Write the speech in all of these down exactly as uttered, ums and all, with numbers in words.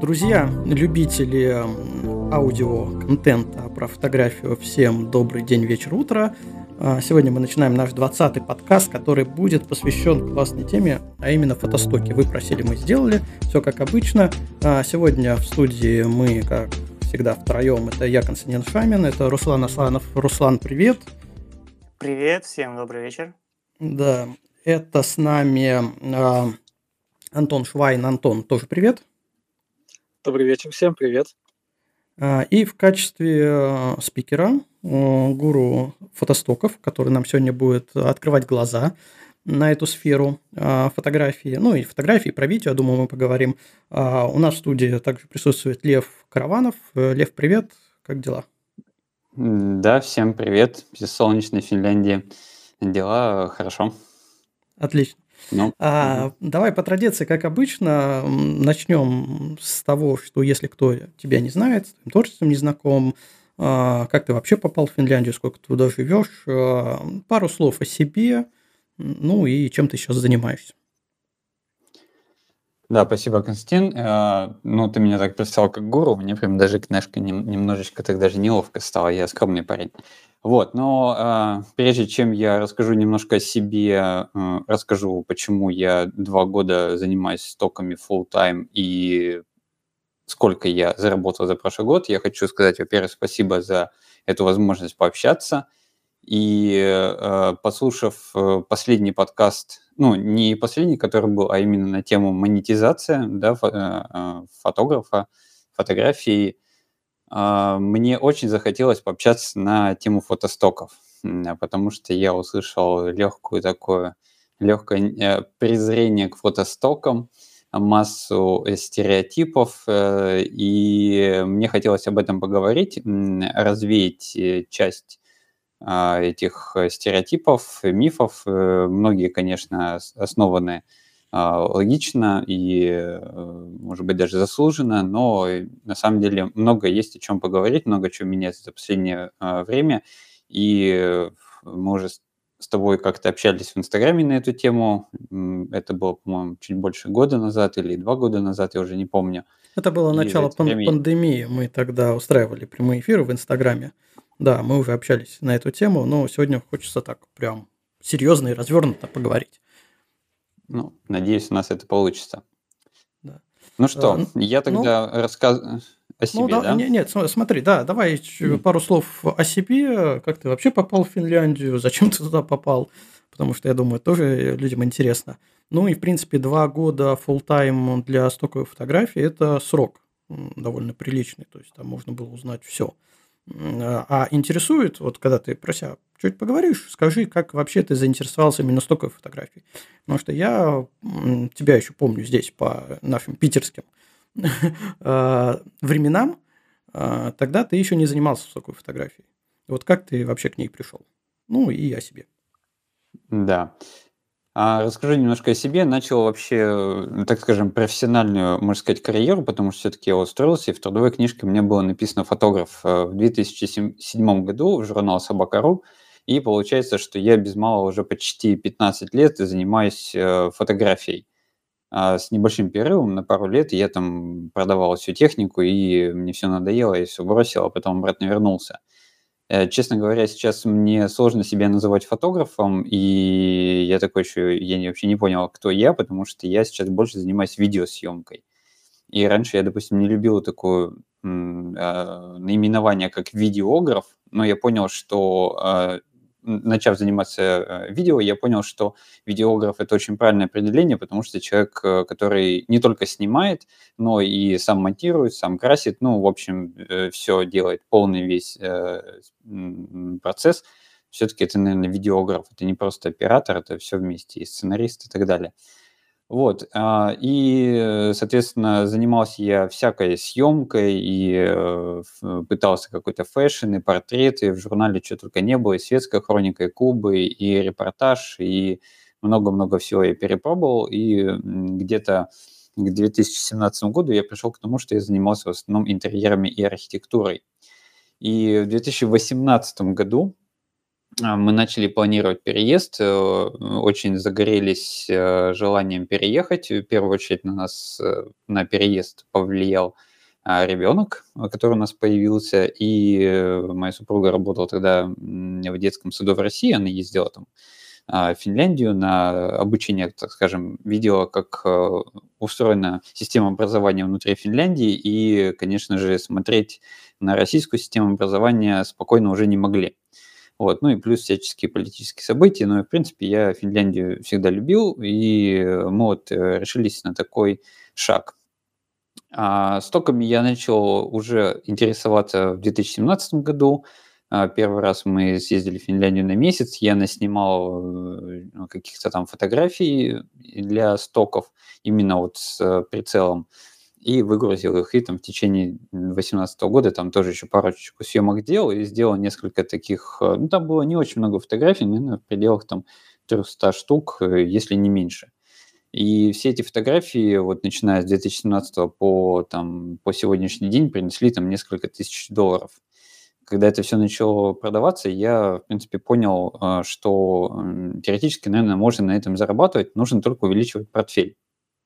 Друзья, любители м, аудиоконтента про фотографию, всем добрый день, вечер, утро. А, Сегодня мы начинаем наш двадцатый подкаст, который будет посвящен классной теме, а именно фотостоки. Вы просили, мы сделали, все как обычно. А, Сегодня в студии мы, как всегда, втроем. Это я, Константин Шамин, это Руслан Асланов. Руслан, привет. Привет, всем добрый вечер. Да, это с нами а, Антон Швайн. Антон, тоже привет. Добрый вечер, всем привет. А, И в качестве э, спикера э, гуру фотостоков, который нам сегодня будет открывать глаза на эту сферу а, фотографии, ну и фотографии, про видео, я думаю, мы поговорим. А, У нас в студии также присутствует Лев Караванов. Э, Лев, привет, как дела? М, Да, всем привет. Из солнечной Финляндии. Дела хорошо. Отлично. Ну, мгм. А, давай по традиции, как обычно, м, начнем с того, что если кто тебя не знает, с твоим творчеством не знаком, а, как ты вообще попал в Финляндию, сколько ты туда живешь, а, пару слов о себе, м, ну и чем ты сейчас занимаешься. Да, спасибо, Константин. Э, Ну, ты меня так представил как гуру, мне прям даже немножко, нем- немножечко так даже неловко стало, я скромный парень. Вот, но э, прежде чем я расскажу немножко о себе, э, расскажу, почему я два года занимаюсь стоками full time и сколько я заработал за прошлый год, я хочу сказать, во-первых, спасибо за эту возможность пообщаться. И э, послушав э, последний подкаст, ну, не последний, который был, а именно на тему монетизация, да, фо- э, э, фотографа, фотографии, а, мне очень захотелось пообщаться на тему фотостоков, м, а, потому что я услышал легкую такое, легкое э, презрение к фотостокам, а, массу э, стереотипов, э, и мне хотелось об этом поговорить, м, развеять э, часть а, этих э, стереотипов, э, мифов. Э, Многие, конечно, ос- основаны а, логично и, э, может быть, даже заслуженно, но э, на самом деле много есть о чем поговорить, много чего меняется за последнее а, время. И э, мы уже с с тобой как-то общались в Инстаграме на эту тему. М, Это было, по-моему, чуть больше года назад или два года назад, я уже не помню. Это было И за начало это пан- время пандемии, мы тогда устраивали прямые эфиры в Инстаграме. Да, мы уже общались на эту тему, но сегодня хочется так прям серьезно и развернуто поговорить. ну, надеюсь, у нас это получится. Да. Ну А, что, н- я Ну, тогда рассказываю о Ну себе, да, да? не, нет, см- смотри, да, давай ч- М. пару слов о себе, как ты вообще попал в Финляндию, зачем ты туда попал, потому что, я думаю, тоже людям интересно. Ну и, в принципе, два года full-time для стоковой фотографии – это срок м, довольно приличный, то есть там можно было узнать все. А интересует, вот когда ты про себя чуть поговоришь, скажи, как вообще ты заинтересовался именно стоковой фотографией. Потому что я м, тебя еще помню здесь по нашим питерским а, временам, а, тогда ты еще не занимался высокой фотографией. Вот как ты вообще к ней пришел? Ну и о себе. Да. А, расскажу немножко о себе. Начал вообще, э, так скажем, профессиональную, можно сказать, карьеру, потому что все-таки я устроился, и в трудовой книжке у меня было написано фотограф э, в две тысячи седьмом году в журнал «Собака.ру». И получается, что я без малого уже почти пятнадцать лет занимаюсь э, фотографией. А, с небольшим перерывом на пару лет я там продавал всю технику, и мне все надоело, я все бросил, а потом обратно вернулся. Э, честно говоря, сейчас мне сложно себя называть фотографом, и я такой еще, я не- вообще не понял, кто я, потому что я сейчас больше занимаюсь видеосъемкой. И раньше я, допустим, не любил такое м, а, наименование, как видеограф, но я понял, что, а, н- начав заниматься э, видео, я понял, что видеограф – это очень правильное определение, потому что человек, э, который не только снимает, но и сам монтирует, сам красит, ну, в общем, все делает, полный весь э, с- м, процесс. Все-таки это, наверное, видеограф, это не просто оператор, это все вместе, и сценарист и так далее. Вот, а, и, э, соответственно, занимался я всякой съемкой и э, ф- пытался какой-то фэшн, и портреты, в журнале что только не было, и светская хроника, и клубы, и репортаж, и много-много всего я перепробовал, и м, где-то к две тысячи семнадцатому году я пришел к тому, что я занимался в основном интерьерами и архитектурой. И в две тысячи восемнадцатом году а, мы начали планировать переезд, э, очень загорелись э, желанием переехать. В первую очередь на нас, э, на переезд повлиял а, ребенок, а, который у нас появился, и э, моя супруга работала тогда м, в детском саду в России, она ездила там а, в Финляндию на обучение, так скажем, видела, как э, устроена система образования внутри Финляндии, и, конечно же, смотреть на российскую систему образования спокойно уже не могли. Вот. Ну и плюс всяческие политические события. Но, в принципе, я Финляндию всегда любил, и э, мы вот э, решились на такой шаг. А стоками я начал уже интересоваться в две тысячи семнадцатом году. А, Первый раз мы съездили в Финляндию на месяц. Я наснимал э, ну, каких-то там фотографий для стоков, именно вот с э, прицелом, и выгрузил их. И там в течение две тысячи восемнадцатого года там тоже еще парочку съемок делал и сделал несколько таких. э, Ну, там было не очень много фотографий, наверное, в пределах там триста штук, э, если не меньше. И все эти фотографии, вот начиная с две тысячи семнадцатого по, там, по сегодняшний день, принесли там несколько тысяч долларов. Когда это все начало продаваться, я, в принципе, понял, а, что м, теоретически, наверное, можно на этом зарабатывать, нужно только увеличивать портфель.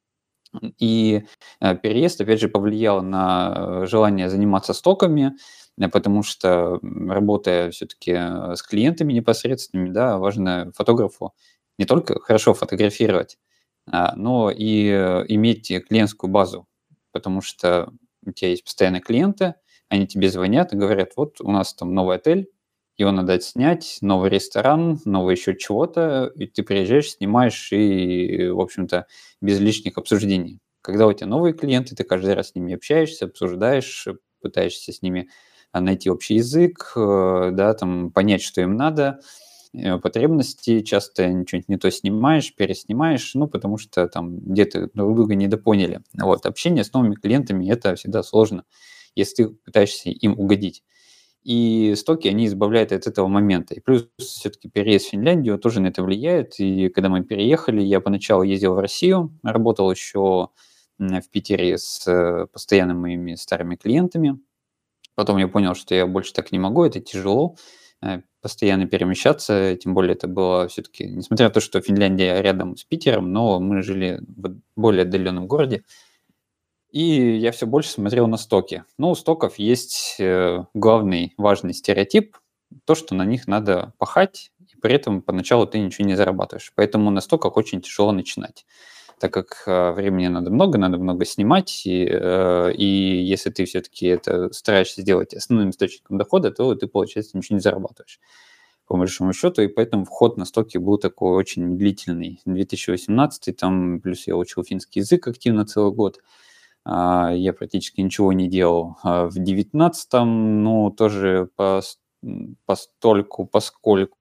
И э, переезд, опять же, повлиял на э, желание заниматься стоками, э, потому что, м, работая все-таки с клиентами непосредственными, да, важно фотографу не только хорошо фотографировать, а, но и э, иметь клиентскую базу, потому что у тебя есть постоянные клиенты, они тебе звонят и говорят, вот у нас там новый отель, его надо отснять, новый ресторан, новый еще чего-то, и ты приезжаешь, снимаешь, и, в общем-то, без лишних обсуждений. Когда у тебя новые клиенты, ты каждый раз с ними общаешься, обсуждаешь, э, пытаешься с ними а, найти общий язык, э, да, там, понять, что им надо, э, потребности, часто ничего не то снимаешь, переснимаешь, ну, потому что там где-то друг друга недопоняли. Вот, общение с новыми клиентами – это всегда сложно, если ты пытаешься им угодить. И стоки, они избавляют от этого момента. И плюс все-таки переезд в Финляндию тоже на это влияет. И когда мы переехали, я поначалу ездил в Россию, работал еще м, в Питере с э, постоянными моими старыми клиентами. Потом я понял, что я больше так не могу, это тяжело э, постоянно перемещаться, тем более это было все-таки, несмотря на то, что Финляндия рядом с Питером, но мы жили в более отдаленном городе, и я все больше смотрел на стоки. Но у стоков есть э, главный важный стереотип, то, что на них надо пахать, и при этом поначалу ты ничего не зарабатываешь. Поэтому на стоках очень тяжело начинать, так как э, времени надо много, надо много снимать, и, э, и если ты все-таки это стараешься сделать основным источником дохода, то ты, получается, ничего не зарабатываешь по большому счету, и поэтому вход на стоки был такой очень медлительный. две тысячи восемнадцатый, там, плюс я учил финский язык активно целый год, а, я практически ничего не делал. А в девятнадцатом, ну, тоже пос- м, постольку, поскольку.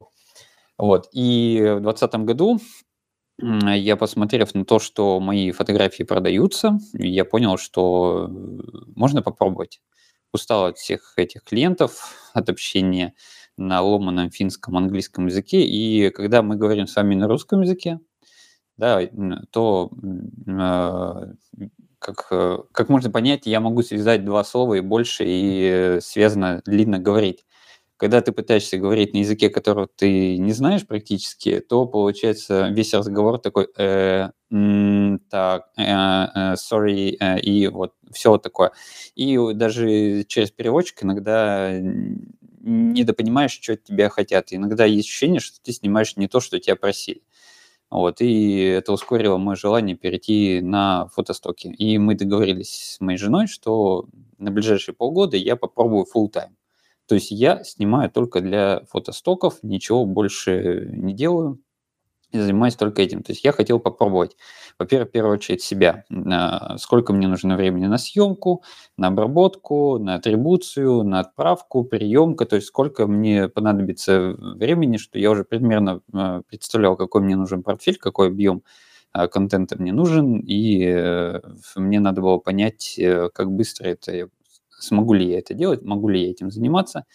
Вот. И в двадцатом году, м, я, посмотрев на то, что мои фотографии продаются, я понял, что э, можно попробовать. Устал от всех этих клиентов, от общения на ломаном финском, английском языке. И когда мы говорим с вами на русском языке, да, м, то м, а, как, э, как можно понять, я могу связать два слова и больше, и э, связано длинно говорить. Когда ты пытаешься говорить на языке, которого ты не знаешь практически, то получается весь разговор такой э, м, так, э, э, sorry, э, и вот все вот такое. И вот даже через переводчик иногда н- недопонимаешь, что от тебя хотят. Иногда есть ощущение, что ты снимаешь не то, что тебя просили. Вот, и это ускорило мое желание перейти на фотостоки. И мы договорились с моей женой, что на ближайшие полгода я попробую full time. То есть я снимаю только для фотостоков, ничего больше не делаю и занимаюсь только этим. То есть я хотел попробовать, во-первых, в первую очередь себя. А, Сколько мне нужно времени на съемку, на обработку, на атрибуцию, на отправку, приемка. То есть сколько мне понадобится времени, что я уже примерно а, представлял, какой мне нужен портфель, какой объем а, контента мне нужен. И э, мне надо было понять, э, как быстро это, я- смогу ли я это делать, могу ли я этим заниматься.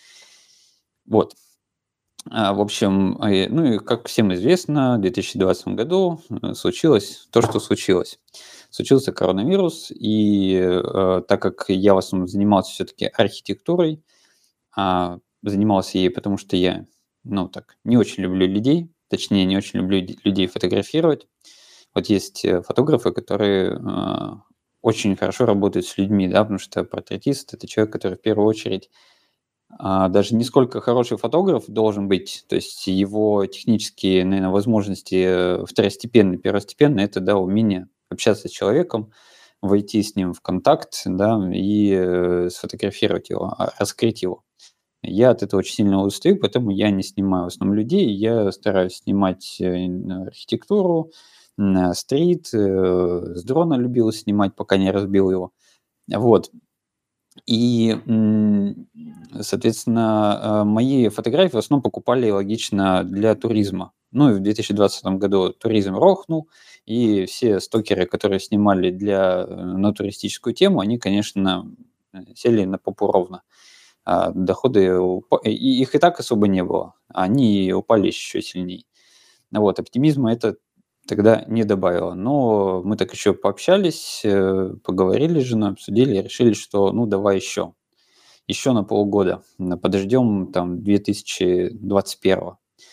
Вот. А, В общем, э, ну и как всем известно, в две тысячи двадцатом году э, случилось то, что случилось. Случился коронавирус, и э, так как я в основном занимался все-таки архитектурой, а занимался ей, потому что я ну так, не очень люблю людей, точнее, не очень люблю д- людей фотографировать. Вот есть э, фотографы, которые э, очень хорошо работают с людьми, да, потому что портретист– это человек, который в первую очередь а, даже не сколько хороший фотограф должен быть, то есть его технические, наверное, возможности э, второстепенные, первостепенные– это, да, умение общаться с человеком, войти с ним в контакт, да, и э, сфотографировать его, а, раскрыть его. Я от этого очень сильно устаю, поэтому я не снимаю в основном людей. Я стараюсь снимать э, н- архитектуру, н- стрит, э, с дрона любил снимать, пока не разбил его. Вот. И, м, соответственно, э, мои фотографии в основном покупали логично для туризма. Ну и в две тысячи двадцатом году туризм рухнул, и все стокеры, которые снимали для, э, на туристическую тему, они, конечно, э, сели на попу ровно. А, доходы, упа- и их и так особо не было, а они упали еще сильнее. Вот, оптимизма это тогда не добавило. Но мы так еще пообщались, э, поговорили с женой, обсудили, и решили, что ну давай еще, еще на полгода, м, подождем там две тысячи двадцать первого.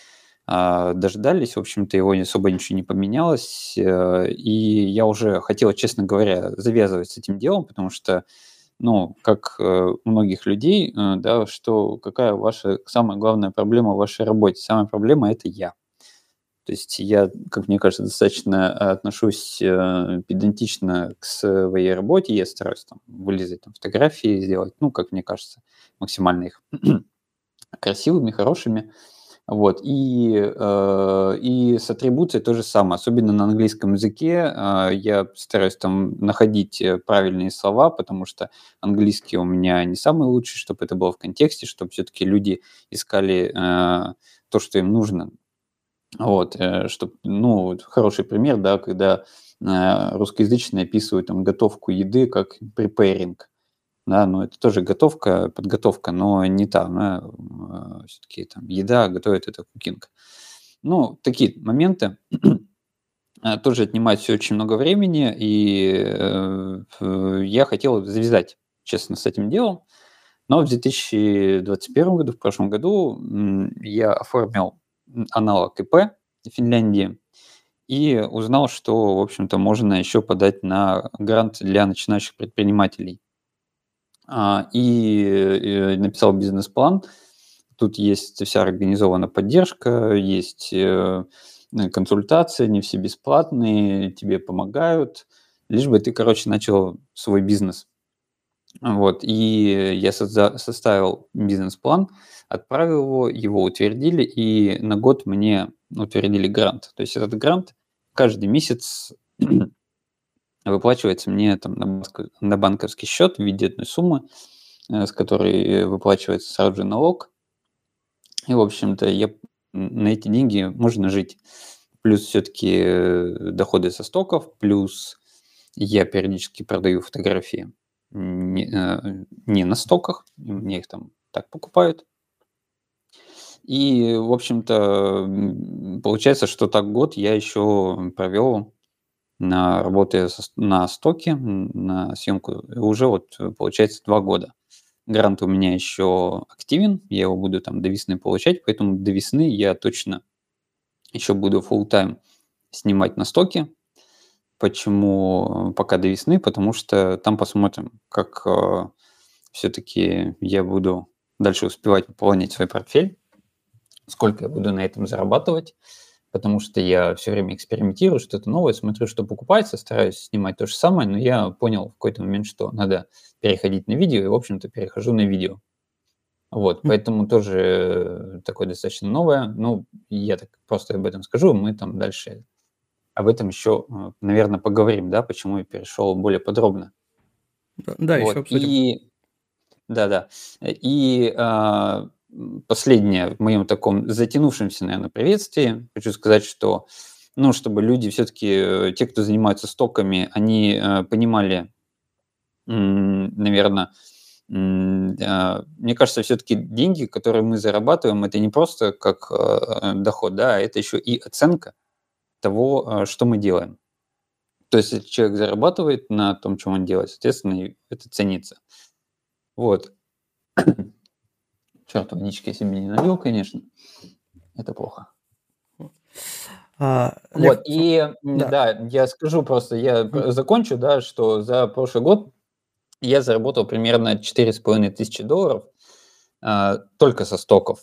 А, Дождались, в общем-то, его особо ничего не поменялось, э, и я уже хотел, честно говоря, завязывать с этим делом, потому что ну, как, э, у многих людей, э, да, что какая ваша самая главная проблема в вашей работе? Самая проблема– это я. То есть я, как мне кажется, достаточно э, отношусь э, педантично к своей работе. Я стараюсь там вылезать там, фотографии сделать, ну, как мне кажется, максимально их красивыми, хорошими. Вот. И, э, и с атрибуцией то же самое, особенно на английском языке. э, Я стараюсь там находить э, правильные слова, потому что английский у меня не самый лучший, чтобы это было в контексте, чтобы все-таки люди искали э, то, что им нужно. Вот, чтобы, ну, вот хороший пример, да, когда э, русскоязычные описывают там готовку еды как preparing, да, ну, это тоже готовка, подготовка, но не та, она, все-таки там еда, готовит это кукинг. Ну, такие моменты э, тоже отнимают все очень много времени, и э, э, я хотел завязать, честно, с этим делом, но в две тысячи двадцать первом году, в прошлом году, м, я оформил м, аналог ИП в Финляндии и узнал, что, в общем-то, можно еще подать на грант для начинающих предпринимателей. А, и, э, написал бизнес-план. Тут есть вся организована поддержка, есть, э, э, консультации, они все бесплатные, тебе помогают, лишь бы ты, короче, начал свой бизнес. Вот, и я созда составил бизнес-план, отправил его, его утвердили, и на год мне утвердили грант. То есть этот грант каждый месяц выплачивается мне там на банк на банковский счет в виде одной суммы, э, с которой выплачивается сразу же налог. И, в общем-то, я м, на эти деньги можно жить. Плюс все-таки доходы со стоков, плюс я периодически продаю фотографии не, э, не на стоках, мне их там так покупают. И, в общем-то, м, получается, что так год я еще провел на работе со с на стоке, м, на съемку. И уже вот, э, получается, два года. Грант у меня еще активен, я его буду там до весны получать, поэтому до весны я точно еще буду full-time снимать на стоке. Почему, э, пока до весны? Потому что там посмотрим, как, все-таки я буду дальше успевать пополнять свой портфель, сколько я буду на этом зарабатывать, потому что я все время экспериментирую, что-то новое, смотрю, что покупается, стараюсь снимать то же самое, но я понял в какой-то момент, что надо переходить на видео, и, в общем-то, перехожу на видео. Вот, М, поэтому тоже э, такое достаточно новое. Ну, я так просто об этом скажу, мы там дальше об этом еще, наверное, поговорим, да, почему я перешел более подробно. Да, да, еще Вот, обсудим. и да-да. И, а, м, последнее в моем таком затянувшемся, наверное, приветствии. Хочу сказать, что, ну, чтобы люди все-таки, те, кто занимаются стоками, они, э, понимали, наверное, мне кажется, все-таки деньги, которые мы зарабатываем, это не просто как, э, доход, да, а это еще и оценка того, э, что мы делаем. То есть если человек зарабатывает на том, чем он делает, соответственно, и это ценится. Вот. Черт, водички я себе не налил, конечно. это плохо. А, Лев, Вот, и м, да. да, я скажу просто, я Мгм. п- закончу, да, что за прошлый год я заработал примерно четыре с половиной тысячи долларов а, только со стоков.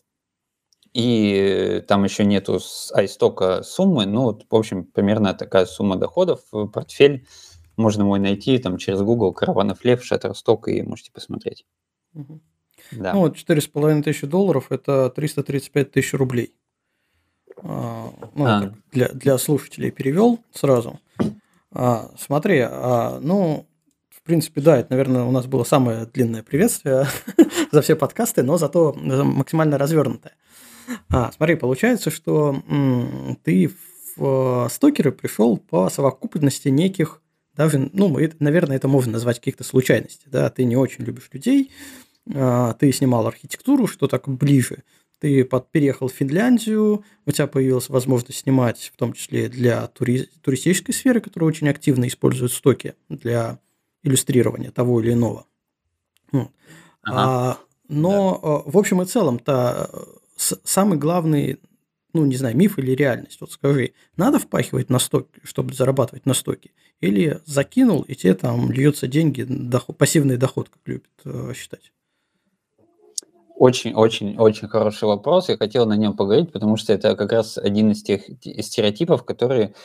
И там еще нету с айстока суммы, ну, вот, в общем, примерно такая сумма доходов. В портфель можно мой найти там через Google, Караванов Лев, Shutterstock, и можете посмотреть. Мгм. Ну Да. вот четыре с половиной тысячи долларов – это триста тридцать пять тысяч рублей. А, Ну, я А, так для, для слушателей перевел сразу. А, смотри, а, ну, в принципе, да, это, наверное, у нас было самое длинное приветствие за все подкасты, но зато максимально развернутое. А, смотри, получается, что м, ты в э, стокеры пришел по совокупности неких, даже, ну, это, наверное, это можно назвать каких-то случайностей, да, ты не очень любишь людей, а, ты снимал архитектуру, что так ближе, ты под, переехал в Финляндию, у тебя появилась возможность снимать, в том числе для тури- туристической сферы, которая очень активно использует стоки для иллюстрирования того или иного. Вот. ага, А, да. но, э, в общем и целом-то, э, с- самый главный, ну, не знаю, миф или реальность, вот скажи, надо впахивать на стоки, чтобы зарабатывать на стоки, или закинул, и тебе там льются деньги, доход, пассивный доход, как любят э, считать? Очень-очень-очень хороший вопрос. Я хотел на нем поговорить, потому что это как раз один из тех те- стереотипов, которые,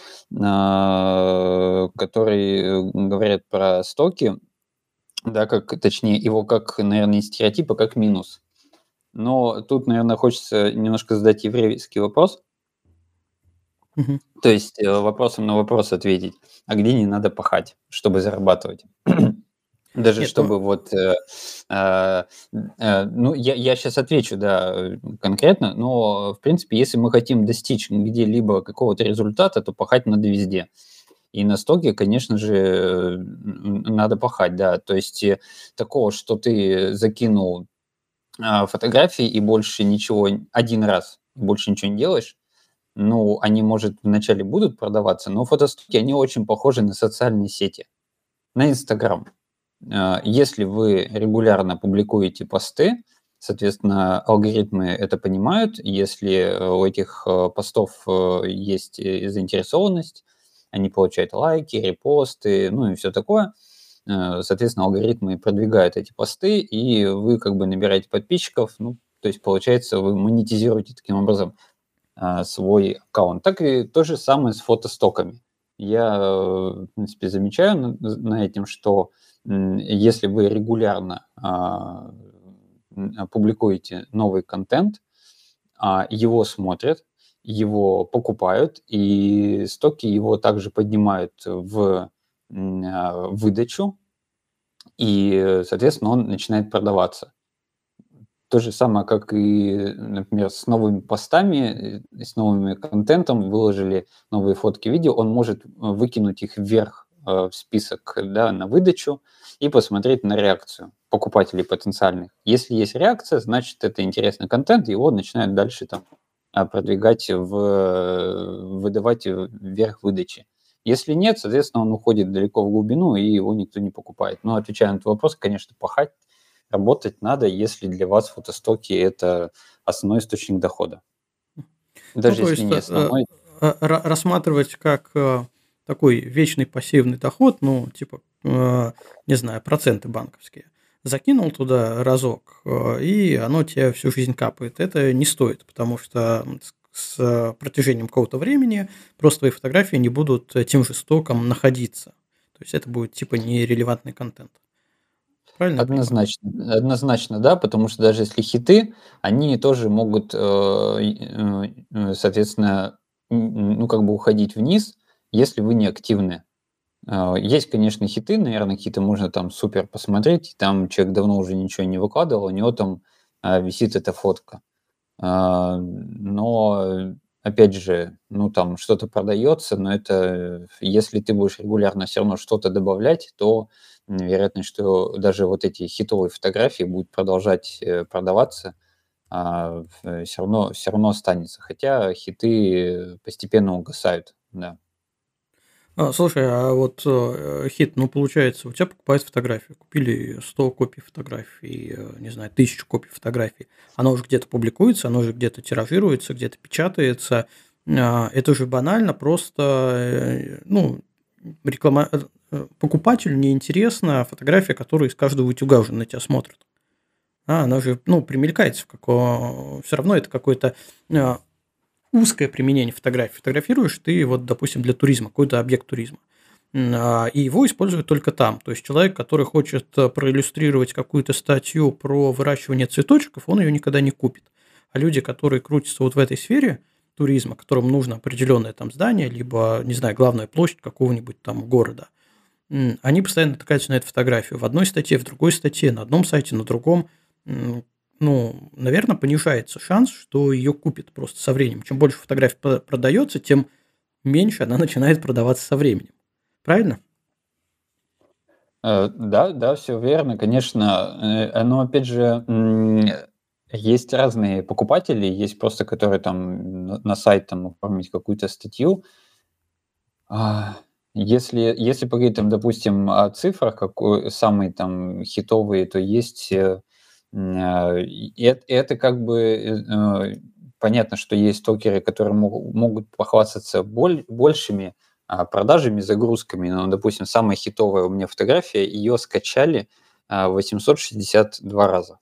а, которые э, говорят про стоки, да, как, точнее, его как, наверное, не стереотип, а как минус. Но тут, наверное, хочется немножко задать еврейский вопрос, Мгм. то есть э, вопросом на вопрос ответить, а где не надо пахать, чтобы зарабатывать? Даже Нет, ну, чтобы вот, э, а, э, ну, я, я сейчас отвечу, да, э, конкретно, но, в принципе, если мы хотим достичь где-либо какого-то результата, то пахать надо везде. И на стоке, конечно же, э, н- надо пахать, да. То есть э, такого, что ты закинул а, фотографии и больше ничего, н- один раз, больше ничего не делаешь, ну, они, может, вначале будут продаваться, но фотостоки, они очень похожи на социальные сети, на Инстаграм. А, Если вы регулярно публикуете посты, соответственно, алгоритмы это понимают. Если э, у этих э, постов э, есть э, заинтересованность, они получают лайки, репосты, ну и все такое. Э, Соответственно, алгоритмы продвигают эти посты, и вы как бы набираете подписчиков. Ну, то есть, получается, вы монетизируете таким образом а, свой аккаунт. Так и то же самое с фотостоками. Я, э, в принципе, замечаю на, на этим, что м, если вы регулярно а, м, а, публикуете новый контент, а, его смотрят, его покупают, и стоки его также поднимают в м, а, выдачу, и, э, соответственно, он начинает продаваться. То же самое, как и, например, с новыми постами, э, с новыми контентом, выложили новые фотки, видео, он может э, выкинуть их вверх э, в список, да, на выдачу и посмотреть на реакцию покупателей потенциальных. Если есть реакция, значит, это интересный контент, его начинают дальше там а, продвигать, в, э, выдавать вверх выдачи. Если нет, соответственно, он уходит далеко в глубину, и его никто не покупает. Но отвечая на этот вопрос, конечно, пахать работать надо, если для вас фотостоки – это основной источник дохода. ну, Даже то если есть не э, э, основной. ра- рассматривать как э, такой вечный пассивный доход, ну, типа, э, не знаю, проценты банковские. Закинул туда разок, э, и оно тебе всю жизнь капает. Это не стоит, потому что с с протяжением какого-то времени просто твои фотографии не будут э, тем же стоком находиться. То есть это будет типа нерелевантный контент. Правильно я понимаю? Однозначно, однозначно, да, потому что даже если хиты, они тоже могут, э, и, э, э, соответственно, н- ну, как бы уходить вниз, если вы не активны. Э, Есть, конечно, хиты, наверное, какие-то можно там супер посмотреть, там человек давно уже ничего не выкладывал, у него там а, висит эта фотка. А, но, опять же, ну, там что-то продается, но это, э, если ты будешь регулярно все равно что-то добавлять, то м, вероятность, что даже вот эти хитовые фотографии будут продолжать э, продаваться, все равно, все равно останется. Хотя хиты постепенно угасают, да. А, слушай, а вот э, хит, ну получается, у тебя покупают фотографию, купили сто копий фотографий, э, не знаю, тысячу копий фотографий, оно уже где-то публикуется, оно уже где-то тиражируется, где-то печатается. А, Это же банально, просто, э, ну, реклама... э, э, покупателю неинтересна фотография, которая из каждого утюга уже на тебя смотрит. А, она же, ну, примелькается в каком... Все равно это какой-то а, узкое применение фотографии. Фотографируешь ты, вот, допустим, для туризма, какой-то объект туризма. М, а, И его используют только там. То есть человек, который хочет э, проиллюстрировать какую-то статью про выращивание цветочков, он ее никогда не купит. А люди, которые крутятся вот в этой сфере туризма, которым нужно определенное там здание, либо, не знаю, главная площадь какого-нибудь там города, м, они постоянно натыкаются на эту фотографию в одной статье, в другой статье, на одном сайте, на другом. М, Ну, наверное, понижается шанс, что ее купят просто со временем. Чем больше фотографий по- продается, тем меньше она начинает продаваться со временем. Правильно? Э, Да, да, все верно, конечно. Э, Но опять же, м, есть разные покупатели, есть просто, которые там на на сайт там оформить какую-то статью. А, Если, если поговорить там, допустим, о цифрах, какой самые там хитовые, то есть э, м, а, и эт- это как бы э, э, понятно, что есть токеры, которые могу- могут похвастаться боль- большими а, продажами, загрузками. Но, допустим, самая хитовая у меня фотография, ее скачали а, восемьсот шестьдесят два раза.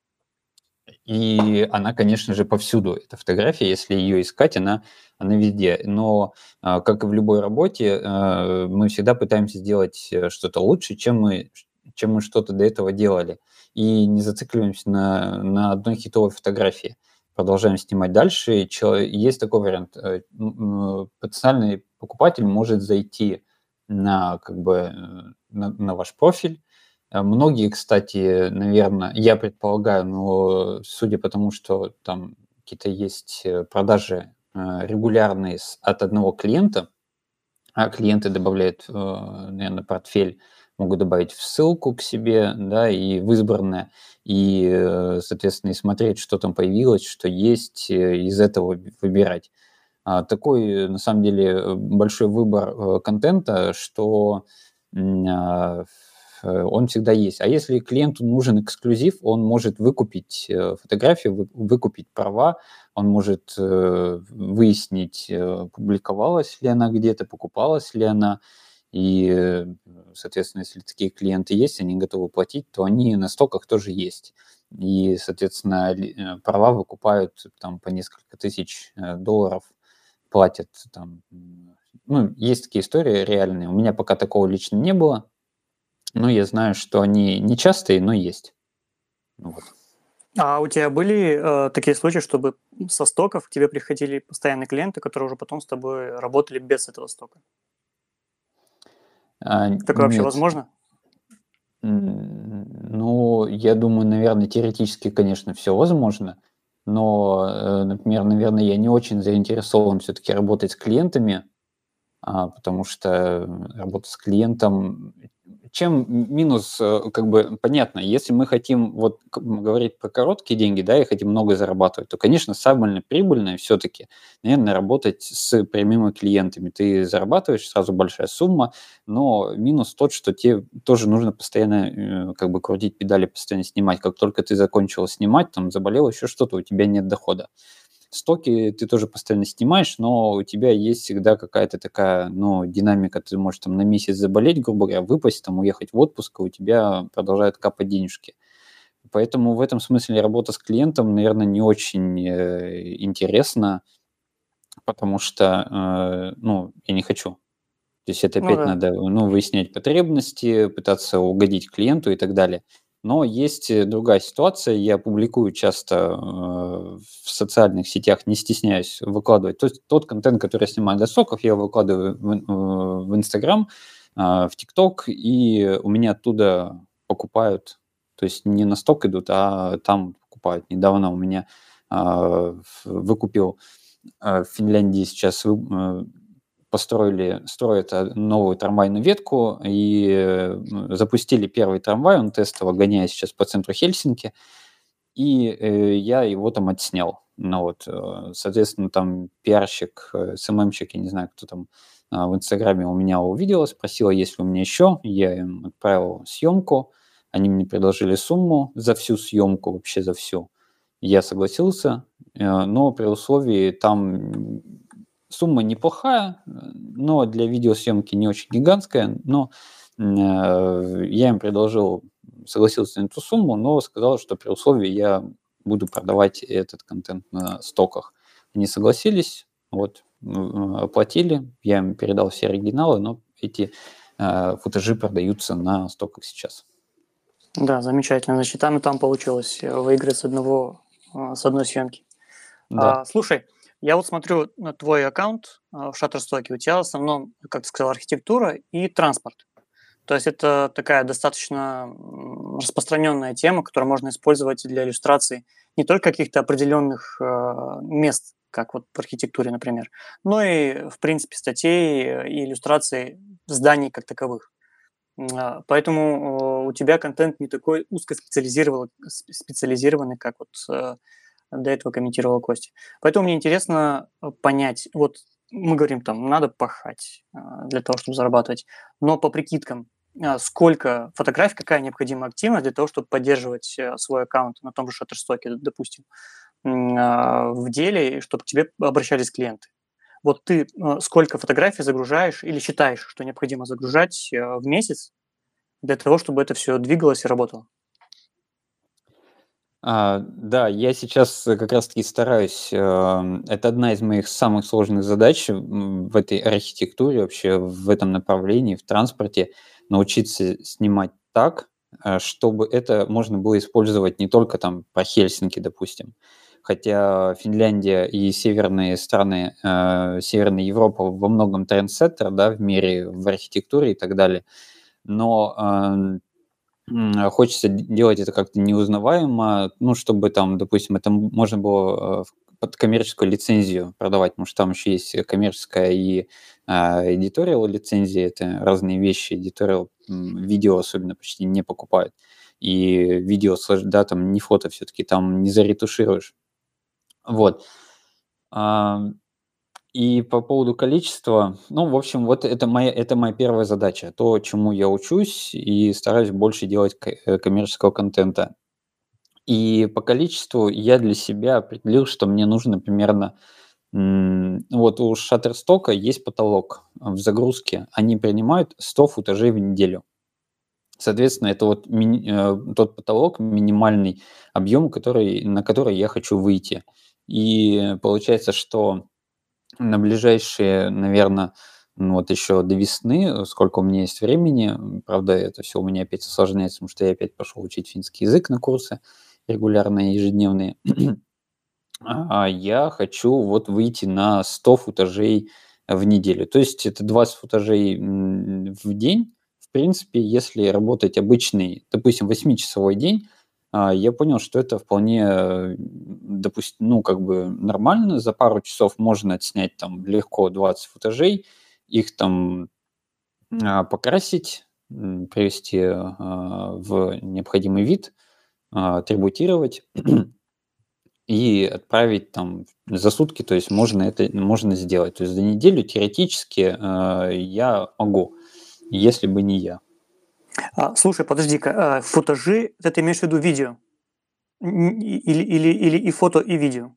И она, конечно же, повсюду, эта фотография. Если ее искать, она она везде. Но, а, как и в любой работе, э, мы всегда пытаемся сделать, э, что-то лучше, чем мы чем мы что-то до этого делали. И не зацикливаемся на на одной хитовой фотографии. Продолжаем снимать дальше. И чел есть такой вариант. Э, м, э, потенциальный покупатель может зайти на, как бы, э, на на ваш профиль. Э, многие, кстати, наверное, я предполагаю, но судя по тому, что там какие-то есть э, продажи э, регулярные с- от одного клиента, а клиенты добавляют, наверное, портфель, могут добавить в ссылку к себе, да, и в избранное, и, э, соответственно, и смотреть, что там появилось, что есть, э, из этого ви- выбирать. А, Такой, э, на самом деле, э, большой выбор э, контента, что м, а, ф- э, он всегда есть. А если клиенту нужен эксклюзив, он может выкупить э, фотографию, вы- выкупить права, он может э, выяснить, э, публиковалась ли она где-то, покупалась ли она. И, э, соответственно, если такие клиенты есть, они готовы платить, то они на стоках тоже есть. И, соответственно, ли- э, права выкупают там по несколько тысяч э, долларов, платят там. м, Ну, есть такие истории реальные. У меня пока такого лично не было, но я знаю, что они нечастые, но есть. Ну вот. А у тебя были э, такие случаи, чтобы со стоков к тебе приходили постоянные клиенты, которые уже потом с тобой работали без этого стока? А, Такое вообще нет, возможно? м, ну, я думаю, наверное, теоретически, конечно, все возможно, но, э, например, наверное, я не очень заинтересован все-таки работать с клиентами, а, потому что э, работа с клиентом, чем м- минус, э, как бы понятно, если мы хотим вот к- м, говорить про короткие деньги, да, и хотим много зарабатывать, то, конечно, самое прибыльное все-таки, наверное, работать с прямыми клиентами. Ты зарабатываешь сразу большая сумма, но минус тот, что тебе тоже нужно постоянно э, как бы крутить педали, постоянно снимать. Как только ты закончил снимать, там заболел еще что-то, у тебя нет дохода. Стоки ты тоже постоянно снимаешь, но у тебя есть всегда какая-то такая, ну, динамика. Ты можешь там на месяц заболеть, грубо говоря, выпасть, там, уехать в отпуск, и у тебя продолжают капать денежки. Поэтому в этом смысле работа с клиентом, наверное, не очень э, интересна, потому что, э, ну, я не хочу. То есть это Ну опять да. надо, ну, выяснять потребности, пытаться угодить клиенту и так далее. Но есть э, другая ситуация. Я публикую часто э, в социальных сетях, не стесняюсь выкладывать. То есть тот контент, который я снимаю для соков, я выкладываю в, ин- э, в Инстаграм, а, в ТикТок, и у меня оттуда покупают. То есть не на сток идут, а там покупают. Недавно у меня а, в- выкупил а, в Финляндии сейчас вы- э, построили, строят а, новую трамвайную ветку и э, м, запустили первый трамвай, он тестово гоняет сейчас по центру Хельсинки, и э, я его там отснял. Ну вот, э, соответственно, там пиарщик, э, СММщик, я не знаю, кто там а, в Инстаграме у меня увидела, спросила, есть ли у меня еще. Я им отправил съемку. Они мне предложили сумму за всю съемку, вообще за всю. Я согласился, э, но при условии, там м, сумма неплохая, э, но для видеосъемки не очень гигантская. Но м, э, я им предложил, согласился на эту сумму, но сказал, что при условии я буду продавать этот контент на стоках. Они согласились, вот, м, оплатили, я им передал все оригиналы, но эти э, футажи продаются на стоках сейчас. Да, замечательно. Значит, там и там получилось э, выиграть с одного, а, с одной съемки. Да. А, слушай, я вот смотрю на твой аккаунт а, в Shutterstock, у тебя в основном, как ты сказал, архитектура и транспорт. То есть это такая достаточно м, распространенная тема, которую можно использовать для иллюстрации не только каких-то определенных э, мест, как вот в архитектуре, например, но и, в принципе, статей э, и иллюстраций зданий как таковых. М, а, Поэтому э, у тебя контент не такой узкоспециализированный, сп- специализированный, как вот э, до этого комментировал Костя. Поэтому мне интересно э, понять, вот мы говорим, там, надо пахать э, для того, чтобы зарабатывать, но по прикидкам, а, сколько фотографий, какая необходима активность для того, чтобы поддерживать э, свой аккаунт на том же Shutterstock, допустим, м, а, в деле, и чтобы к тебе обращались клиенты. Вот ты э, сколько фотографий загружаешь или считаешь, что необходимо загружать э, в месяц для того, чтобы это все двигалось и работало? А, да, я сейчас э, как раз-таки стараюсь. эм, Это одна из моих самых сложных задач м, в этой архитектуре, вообще в этом направлении, в транспорте, научиться снимать так, э, чтобы это можно было использовать не только там по Хельсинки, допустим. Хотя Финляндия и северные страны, э, Северная Европа во многом трендсеттер, да, в мире, в архитектуре и так далее. Но эм, М, а хочется д делать это как-то неузнаваемо, ну, чтобы там, допустим, это м можно было, э, в под коммерческую лицензию продавать, потому что там еще есть э, коммерческая и, а, editorial лицензия. Это разные вещи. Editorial, м, видео особенно почти не покупают. И видео слэш да, там не фото все таки там не заретушируешь. Вот. Ам и по поводу количества, ну, в общем, вот это моя это моя первая задача, то, чему я учусь и стараюсь больше делать ко э, коммерческого контента. И по количеству я для себя определил, что мне нужно примерно, м, вот у "Шаттерстока" есть потолок в загрузке. Они принимают сто футажей в неделю. Соответственно, это вот мини э, тот потолок, минимальный объем, который на который я хочу выйти. И получается, что на ближайшие, наверное, ну, вот еще до весны, э, сколько у меня есть времени, м, правда, это все у меня опять осложняется, потому что я опять пошел учить финский язык на курсы регулярные, ежедневные. А я хочу вот выйти на сто футажей в неделю. То есть это двадцать футажей м, в день. В принципе, если работать обычный, допустим, восьмичасовой день, а, я понял, что это вполне, э, допустим, ну, как бы нормально. За пару часов можно отснять там легко двадцать футажей, их там а, покрасить, м, привести а, в необходимый вид, а, атрибутировать и отправить там за сутки, то есть можно это можно сделать. То есть за неделю теоретически, э, я могу, если бы не я. А, слушай, подожди-ка, а, футажи, это ты имеешь в виду видео? Н- и- Или, или, или и фото, и видео?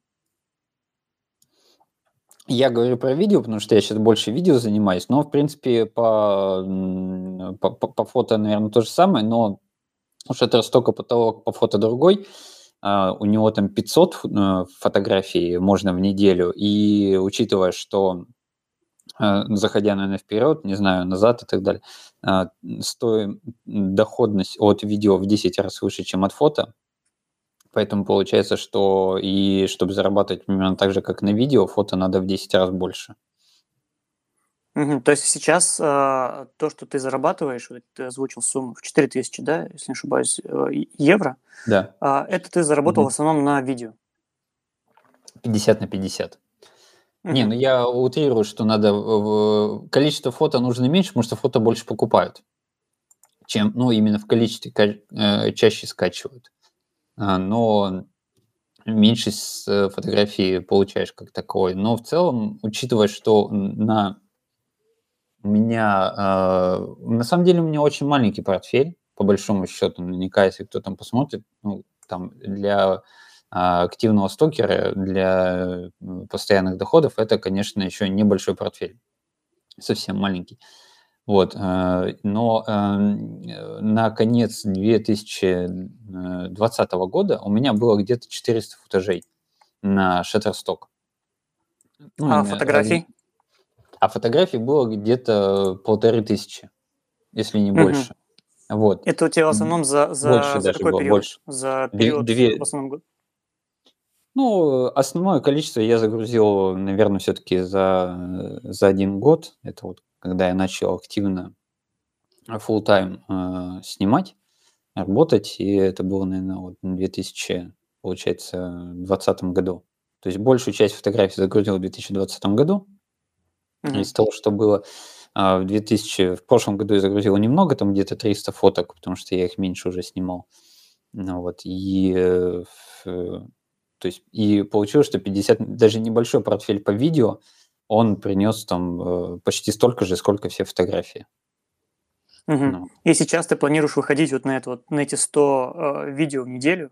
Я говорю про видео, потому что я сейчас больше видео занимаюсь, но, в принципе, по, м, по по по фото, наверно, то же самое, но у "Шаттерстока" потолок по фото другой. А, у него там пятьсот фо э, фотографий можно в неделю. И учитывая, что э, заходя, наверное, вперед, не знаю, назад и так далее, а, стоим доходность от видео в десять раз выше, чем от фото. Поэтому получается, что и чтобы зарабатывать примерно так же, как на видео, фото надо в десять раз больше. Мгм. То есть сейчас а, то, что ты зарабатываешь, вот ты озвучил сумму в четыре тысячи, да, если не ошибаюсь, э, и- евро, Да. а, это ты заработал в Мгм. основном на видео. пятьдесят на пятьдесят. Не, ну Мгм. я утрирую, что надо в в количество фото нужно меньше, потому что фото больше покупают, чем, ну, именно в количестве ка э, чаще скачивают. А, но меньше с э, фотографии получаешь как таковой. Но в целом, учитывая, что н на У меня, э, на самом деле, у меня очень маленький портфель, по большому счету, наверняка, если кто там посмотрит, ну, там для а, активного стокера, для м, постоянных доходов, это, конечно, еще небольшой портфель, совсем маленький. Вот, э, но эм, э, на конец две тысячи двадцатого года у меня было где-то четыреста футажей на Shutterstock. Ну, и А на разни- фотографий? а фотографий было где-то полторы тысячи, если не Мгм. больше. Вот. Это у тебя в М, основном за, Больше за, за даже какой было, период? больше. За Две, период в две- основном года? ну, основное количество я загрузил, наверное, все-таки за, за один год. Это вот когда я начал активно full time э, снимать, работать, и это было, наверное, вот в две тысячи, получается, двадцатом году. То есть большую часть фотографий загрузил в две тысячи двадцатом году. Мгм. Из того, что было а, в две тысячи, в прошлом году я загрузил немного, там где-то триста фоток, потому что я их меньше уже снимал. Ну вот, и, э, ф- э, то есть, и получилось, что пятьдесят, даже небольшой портфель по видео, он принес там э, почти столько же, сколько все фотографии. Мгм. Ну, И сейчас ты планируешь выходить вот на, это, вот, на эти сто э, видео в неделю?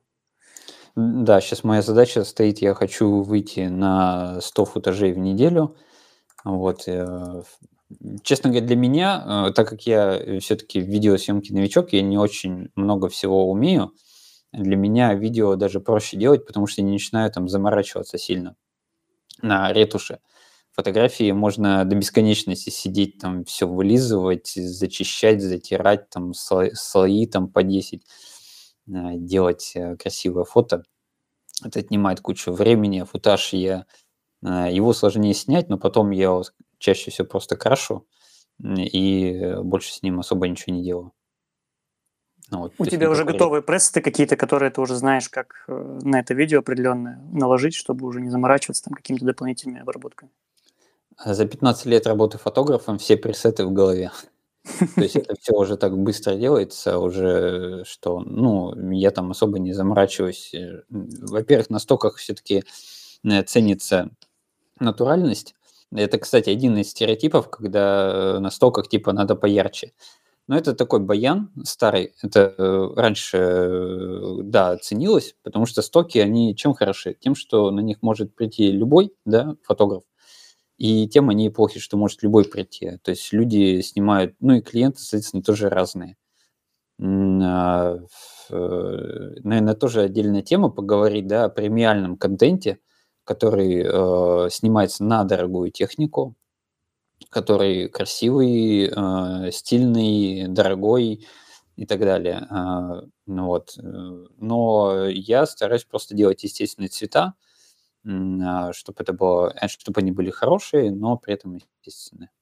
м, да, сейчас моя задача стоит, я хочу выйти на сто футажей в неделю. Вот, э, ф- честно говоря, для меня, э, так как я все-таки в видеосъемке новичок, я не очень много всего умею, для меня видео даже проще делать, потому что я не начинаю там заморачиваться сильно на ретуше. Фотографии можно до бесконечности сидеть, там все вылизывать, зачищать, затирать, там сло- слои там по десять, э, делать э, красивое фото. Это отнимает кучу времени, а футаж я, э, его сложнее снять, но потом я его с- чаще всего просто крашу м, и э, больше с ним особо ничего не делаю. Ну, вот, У то есть тебя уже никакой ре- готовые пресеты какие-то, которые ты уже знаешь, как э, на это видео определенное наложить, чтобы уже не заморачиваться там какими-то дополнительными обработками? За пятнадцать лет работы фотографом все пресеты в голове. То есть это все уже так быстро делается, уже что, ну, я там особо не заморачиваюсь. Э, м, Во-первых, на стоках все-таки ценится натуральность. Это, кстати, один из стереотипов, когда э, на стоках типа надо поярче. Но это такой баян старый. Это э, раньше, э, да, ценилось, потому что стоки, они чем хороши? Тем, что на них может прийти любой, да, фотограф, и тем они и плохи, что может любой прийти. То есть люди снимают, ну и клиенты, соответственно, тоже разные. Наверное, тоже отдельная тема поговорить, да, о премиальном контенте, который э, снимается на дорогую технику, который красивый, э, стильный, дорогой и так далее. А, ну вот. э, Но я стараюсь просто делать естественные цвета, чтобы это было, чтобы они были хорошие, но при этом естественные.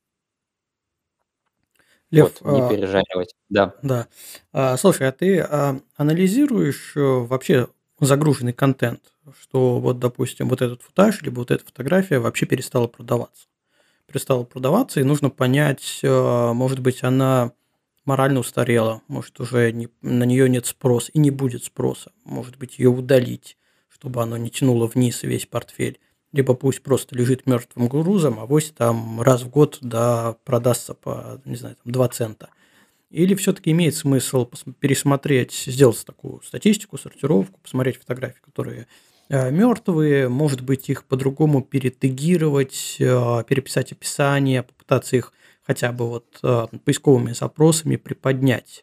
Лев, Вот, не а, пережаривать. Да. да. А, слушай, а ты а, анализируешь э, вообще загруженный контент, что вот, допустим, вот этот футаж, либо вот эта фотография вообще перестала продаваться? Перестала продаваться, и нужно понять, э, может быть, она морально устарела, может, уже не, на нее нет спроса и не будет спроса, может быть, ее удалить, чтобы оно не тянуло вниз весь портфель, либо пусть просто лежит мертвым грузом, а вось там раз в год да, продастся по, не знаю, там, два цента. Или все-таки имеет смысл пос- пересмотреть, сделать такую статистику, сортировку, посмотреть фотографии, которые мертвые, может быть, их по-другому перетегировать, э, переписать описание, попытаться их хотя бы вот э, поисковыми запросами приподнять.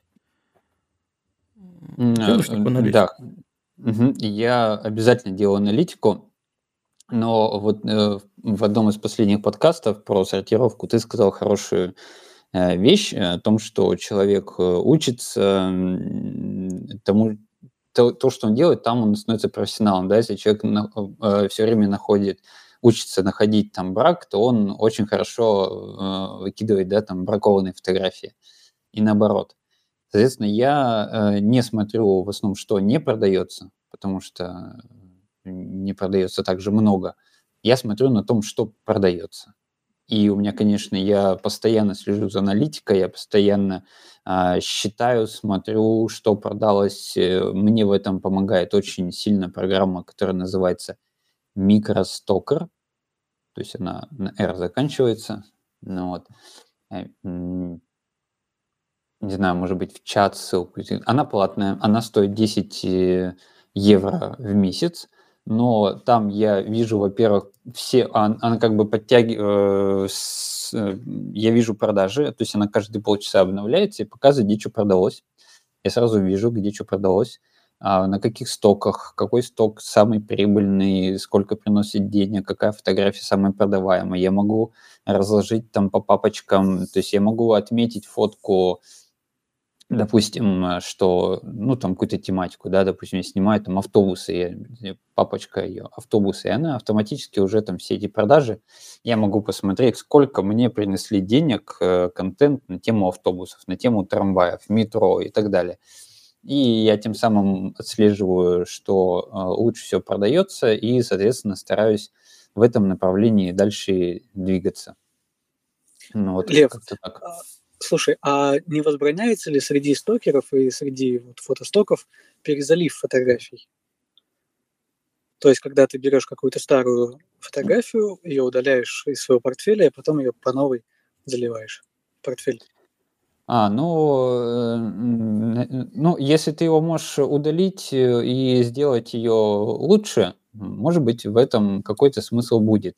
М, Делаешь э, такую Да. аналитику? Мгм. Я обязательно делаю аналитику, но вот э, в одном из последних подкастов про сортировку ты сказал хорошую э, вещь о том, что человек э, учится м, тому, то, то, что он делает, там он становится профессионалом, да, если человек все время находит, учится находить там брак, то он очень хорошо э, выкидывает, да, там бракованные фотографии и наоборот. Соответственно, я э, не смотрю в основном, что не продается, потому что не продается так же много. Я смотрю на том, что продается. И у меня, конечно, я постоянно слежу за аналитикой, я постоянно а, считаю, смотрю, что продалось. Э, Мне в этом помогает очень сильно программа, которая называется Microstocker, то есть она на R заканчивается. Ну, вот. э, м, не знаю, может быть, в чат ссылку. зи- Она платная, она стоит десять э, евро в месяц, но там я вижу, во-первых, все, ан- она как бы подтягивает, я вижу продажи, то есть она каждые полчаса обновляется и показывает, где что продалось. Я сразу вижу, где что продалось, а, на каких стоках, какой сток самый прибыльный, сколько приносит денег, какая фотография самая продаваемая. Я могу разложить там по папочкам, то есть я могу отметить фотку, допустим, э, что, ну, там какую-то тематику, да, допустим, я снимаю там автобусы, я- я- папочка ее автобусы, и она автоматически уже там все эти продажи, я могу посмотреть, сколько мне принесли денег э, контент на тему автобусов, на тему трамваев, метро и так далее. И я тем самым отслеживаю, что э, лучше всего продается, и, соответственно, стараюсь в этом направлении дальше двигаться. Ну вот Лев, как-то так. а, слушай, а не возбраняется ли среди стокеров и среди вот фотостоков перезалив фотографий? То есть, когда ты берешь какую-то старую фотографию, ее удаляешь из своего портфеля, а потом ее по новой заливаешь в портфель. А, ну, э, м, н- ну, если ты его можешь удалить э, и сделать ее лучше, м, может быть, в этом какой-то смысл будет.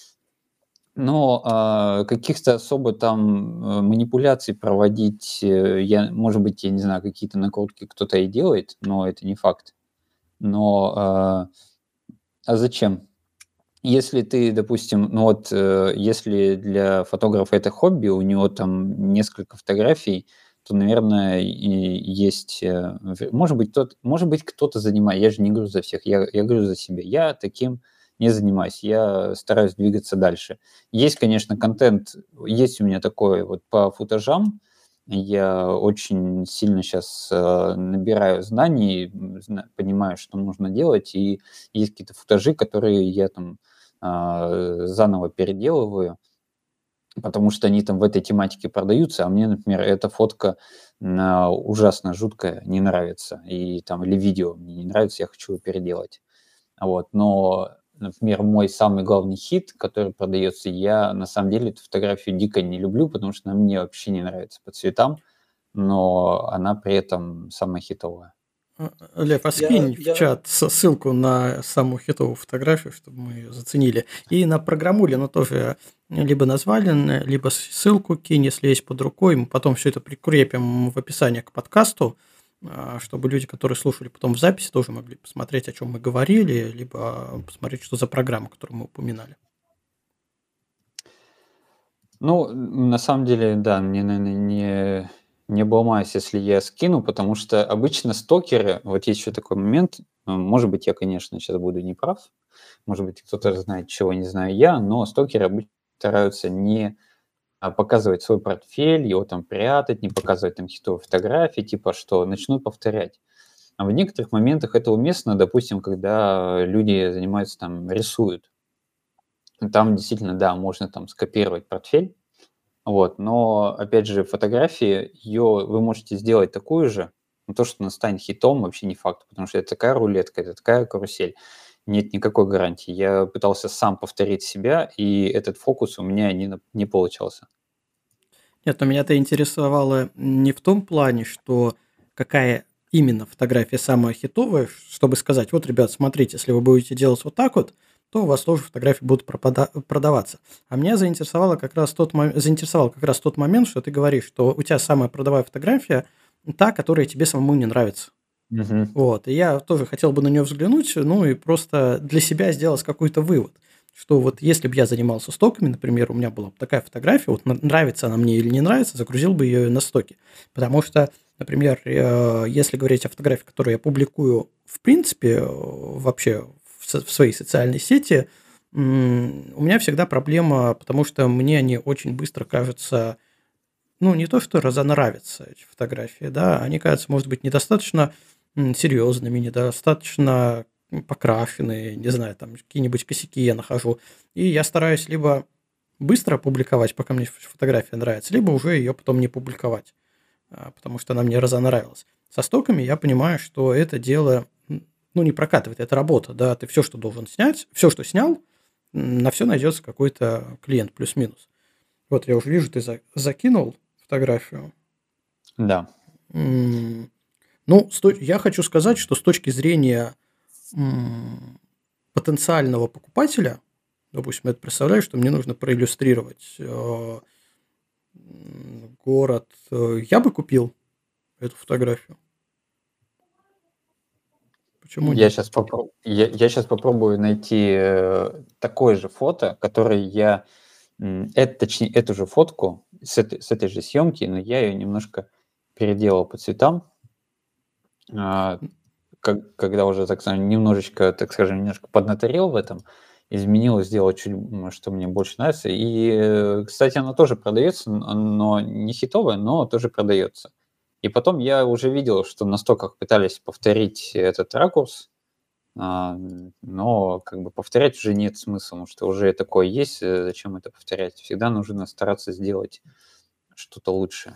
Но а, каких-то особо там э, манипуляций проводить, э, я, может быть, я не знаю, какие-то накрутки кто-то и делает, но это не факт. Но а, а зачем? Если ты, допустим, ну вот, э, если для фотографа это хобби, у него там несколько фотографий, то, наверное, и есть, э, в может быть, тот может быть, кто-то занимает, я же не говорю за всех, я я говорю за себя. Я таким не занимаюсь, я стараюсь двигаться дальше. Есть, конечно, контент, есть у меня такой вот по футажам. Я очень сильно сейчас набираю знаний, м, зна понимаю, что нужно делать, и есть какие-то футажи, которые я там а, заново переделываю, потому что они там в этой тематике продаются, а мне, например, эта фотка а, ужасно жуткая, не нравится, и там или видео мне не нравится, я хочу его переделать. Вот, но, например, мой самый главный хит, который продается, я на самом деле эту фотографию дико не люблю, потому что она мне вообще не нравится по цветам, но она при этом самая хитовая. А, Лев, а Я, скинь в я, чат со- ссылку на самую хитовую фотографию, чтобы мы ее заценили. И на программулину тоже либо назвали, либо с- ссылку кинь, если есть под рукой. Мы потом все это прикрепим в описании к подкасту, а, чтобы люди, которые слушали потом в записи, тоже могли посмотреть, о чем мы говорили, либо посмотреть, что за программа, которую мы упоминали. Ну, м, на самом деле, да, мне, наверное, не не обломаюсь, если я скину, потому что обычно стокеры, вот есть еще такой момент, э, может быть, я, конечно, сейчас буду неправ, может быть, кто-то знает, чего не знаю я, но стокеры обычно стараются не а, показывать свой портфель, его там прятать, не показывать там хитовые фотографии, типа что начнут повторять. А в некоторых моментах это уместно, допустим, когда люди занимаются там, рисуют. Там действительно, да, можно там скопировать портфель, вот, но, опять же, фотографии, ее вы можете сделать такую же, но то, что она станет хитом, вообще не факт, потому что это такая рулетка, это такая карусель. Нет никакой гарантии. Я пытался сам повторить себя, и этот фокус у меня не, на- не получался. Нет, но меня это интересовало не в том плане, что какая именно фотография самая хитовая, чтобы сказать, вот, ребят, смотрите, если вы будете делать вот так вот, то у вас тоже фотографии будут пропада- продаваться. А меня заинтересовало как раз тот, мо- заинтересовал как раз тот момент, что ты говоришь, что у тебя самая продавая фотография та, которая тебе самому не нравится. Мгм. Вот, и я тоже хотел бы на нее взглянуть, ну и просто для себя сделать какой-то вывод, что вот если бы я занимался стоками, например, у меня была бы такая фотография, вот на- нравится она мне или не нравится, загрузил бы ее на стоки. Потому что, например, э, если говорить о фотографии, которую я публикую в принципе э, вообще в, со- в своей социальной сети, м, у меня всегда проблема, потому что мне они очень быстро кажутся, ну, не то, что разонравятся эти фотографии, да, они кажутся, может быть, недостаточно м, серьезными, недостаточно м, покрашенные, не знаю, там какие-нибудь косяки я нахожу. И я стараюсь либо быстро публиковать, пока мне фотография нравится, либо уже ее потом не публиковать, а, потому что она мне разонравилась. Со стоками я понимаю, что это дело, м, ну, не прокатывает, это работа, да, ты все, что должен снять, все, что снял, м, на все найдется какой-то клиент плюс-минус. Вот я уже вижу, ты за- закинул фотографию. Да. М, Ну, с точ- я хочу сказать, что с точки зрения м, потенциального покупателя, допустим, я это представляю, что мне нужно проиллюстрировать э, м, город, э, я бы купил эту фотографию. Почему Я нет? сейчас попробую, я, я сейчас попробую найти э, такое же фото, которое я, м, это, точнее, эту же фотку с этой, с этой же съемки, но я ее немножко переделал по цветам, а, как- когда уже, так скажем, немножечко, так скажем, немножко поднаторел в этом, изменил, сделал чуть, м, что мне больше нравится. И, э, кстати, оно тоже продается, н- но не хитовое, но тоже продается. И потом я уже видел, что на стоках пытались повторить этот ракурс, а, м, но как бы повторять уже нет смысла, потому что уже такое есть, э, зачем это повторять? Всегда нужно стараться сделать что-то лучше.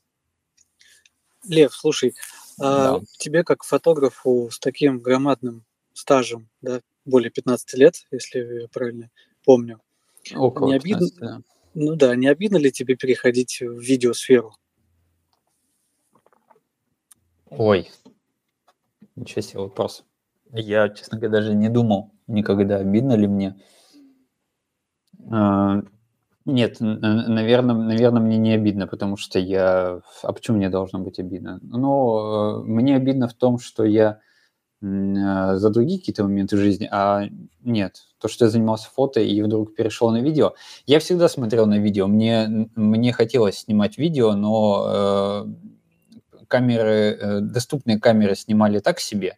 Лев, слушай, а Да, тебе как фотографу с таким громадным стажем, да, более пятнадцати лет, если я правильно помню, не около обидно, пятнадцати, да. ну да, не обидно ли тебе переходить в видеосферу? Ой, ничего себе вопрос. Я, честно говоря, даже не думал никогда, обидно ли мне. А, Нет, наверное, наверное, мне не обидно, потому что я... А почему мне должно быть обидно? Ну, э, мне обидно в том, что я м, а, за другие какие-то моменты жизни, а нет, то, что я занимался фото и вдруг перешел на видео. Я всегда смотрел на видео, мне, мне хотелось снимать видео, но э, камеры, э, доступные камеры снимали так себе,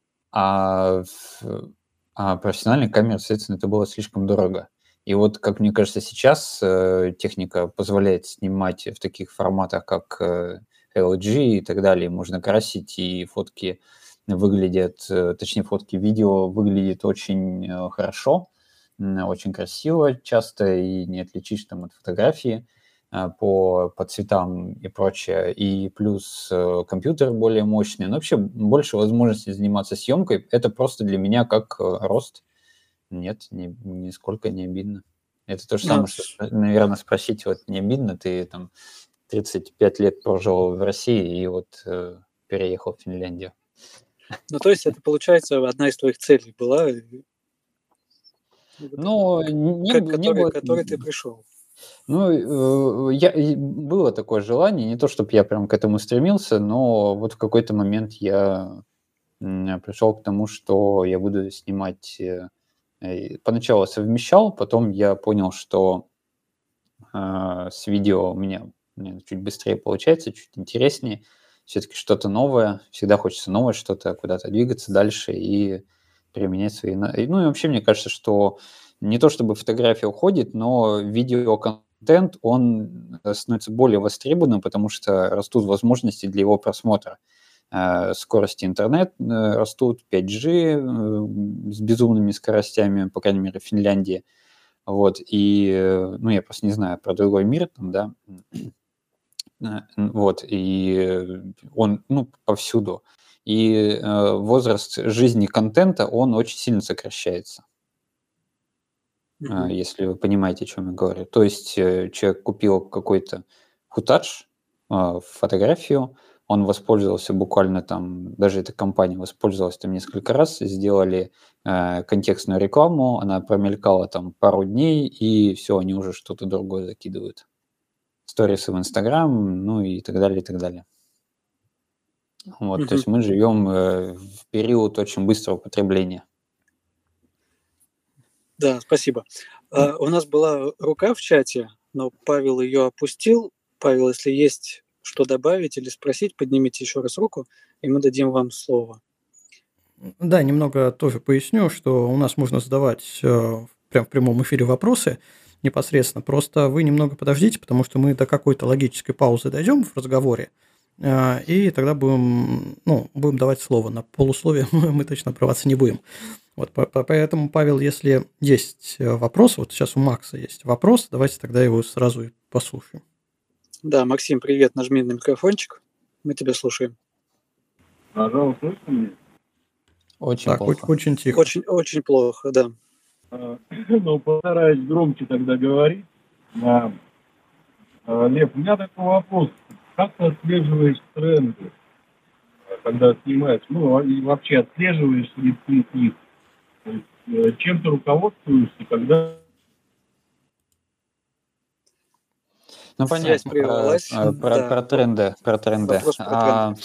а, в- а профессиональные камеры, соответственно, это было слишком дорого. И вот, как мне кажется, сейчас э, техника позволяет снимать в таких форматах, как э, эл джи и так далее. Можно красить, и фотки выглядят, э, точнее, фотки видео выглядят очень э, хорошо, м, очень красиво часто, и не отличишь там от фотографии а, по, по цветам и прочее. И плюс э, компьютер более мощный. Но вообще больше возможностей заниматься съемкой. Это просто для меня как э, рост. Нет, ни, нисколько не обидно. Это то же Ну, самое, что, наверное, спросить, вот не обидно, ты там тридцать пять лет прожил в России и вот э, переехал в Финляндию. ну, то есть это, получается, одна из твоих целей была, э, вот, Но не, к б- не которой, было... к которой ты пришел. Ну, э, я, и было такое желание, не то чтобы я прям к этому стремился, но вот в какой-то момент я м, пришел к тому, что я буду снимать. э, э, Поначалу совмещал, потом я понял, что а, с видео у меня, у меня чуть быстрее получается, чуть интереснее. Все-таки что-то новое, всегда хочется новое что-то, куда-то двигаться дальше и применять свои... на- и, Ну и вообще мне кажется, что не то чтобы фотография уходит, но видеоконтент, он э, становится более востребованным, потому что растут возможности для его просмотра. Э, Скорости интернет э, растут, пять джи э, с безумными скоростями, по крайней мере, в Финляндии. Вот, и, э, ну, я просто не знаю про другой мир там, да, э, вот, и э, он, ну, повсюду. И э, возраст жизни контента, он очень сильно сокращается, э, Мгм. если вы понимаете, о чем я говорю. То есть э, человек купил какой-то футаж, э, фотографию, он воспользовался буквально там, даже эта компания воспользовалась там несколько раз, сделали э, контекстную рекламу, она промелькала там пару дней, и все, они уже что-то другое закидывают. Сторисы в Инстаграм, ну и так далее, и так далее. Вот, то Мгм. есть мы живем э, в период очень быстрого потребления. Да, спасибо. А, у нас была рука в чате, но Павел ее опустил. Павел, если есть что добавить или спросить, поднимите еще раз руку, и мы дадим вам слово. Да, немного тоже поясню, что у нас можно задавать э, прям в прямом эфире вопросы непосредственно. Просто вы немного подождите, потому что мы до какой-то логической паузы дойдем в разговоре, э, и тогда будем, ну, будем давать слово. На полусловие мы, мы точно обрываться не будем. Вот, по- по- поэтому, Павел, если есть э, вопрос, вот сейчас у Макса есть вопрос, давайте тогда его сразу и послушаем. Да, Максим, привет, нажми на микрофончик, мы тебя слушаем. Пожалуйста, слышно меня? Очень Так, очень, плохо. очень тихо. Очень, очень плохо, да. А, Ну, постараюсь громче тогда говорить. А, А, Лев, у меня такой вопрос. Как ты отслеживаешь тренды, а, когда снимаешь? Ну, а- и вообще отслеживаешь ли ты их? То есть, э, чем ты руководствуешься, когда... Ну, Связь понятно, про, прервалась. э, про, Да, про во- тренды, про тренды. вопрос про А, тренды.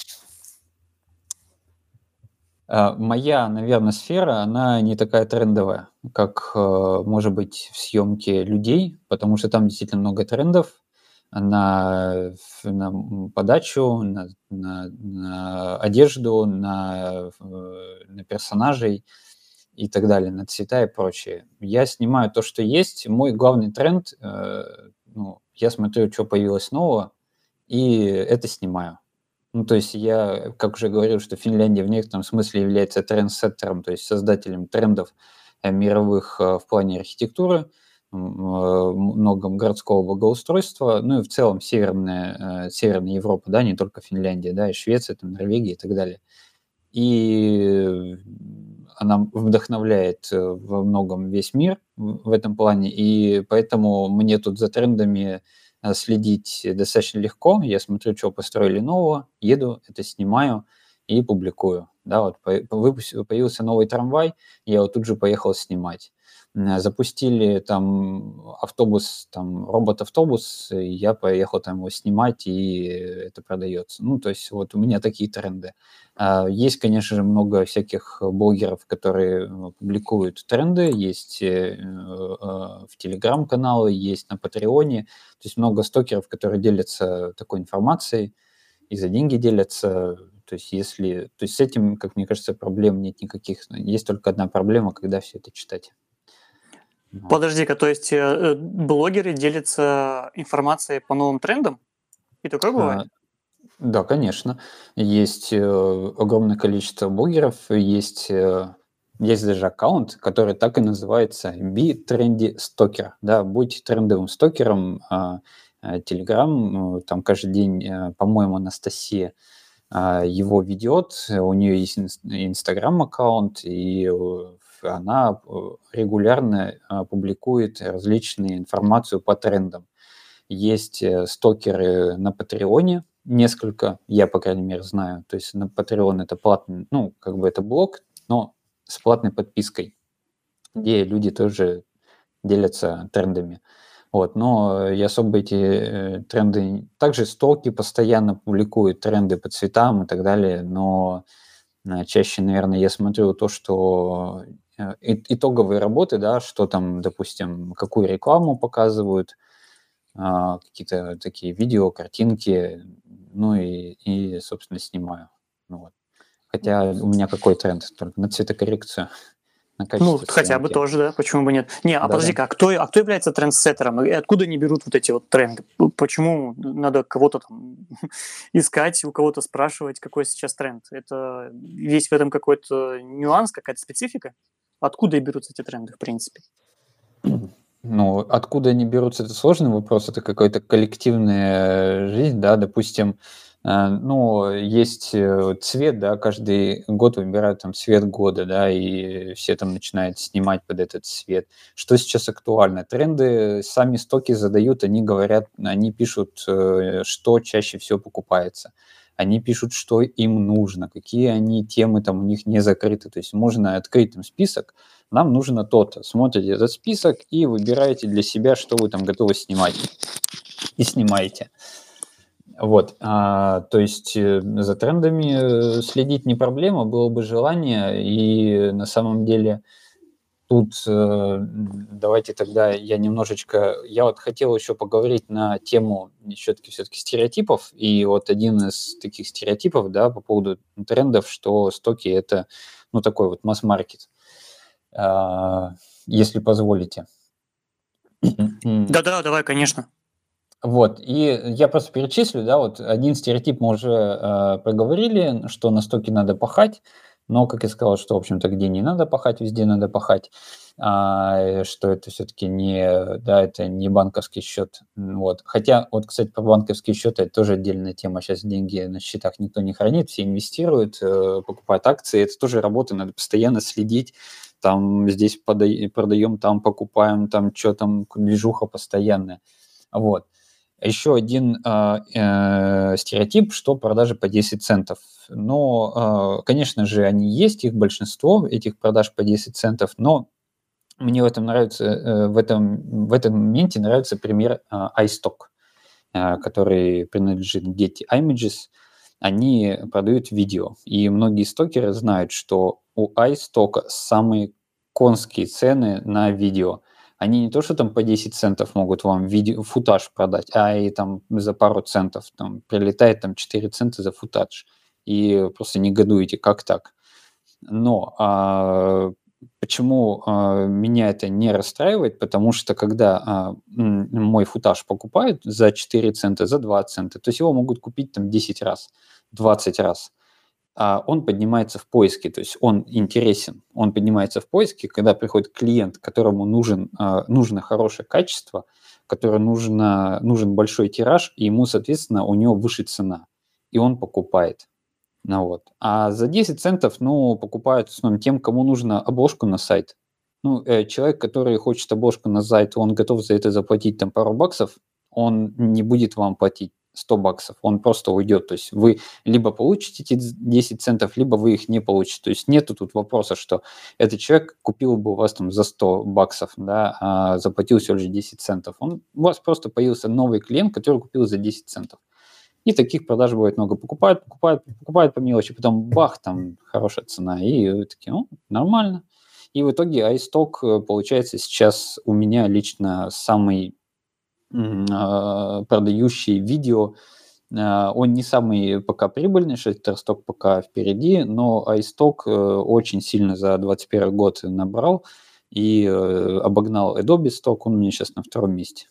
а, моя, наверное, сфера, она не такая трендовая, как, э, может быть, в съемке людей, потому что там действительно много трендов на, ф- на м, подачу, на, на- на одежду, на, э, на персонажей и так далее, на цвета и прочее. Я снимаю то, что есть. Мой главный тренд, э, ну, я смотрю, что появилось нового, и это снимаю. Ну, то есть я, как уже говорил, что Финляндия в некотором смысле является трендсеттером, то есть создателем трендов э, мировых э, в плане архитектуры, м, э, многом городского благоустройства, ну и в целом Северная, э, Северная Европа, да, не только Финляндия, да, и Швеция, там, Норвегия и так далее. И она вдохновляет э, во многом весь мир в в этом плане, и поэтому мне тут за трендами э, следить достаточно легко. Я смотрю, что построили нового, еду, это снимаю и публикую. Да, вот по- по- выпусти- появился новый трамвай, я его тут же поехал снимать. М, Запустили там автобус, там робот-автобус, и я поехал там его снимать, и это продается. Ну, то есть вот у меня такие тренды. А, Есть, конечно же, много всяких блогеров, которые э, публикуют тренды, есть э, э, в Телеграм-каналы, есть на Патреоне, то есть много стокеров, которые делятся такой информацией и за деньги делятся. То есть если, то есть с этим, как мне кажется, проблем нет никаких. Есть только одна проблема, когда все это читать. Вот. Подожди-ка, то есть э, э, блогеры делятся информацией по новым трендам? И такое бывает? А, Да, конечно. Есть э, огромное количество блогеров, есть, э, есть даже аккаунт, который так и называется Be Trendy Stalker. Да, будь трендовым стокером. а, а, Telegram, э, там каждый день, э, по-моему, Анастасия а, его ведет. У нее есть Инстаграм аккаунт, и э, она э, регулярно а, публикует различные информацию по трендам. Есть э, стокеры на Патреоне, несколько, я, по крайней мере, знаю. То есть на Patreon это платный, ну, как бы это блог, но с платной подпиской, где люди тоже делятся трендами. Вот, но и особо эти э, тренды... Также стоки постоянно публикуют тренды по цветам и так далее, но э, чаще, наверное, я смотрю то, что э, и- итоговые работы, да, что там, допустим, какую рекламу показывают, а, какие-то такие видео, картинки, ну и, и, собственно, снимаю. Ну вот. Хотя у меня какой тренд? Только на цветокоррекцию, на Ну, качество хотя бы съемки. тоже, да, почему бы нет. Не, а Да-да. подожди-ка, а кто, а кто является трендсеттером? И откуда они берут вот эти вот тренды? П- Почему надо кого-то там искать, у кого-то спрашивать, какой сейчас тренд? Это есть в этом какой-то нюанс, какая-то специфика? Откуда и берутся эти тренды, в принципе? Ну, откуда они берутся, это сложный вопрос, это какая-то коллективная жизнь, да, допустим, э, ну, есть э, цвет, да, каждый год выбирают там цвет года, да, и все там начинают снимать под этот цвет. Что сейчас актуально? Тренды сами стоки задают, они говорят, они пишут, э, что чаще всего покупается. Они пишут, что им нужно, какие они темы там у них не закрыты. То есть можно открыть там список, нам нужно то-то. Смотрите этот список и выбираете для себя, что вы там готовы снимать. И снимаете. Вот, а, то есть э, за трендами э, следить не проблема, было бы желание, и на самом деле тут э, давайте тогда я немножечко, я вот хотел еще поговорить на тему все-таки все-таки стереотипов, и вот один из таких стереотипов, да, по поводу трендов, что стоки это, ну, такой вот масс-маркет, а, если позволите. Да-да, давай, конечно. Вот, и я просто перечислю, да, вот один стереотип мы уже э, проговорили, что на стоке надо пахать, но, как я сказал, что, в общем-то, где не надо пахать, везде надо пахать, а, что это все-таки не, да, это не банковский счет, вот. Хотя, вот, кстати, про банковский счет это тоже отдельная тема, сейчас деньги на счетах никто не хранит, все инвестируют, э, покупают акции, это тоже работа, надо постоянно следить, там здесь подай, продаем, там покупаем, там что там, движуха постоянная, вот. Еще один э, э, стереотип, что продажи по десять центов. Но, э, конечно же, они есть, их большинство, этих продаж по десять центов, но мне в этом нравится, э, в этом, в этом моменте нравится пример э, iStock, э, который принадлежит Getty Images. Они продают видео, и многие стокеры знают, что у iStock самые конские цены на видео. Они не то, что там по десять центов могут вам видео, футаж продать, а и там за пару центов. Там прилетает там четыре цента за футаж. И просто негодуете, как так? Но а, почему а, меня это не расстраивает? Потому что когда а, м, мой футаж покупают за четыре цента, за два цента, то есть его могут купить там десять раз, двадцать раз, а он поднимается в поиске, то есть он интересен, он поднимается в поиске, когда приходит клиент, которому нужен, а, нужно хорошее качество, которому нужно, нужен большой тираж, и ему, соответственно, у него выше цена, и он покупает. Ну, вот. А за десять центов, ну, покупают в основном тем, кому нужно обложку на сайт. Ну, э, человек, который хочет обложку на сайт, он готов за это заплатить там пару баксов, он не будет вам платить сто баксов, он просто уйдет. То есть вы либо получите эти десять центов, либо вы их не получите. То есть нету тут вопроса, что этот человек купил бы у вас там за сто баксов, да, а заплатил всего лишь десять центов. Он, у вас просто появился новый клиент, который купил за десять центов. И таких продаж бывает много. Покупают, покупают, покупают по мелочи, потом бах, там хорошая цена. И вы такие, ну, нормально. И в итоге iStock получается сейчас у меня лично самый продающий видео. Он не самый пока прибыльный, Shutterstock пока впереди, но iStock очень сильно за двадцать первый год набрал и обогнал Adobe Stock, он у меня сейчас на втором месте.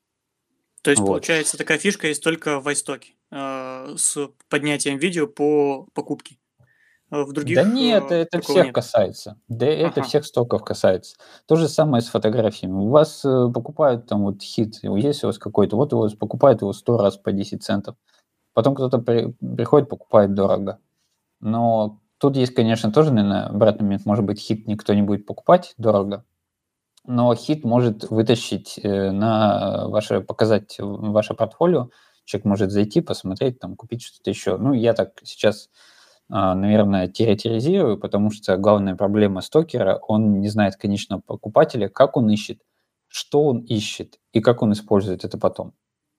То есть, Вот. получается, такая фишка есть только в iStock э, с поднятием видео по покупке. В других Да нет, э, это такого всех нет. касается. Да это Ага. всех стоков касается. То же самое с фотографиями. У вас э, покупают там вот хит, есть у вас какой-то, вот его покупают его сто раз по десять центов. Потом кто-то при- приходит, покупает дорого. Но тут есть, конечно, тоже, наверное, обратный момент. Может быть, хит никто не будет покупать дорого, но хит может вытащить э, на ваше, показать ваше портфолио. Человек может зайти, посмотреть, там, купить что-то еще. Ну, я так сейчас, а, наверное, территоризирую, потому что главная проблема стокера, он не знает конечного покупателя, как он ищет, что он ищет и как он использует это потом.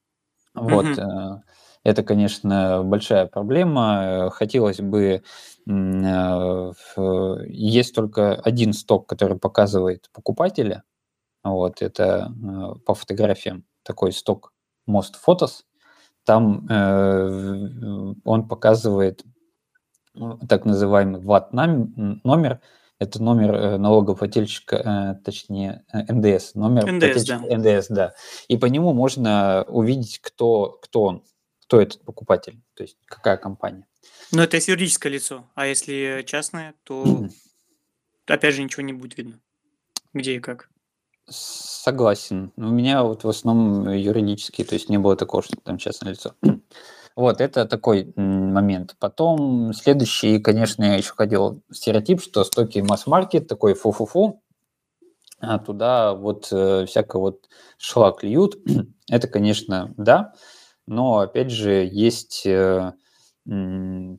Вот. Мгм. э, Это, конечно, большая проблема. Э, Хотелось бы... м, э, в- Есть только один сток, который показывает покупателя. Вот. Это э, по фотографиям такой сток Most Photos. Там э, в- он показывает ну, так называемый ват-номер. Это номер э, налогоплательщика, э, точнее, э, эн дэ эс, номер эн дэ эс, плательщика да. эн дэ эс, да. И по нему можно увидеть, кто, кто он, кто этот покупатель, то есть какая компания. Но это если юридическое лицо. А если частное, то опять же ничего не будет видно. Где и как. Согласен. У меня вот в основном юридический, то есть не было такого, что там частное лицо. Вот, это такой м, момент. Потом следующий, конечно, я еще хотел стереотип, что стоки масс-маркет, такой фу-фу-фу, а туда вот э, всяко вот шлак льют. Это, конечно, да, но, опять же, есть э, м,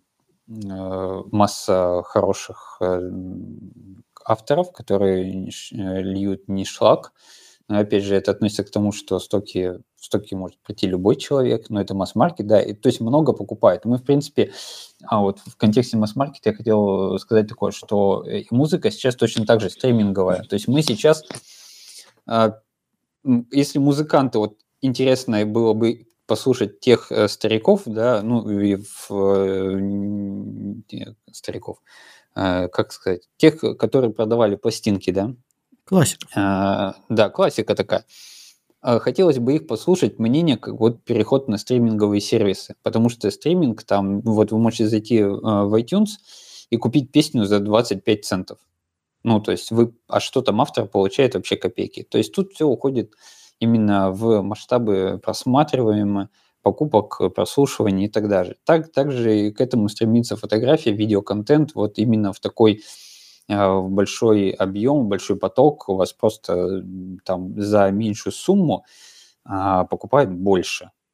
э, масса хороших э, м, авторов, которые не ш- э, льют не шлак. Но, опять же, это относится к тому, что стоки, в стоки может прийти любой человек, но это масс-маркет, да, и, то есть много покупает. Мы, в принципе, а вот в контексте масс-маркета я хотел сказать такое, что э, музыка сейчас точно так же стриминговая. То есть мы сейчас, а, м, если музыканты, вот интересно было бы послушать тех э, стариков, да, ну и в, э, н- те- стариков, э, как сказать, тех, которые продавали пластинки, да, Классиков. а, да, классика такая. А, Хотелось бы их послушать мнение, как вот переход на стриминговые сервисы, потому что стриминг там, вот вы можете зайти э, в iTunes и купить песню за двадцать пять центов. Ну, то есть вы, а что там автор получает вообще копейки. То есть тут все уходит именно в масштабы просматриваемых, покупок, прослушиваний и так далее. Так, также и к этому стремится фотография, видеоконтент, вот именно в такой э, в большой объем, большой поток, у вас просто м, там за меньшую сумму а, покупают больше.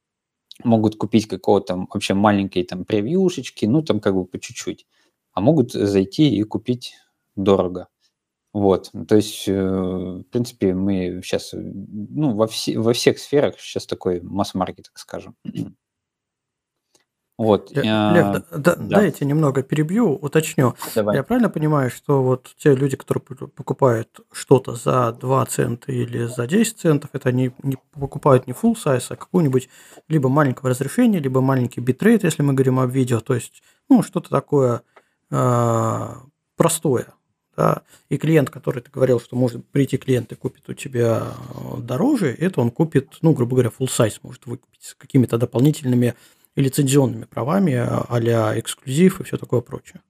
могут купить какого-то вообще маленькой там превьюшечки, ну там как бы по чуть-чуть, а могут зайти и купить дорого. Вот, то есть, э, в принципе, мы сейчас, ну, во, все, во всех сферах сейчас такой масс-маркет, так скажем. Вот, Лев, а, да, да, да, дайте немного перебью, уточню. давай. Я правильно понимаю, что вот те люди, которые п- покупают что-то за два цента или за десять центов, это они не покупают не full size, а какую-нибудь либо маленького разрешения, либо маленький битрейт, если мы говорим о видео, то есть, ну, что-то такое а, простое. Да? И клиент, который ты говорил, что может прийти клиент и купит у тебя дороже, это он купит, ну, грубо говоря, full size может выкупить с какими-то дополнительными и лицензионными правами, а-ля эксклюзив и все такое прочее.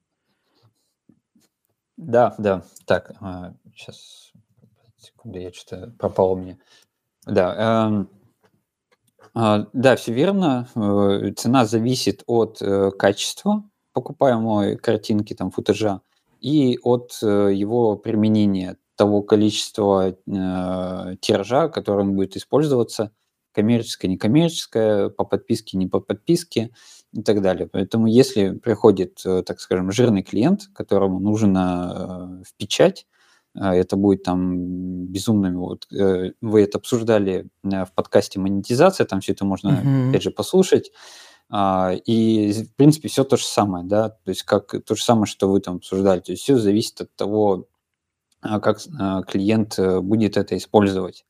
Да, да, так, а, сейчас, секунду, я что-то пропало мне. Да, эм, а, да, все верно. Э, Цена зависит от э, качества покупаемой картинки, там, футажа, и от э, его применения, того количества э, тиража, которым будет использоваться, коммерческое, некоммерческое, по подписке, не по подписке и так далее. Поэтому если приходит, э, так скажем, жирный клиент, которому нужно э, в печать, а, это будет там безумными. Вот э, вы это обсуждали э, в подкасте «Монетизация», там все это можно, Мгм. опять же, послушать. А, И, в принципе, все то же самое, да, то есть как то же самое, что вы там обсуждали. То есть все зависит от того, а, как а, клиент э, будет это использовать.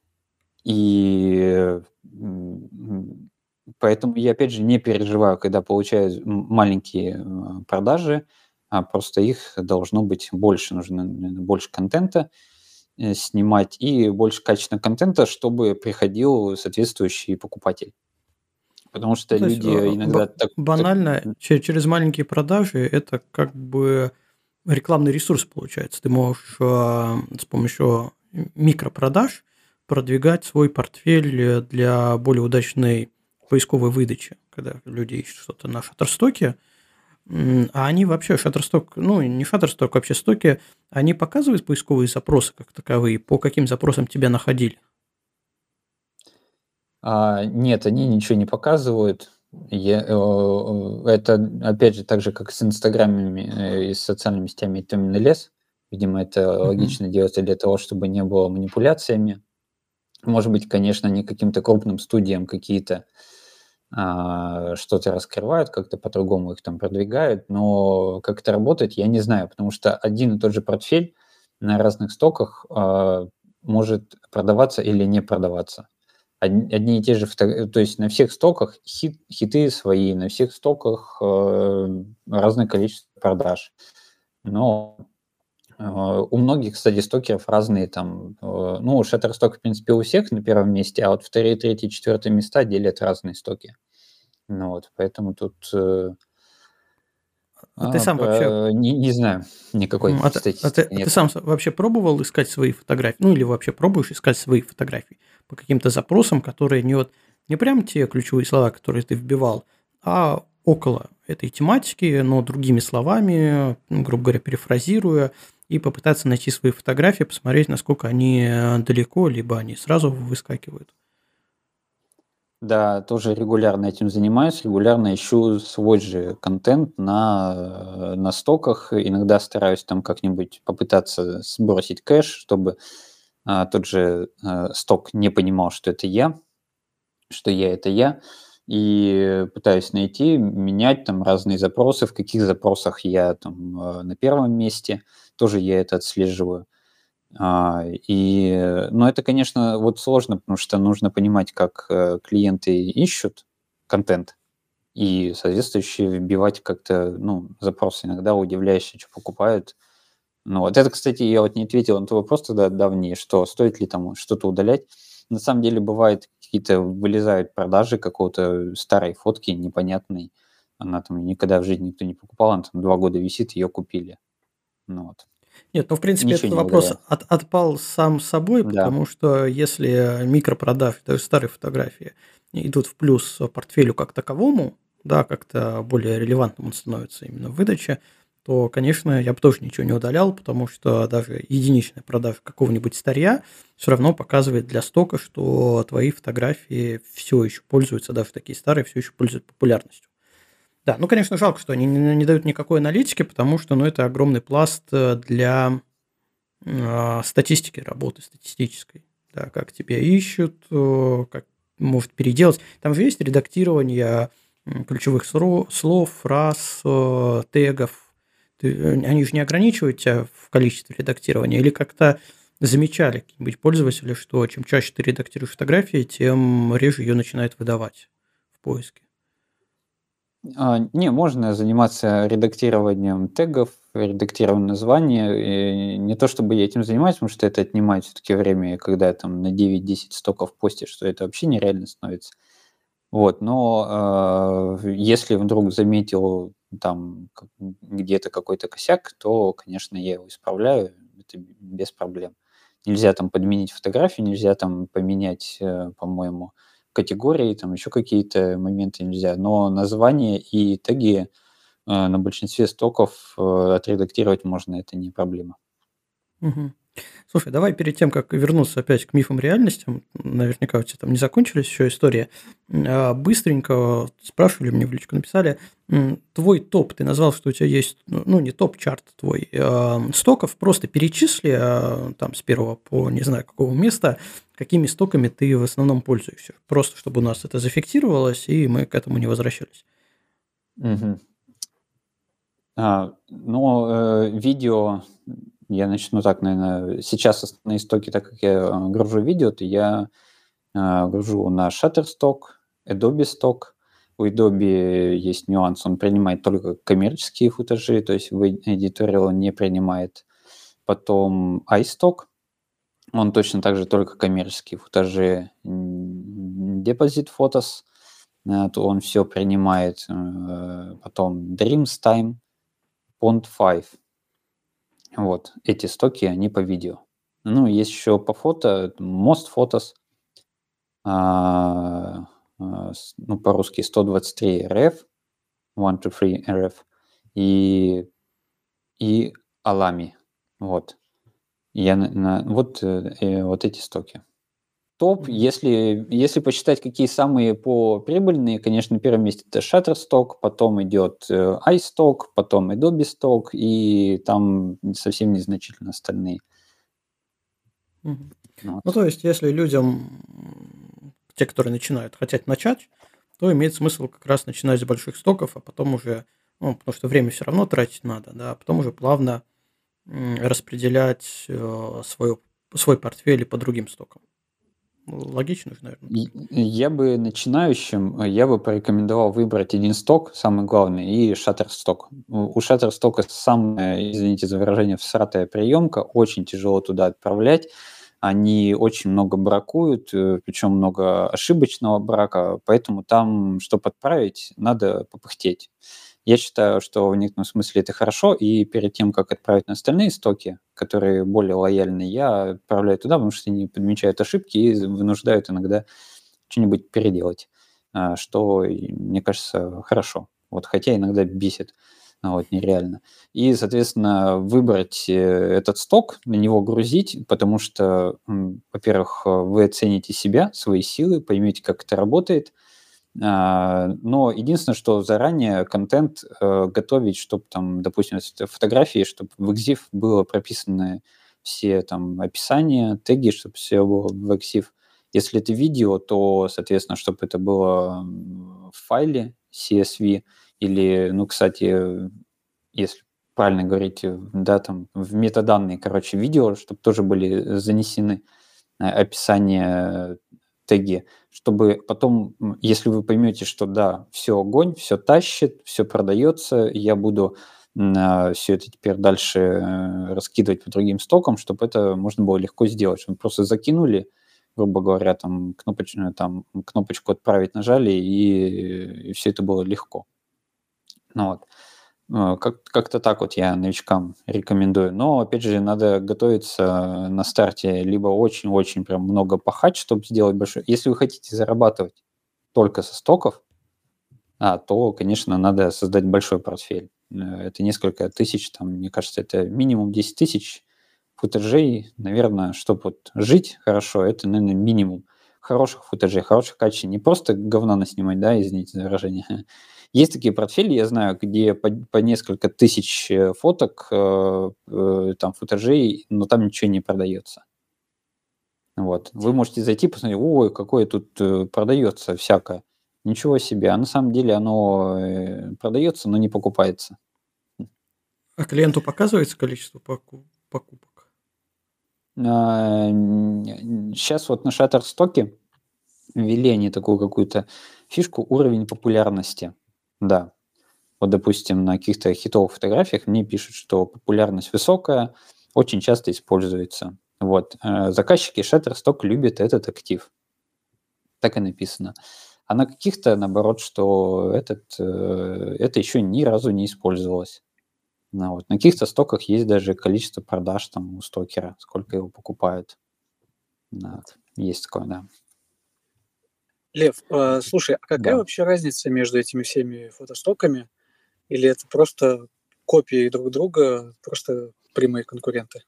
И м, поэтому я, опять же, не переживаю, когда получаю м- маленькие э, продажи, а просто их должно быть больше, нужно наверное, больше контента э, снимать и больше качественного контента, чтобы приходил соответствующий покупатель. Потому что Ну, то есть люди э, иногда ба- так, так- банально че- через маленькие продажи это как бы рекламный ресурс получается. Ты можешь э, с помощью микропродаж продвигать свой портфель э, для более удачной поисковой выдачи, когда люди ищут что-то на Шаттерстоке. М, А они вообще, Shutterstock, ну, не Shutterstock, вообще стоки, они показывают поисковые запросы как таковые, по каким запросам тебя находили? А, нет, они ничего не показывают. Я, э, э, это, опять же, так же, как с инстаграмами э, и с социальными сетями, темный лес. Видимо, это Мгм. логично делается для того, чтобы не было манипуляциями. Может быть, конечно, не каким-то крупным студиям какие-то а, что-то раскрывают, как-то по-другому их там продвигают, но как это работает, я не знаю, потому что один и тот же портфель на разных стоках а, может продаваться или не продаваться. Одни, одни и те же, фото- то есть на всех стоках хит, хиты свои, на всех стоках э, разное количество продаж. Но э, у многих, кстати, стокеров разные там, э, ну, Shutterstock, в принципе, у всех на первом месте, а вот вторые, третьи, четвертые места делят разные стоки. Ну вот, поэтому тут э, А ты а, сам вообще, про- не, не знаю, никакой м, а ты, а ты- статистики а ты нет. сам с- вообще пробовал искать свои фотографии? Ну, или вообще пробуешь искать свои фотографии по каким-то запросам, которые не вот, не прям те ключевые слова, которые ты вбивал, а около этой тематики, но другими словами, ну, грубо говоря, перефразируя, и попытаться найти свои фотографии, посмотреть, насколько они э, далеко, либо они сразу выскакивают. Да, тоже регулярно этим занимаюсь, регулярно ищу свой же контент на, э, на стоках. Иногда стараюсь там как-нибудь попытаться сбросить кэш, чтобы а, тот же э, сток не понимал, что это я, что я это я. И пытаюсь найти, менять там разные запросы, в каких запросах я там э, на первом месте, тоже я это отслеживаю. А, и, э, но это, конечно, вот сложно, потому что нужно понимать, как э, клиенты ищут контент и соответствующе вбивать как-то, ну, запросы. Иногда удивляешься, что покупают. Ну, вот это, кстати, я вот не ответил на твой вопрос тогда давний, что стоит ли там что-то удалять. На самом деле бывает, какие-то вылезают продажи какого-то старой фотки непонятной. Она там никогда в жизни никто не покупал, она там два года висит, ее купили. Ну вот. Нет, ну, в принципе, Ничего этот не вопрос удаляю. от- отпал сам собой, Да. потому что если микропродажи, то есть старые фотографии, идут в плюс портфелю как таковому, да, как-то более релевантным он становится именно в выдаче, то, конечно, я бы тоже ничего не удалял, потому что даже единичная продажа какого-нибудь старья все равно показывает для стока, что твои фотографии все еще пользуются, даже такие старые, все еще пользуются популярностью. Да, ну, конечно, жалко, что они не, не дают никакой аналитики, потому что, ну, это огромный пласт для э, статистики работы, статистической. Да, как тебя ищут, э, как может переделать. Там же есть редактирование ключевых слов, фраз, э, тегов. Ты, они же не ограничивают тебя в количестве редактирования, или как-то замечали какие-нибудь пользователи, что чем чаще ты редактируешь фотографии, тем реже ее начинает выдавать в поиске. А, не, можно заниматься редактированием тегов, редактированием названия. И не то чтобы я этим занимаюсь, потому что это отнимает все-таки время, и когда там на девять-десять стоков постишь, что это вообще нереально становится. Вот, но э, если вдруг заметил там как- где-то какой-то косяк, то, конечно, я его исправляю, это без проблем. Нельзя там подменить фотографию, нельзя там поменять, э, по-моему, категории, там еще какие-то моменты нельзя, но название и теги э, на большинстве стоков э, отредактировать можно, это не проблема. Мгм. Слушай, давай перед тем, как вернуться опять к мифам реальностям, наверняка у тебя там не закончились еще истории, а, быстренько спрашивали, мне в личку написали, м, твой топ, ты назвал, что у тебя есть, ну, ну, не топ-чарт твой, а, стоков, просто перечисли а, там с первого по не знаю какого места, какими стоками ты в основном пользуешься, просто чтобы у нас это зафиксировалось, и мы к этому не возвращались. Мгм. А, ну, э, видео, я начну так, наверное, сейчас основные стоки, так как я э, гружу видео, то я э, гружу на Shutterstock, Adobe Stock. У Adobe есть нюанс, он принимает только коммерческие футажи, то есть в Editorial он не принимает. Потом iStock, он точно так же только коммерческие футажи. М, Deposit Photos, э, то он все принимает. э, Потом Dreamstime, Pond пять. Вот, эти стоки, они по видео. Ну, есть еще по фото, Most Photos, а, а, с- ну, по-русски сто двадцать три эр эф, сто двадцать три эр эф, и, и Alamy. Вот. Я на, на- вот, э, э, вот эти стоки. Топ, Мгм. если, если посчитать, какие самые по прибыльные, конечно, на первом месте это Shutterstock, потом идет э, iStock, потом Adobe Stock, и там совсем незначительно остальные. Мгм. Ну Ну, вот. то есть, если людям, м, те, которые начинают, хотят начать, то имеет смысл как раз начинать с больших стоков, а потом уже, ну, потому что время все равно тратить надо, да, а потом уже плавно м, распределять э, свое, свой портфель и по другим стокам. Ну, логично же, наверное, так. И- Я бы начинающим, э, я бы порекомендовал выбрать один сток, самый главный, и Shutterstock. У у Shutterstock самая, извините за выражение, всратая приемка, очень тяжело туда отправлять. Они очень много бракуют, э, причем много ошибочного брака, поэтому там, чтобы отправить, надо попыхтеть. Я считаю, что в некотором смысле это хорошо, и перед тем, как отправить на остальные стоки, которые более лояльны, я отправляю туда, потому что они подмечают ошибки и вынуждают иногда что-нибудь переделать, а, что, и мне кажется, хорошо. Вот, хотя иногда бесит, а, вот, нереально. И, соответственно, выбрать э, этот сток, на него грузить, потому что, м, во-первых, э, вы оцените себя, свои силы, поймете, как это работает. А, Но единственное, что заранее контент э, готовить, чтобы там, допустим, если это фотографии, чтобы в экзиф было прописаны все там описания, теги, чтобы все было в экзиф. Если это видео, то, соответственно, чтобы это было м, в файле си эс ви или, ну, кстати, если правильно говорить, э, да, там в метаданные, короче, видео, чтобы тоже были занесены э, описание, теги, чтобы потом, м, если вы поймете, что да, все огонь, все тащит, все продается, я буду все это теперь дальше э, раскидывать по другим стокам, чтобы это можно было легко сделать, чтобы просто закинули, грубо говоря, там, кнопоч, э, там кнопочку «Отправить» нажали, и, и все это было легко. Ну вот. Э, Как, как-то так вот я новичкам рекомендую. Но, опять же, надо готовиться на старте, либо очень-очень прям много пахать, чтобы сделать большой. Если вы хотите зарабатывать только со стоков, а, то, конечно, надо создать большой портфель. это несколько тысяч, там, мне кажется, это минимум десять тысяч футажей, наверное, чтобы вот жить хорошо, это, наверное, минимум хороших футажей, хороших качеств, не просто говна наснимать, да, извините за выражение. Есть такие портфели, я знаю, где по, по несколько тысяч фоток, э, э, там, футажей, но там ничего не продается. Вот. Вы можете зайти, посмотреть, ой, какое тут э, продается всякое. Ничего себе. А на самом деле оно э, продается, но не покупается. А клиенту показывается количество поку- покупок? Сейчас вот на Shutterstock ввели они такую какую-то фишку уровень популярности. Да. Вот, допустим, на каких-то хитовых фотографиях мне пишут, что популярность высокая, очень часто используется. Вот. э, Заказчики Shutterstock любят этот актив. Так и написано. А на каких-то, наоборот, что этот, э, это еще ни разу не использовалось. Ну, вот. На каких-то стоках есть даже количество продаж там у стокера, сколько его покупают. Да, вот. Есть такое, да. Лев, э, слушай, а какая Да. вообще разница между этими всеми фотостоками? Или это просто копии друг друга, просто прямые конкуренты?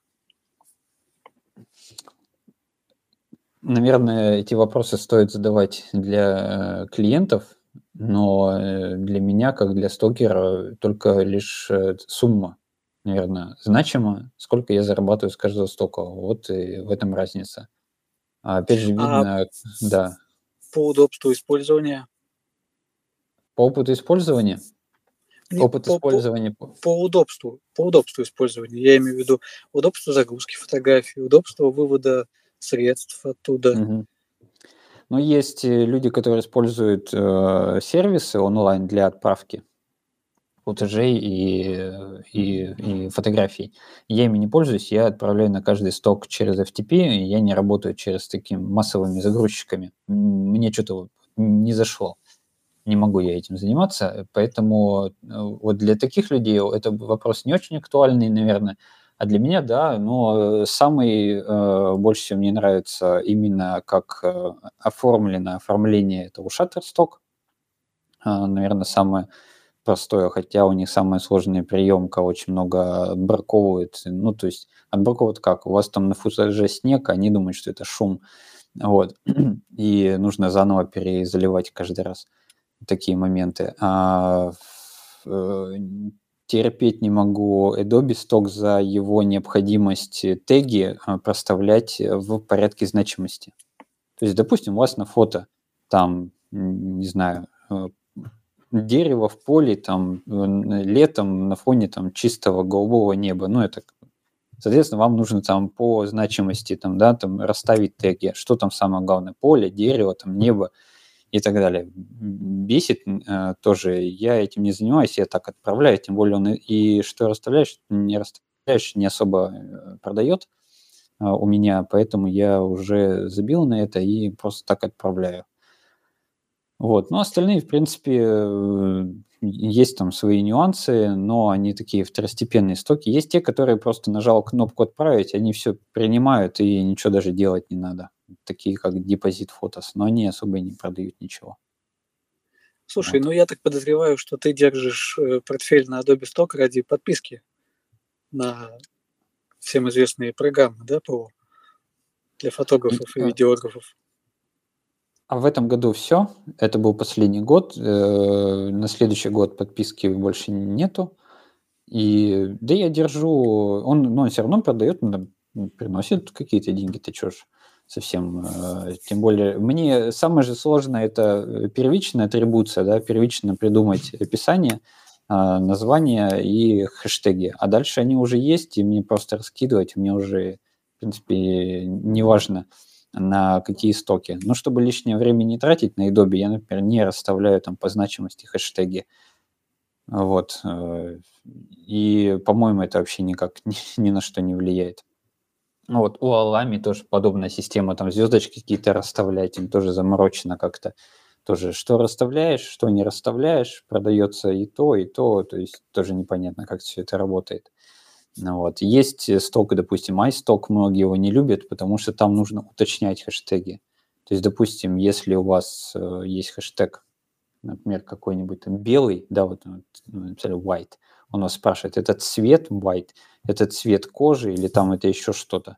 Наверное, эти вопросы стоит задавать для э, клиентов, но э, для меня, как для стокера, только лишь э, сумма, наверное, значима, сколько я зарабатываю с каждого стока. Вот и в этом разница. А опять же, А видно, да, по удобству использования? по опыту использования, Не, опыт по, по, использования, по- по удобству, по удобству использования. Я имею в виду удобство загрузки фотографий, удобство вывода средств оттуда. Мгм. Но есть э, люди, которые используют э, сервисы онлайн для отправки футажей и, э, и, и фотографий. Я ими не пользуюсь, я отправляю на каждый сток через эф ти пи, и я не работаю через такими массовыми загрузчиками. М, Мне что-то вот не зашло. Не могу я этим заниматься, поэтому э, вот для таких людей это вопрос не очень актуальный, наверное, а для меня, да, но э, самый э, больше всего мне нравится именно как э, оформлено оформление этого Shutterstock. А, наверное, самое простое, хотя у них самая сложная приемка, очень много отбраковывает. Ну, то есть отбраковывают как? У вас там на футаже снег, а они думают, что это шум. Вот. И нужно заново перезаливать каждый раз такие моменты. А, э, терпеть не могу Adobe Stock за его необходимость теги а, проставлять в порядке значимости. То есть, допустим, у вас на фото там, м, не знаю, э, дерево в поле, там, э, летом на фоне там чистого голубого неба. Ну, это, соответственно, вам нужно там по значимости там, да, там расставить теги. Что там самое главное? Поле, дерево, там, небо и так далее. Бесит э, тоже. Я этим не занимаюсь, я так отправляю, тем более он и, и что расставляешь, не расставляешь, не особо э, продает э, у меня, поэтому я уже забил на это и просто так отправляю. Вот. Но остальные, в принципе, э, есть там свои нюансы, но они такие второстепенные стоки. Есть те, которые просто нажал кнопку «Отправить», они все принимают, и ничего даже делать не надо. Такие, как Deposit Photos, но они особо и не продают ничего. Слушай, Вот. ну я так подозреваю, что ты держишь э, портфель на Adobe Stock ради подписки на всем известные программы, да, ПО для И, фотографов и э, видеографов. а в этом году все. Это был последний год. Э, На следующий год подписки больше нету. И да, я держу, он, ну, он все равно продает, ну, там, приносит какие-то деньги, ты чё ж совсем, э, тем более, мне самое же сложное это э, первичная атрибуция, да, первично придумать описание, а, название и хэштеги, а дальше они уже есть, и мне просто раскидывать, мне уже, в принципе, неважно, на какие стоки. Но чтобы лишнее время не тратить на Adobe, я, например, не расставляю там по значимости хэштеги. Вот. э, И, по-моему, это вообще никак ни, ни на что не влияет. Ну вот у Алами тоже подобная система, там звездочки какие-то расставлять, им тоже заморочено как-то. Тоже что расставляешь, что не расставляешь, продается и то, и то, то есть тоже непонятно, как все это работает. Ну вот. Есть э, сток, допустим, iStock, многие его не любят, потому что там нужно уточнять хэштеги. То есть, допустим, если у вас э, есть хэштег например, какой-нибудь там белый, да, вот ну, написали white, он вас спрашивает, это цвет white, это цвет кожи или там это еще что-то.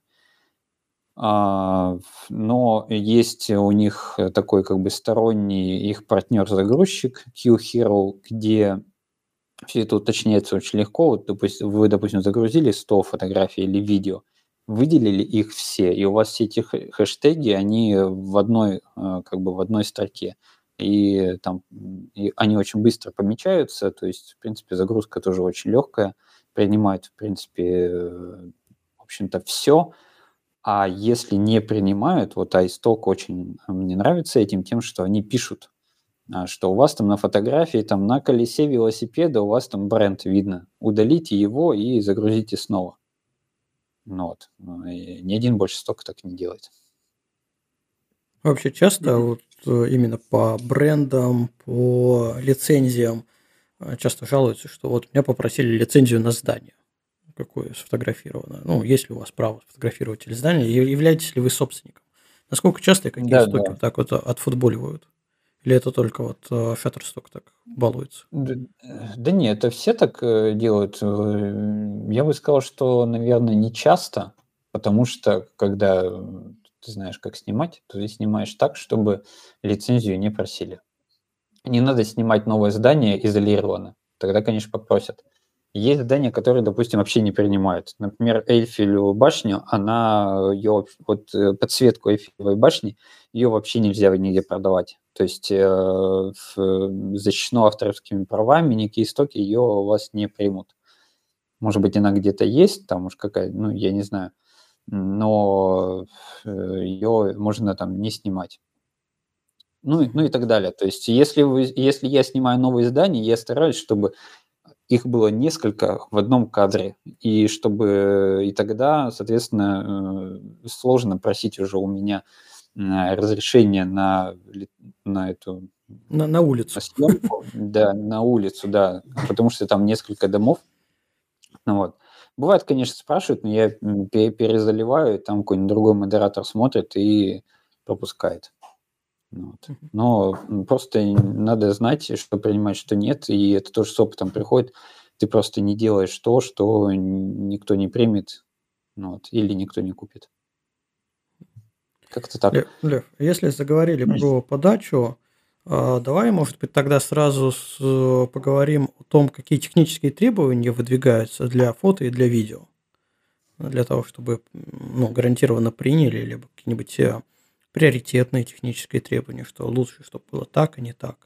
А, ф- но есть у них такой как бы сторонний их партнер-загрузчик Q-Hero, где все это уточняется очень легко. Вот, допустим, вы, допустим, загрузили сто фотографий или видео, выделили их все, и у вас все эти хэ- хэштеги, они в одной, э, как бы в одной строке. И там м, и они очень быстро помечаются, то есть, в принципе, загрузка тоже очень легкая, принимает, в принципе, э, в общем-то, все. А если не принимают, вот iStock очень э, мне нравится этим тем, что они пишут, а, что у вас там на фотографии, там на колесе велосипеда у вас там бренд видно. Удалите его и загрузите снова. Ну вот. Ну, и ни один больше столько так не делает. Вообще часто вот э, именно по брендам, по лицензиям э, часто жалуются, что вот меня попросили лицензию на здание, какое сфотографировано. Ну, есть ли у вас право фотографировать или здание, и являетесь ли вы собственником? Насколько часто какие Да, стоки да. вот так вот отфутболивают? Или это только вот э, Shutterstock так балуется? Да, э, да нет, это все так э, делают. Э, Я бы сказал, что, наверное, не часто, потому что когда э, ты знаешь, как снимать, то ты снимаешь так, чтобы лицензию не просили. Не надо снимать новое здание изолированно. Тогда, конечно, попросят. Есть здания, которые, допустим, вообще не принимают. Например, Эйфелеву башню, она, ее, вот э, подсветку Эйфелевой башни, ее вообще нельзя нигде продавать. То есть э, в- э, защищено авторскими правами, никакие стоки ее у вас не примут. Может быть, она где-то есть, там уж какая, ну, я не знаю, но ее можно там не снимать. Ну, и- ну и так далее. То есть, если, вы, если я снимаю новые здания, я стараюсь, чтобы их было несколько в одном кадре, и чтобы и тогда, соответственно, э, сложно просить уже у меня э, разрешение на, ли- на эту На, на на улицу. съемку, да, на улицу, да, потому что там несколько домов. Ну вот. Бывает, конечно, спрашивают, но я м, пе- перезаливаю, и там какой-нибудь другой модератор смотрит и пропускает. Ну вот. Мгм. Но м, просто надо знать, что принимать, что нет, и это тоже с опытом приходит. Ты просто не делаешь то, что н- никто не примет, ну вот, или никто не купит. Как-то так. Лев, Лев, если заговорили про подачу, а, давай, может быть, тогда сразу с- э, поговорим о том, какие технические требования выдвигаются для фото и для видео, ну, для того, чтобы м, ну, гарантированно приняли, либо какие-нибудь э, приоритетные технические требования, что лучше, чтобы было так, а не так.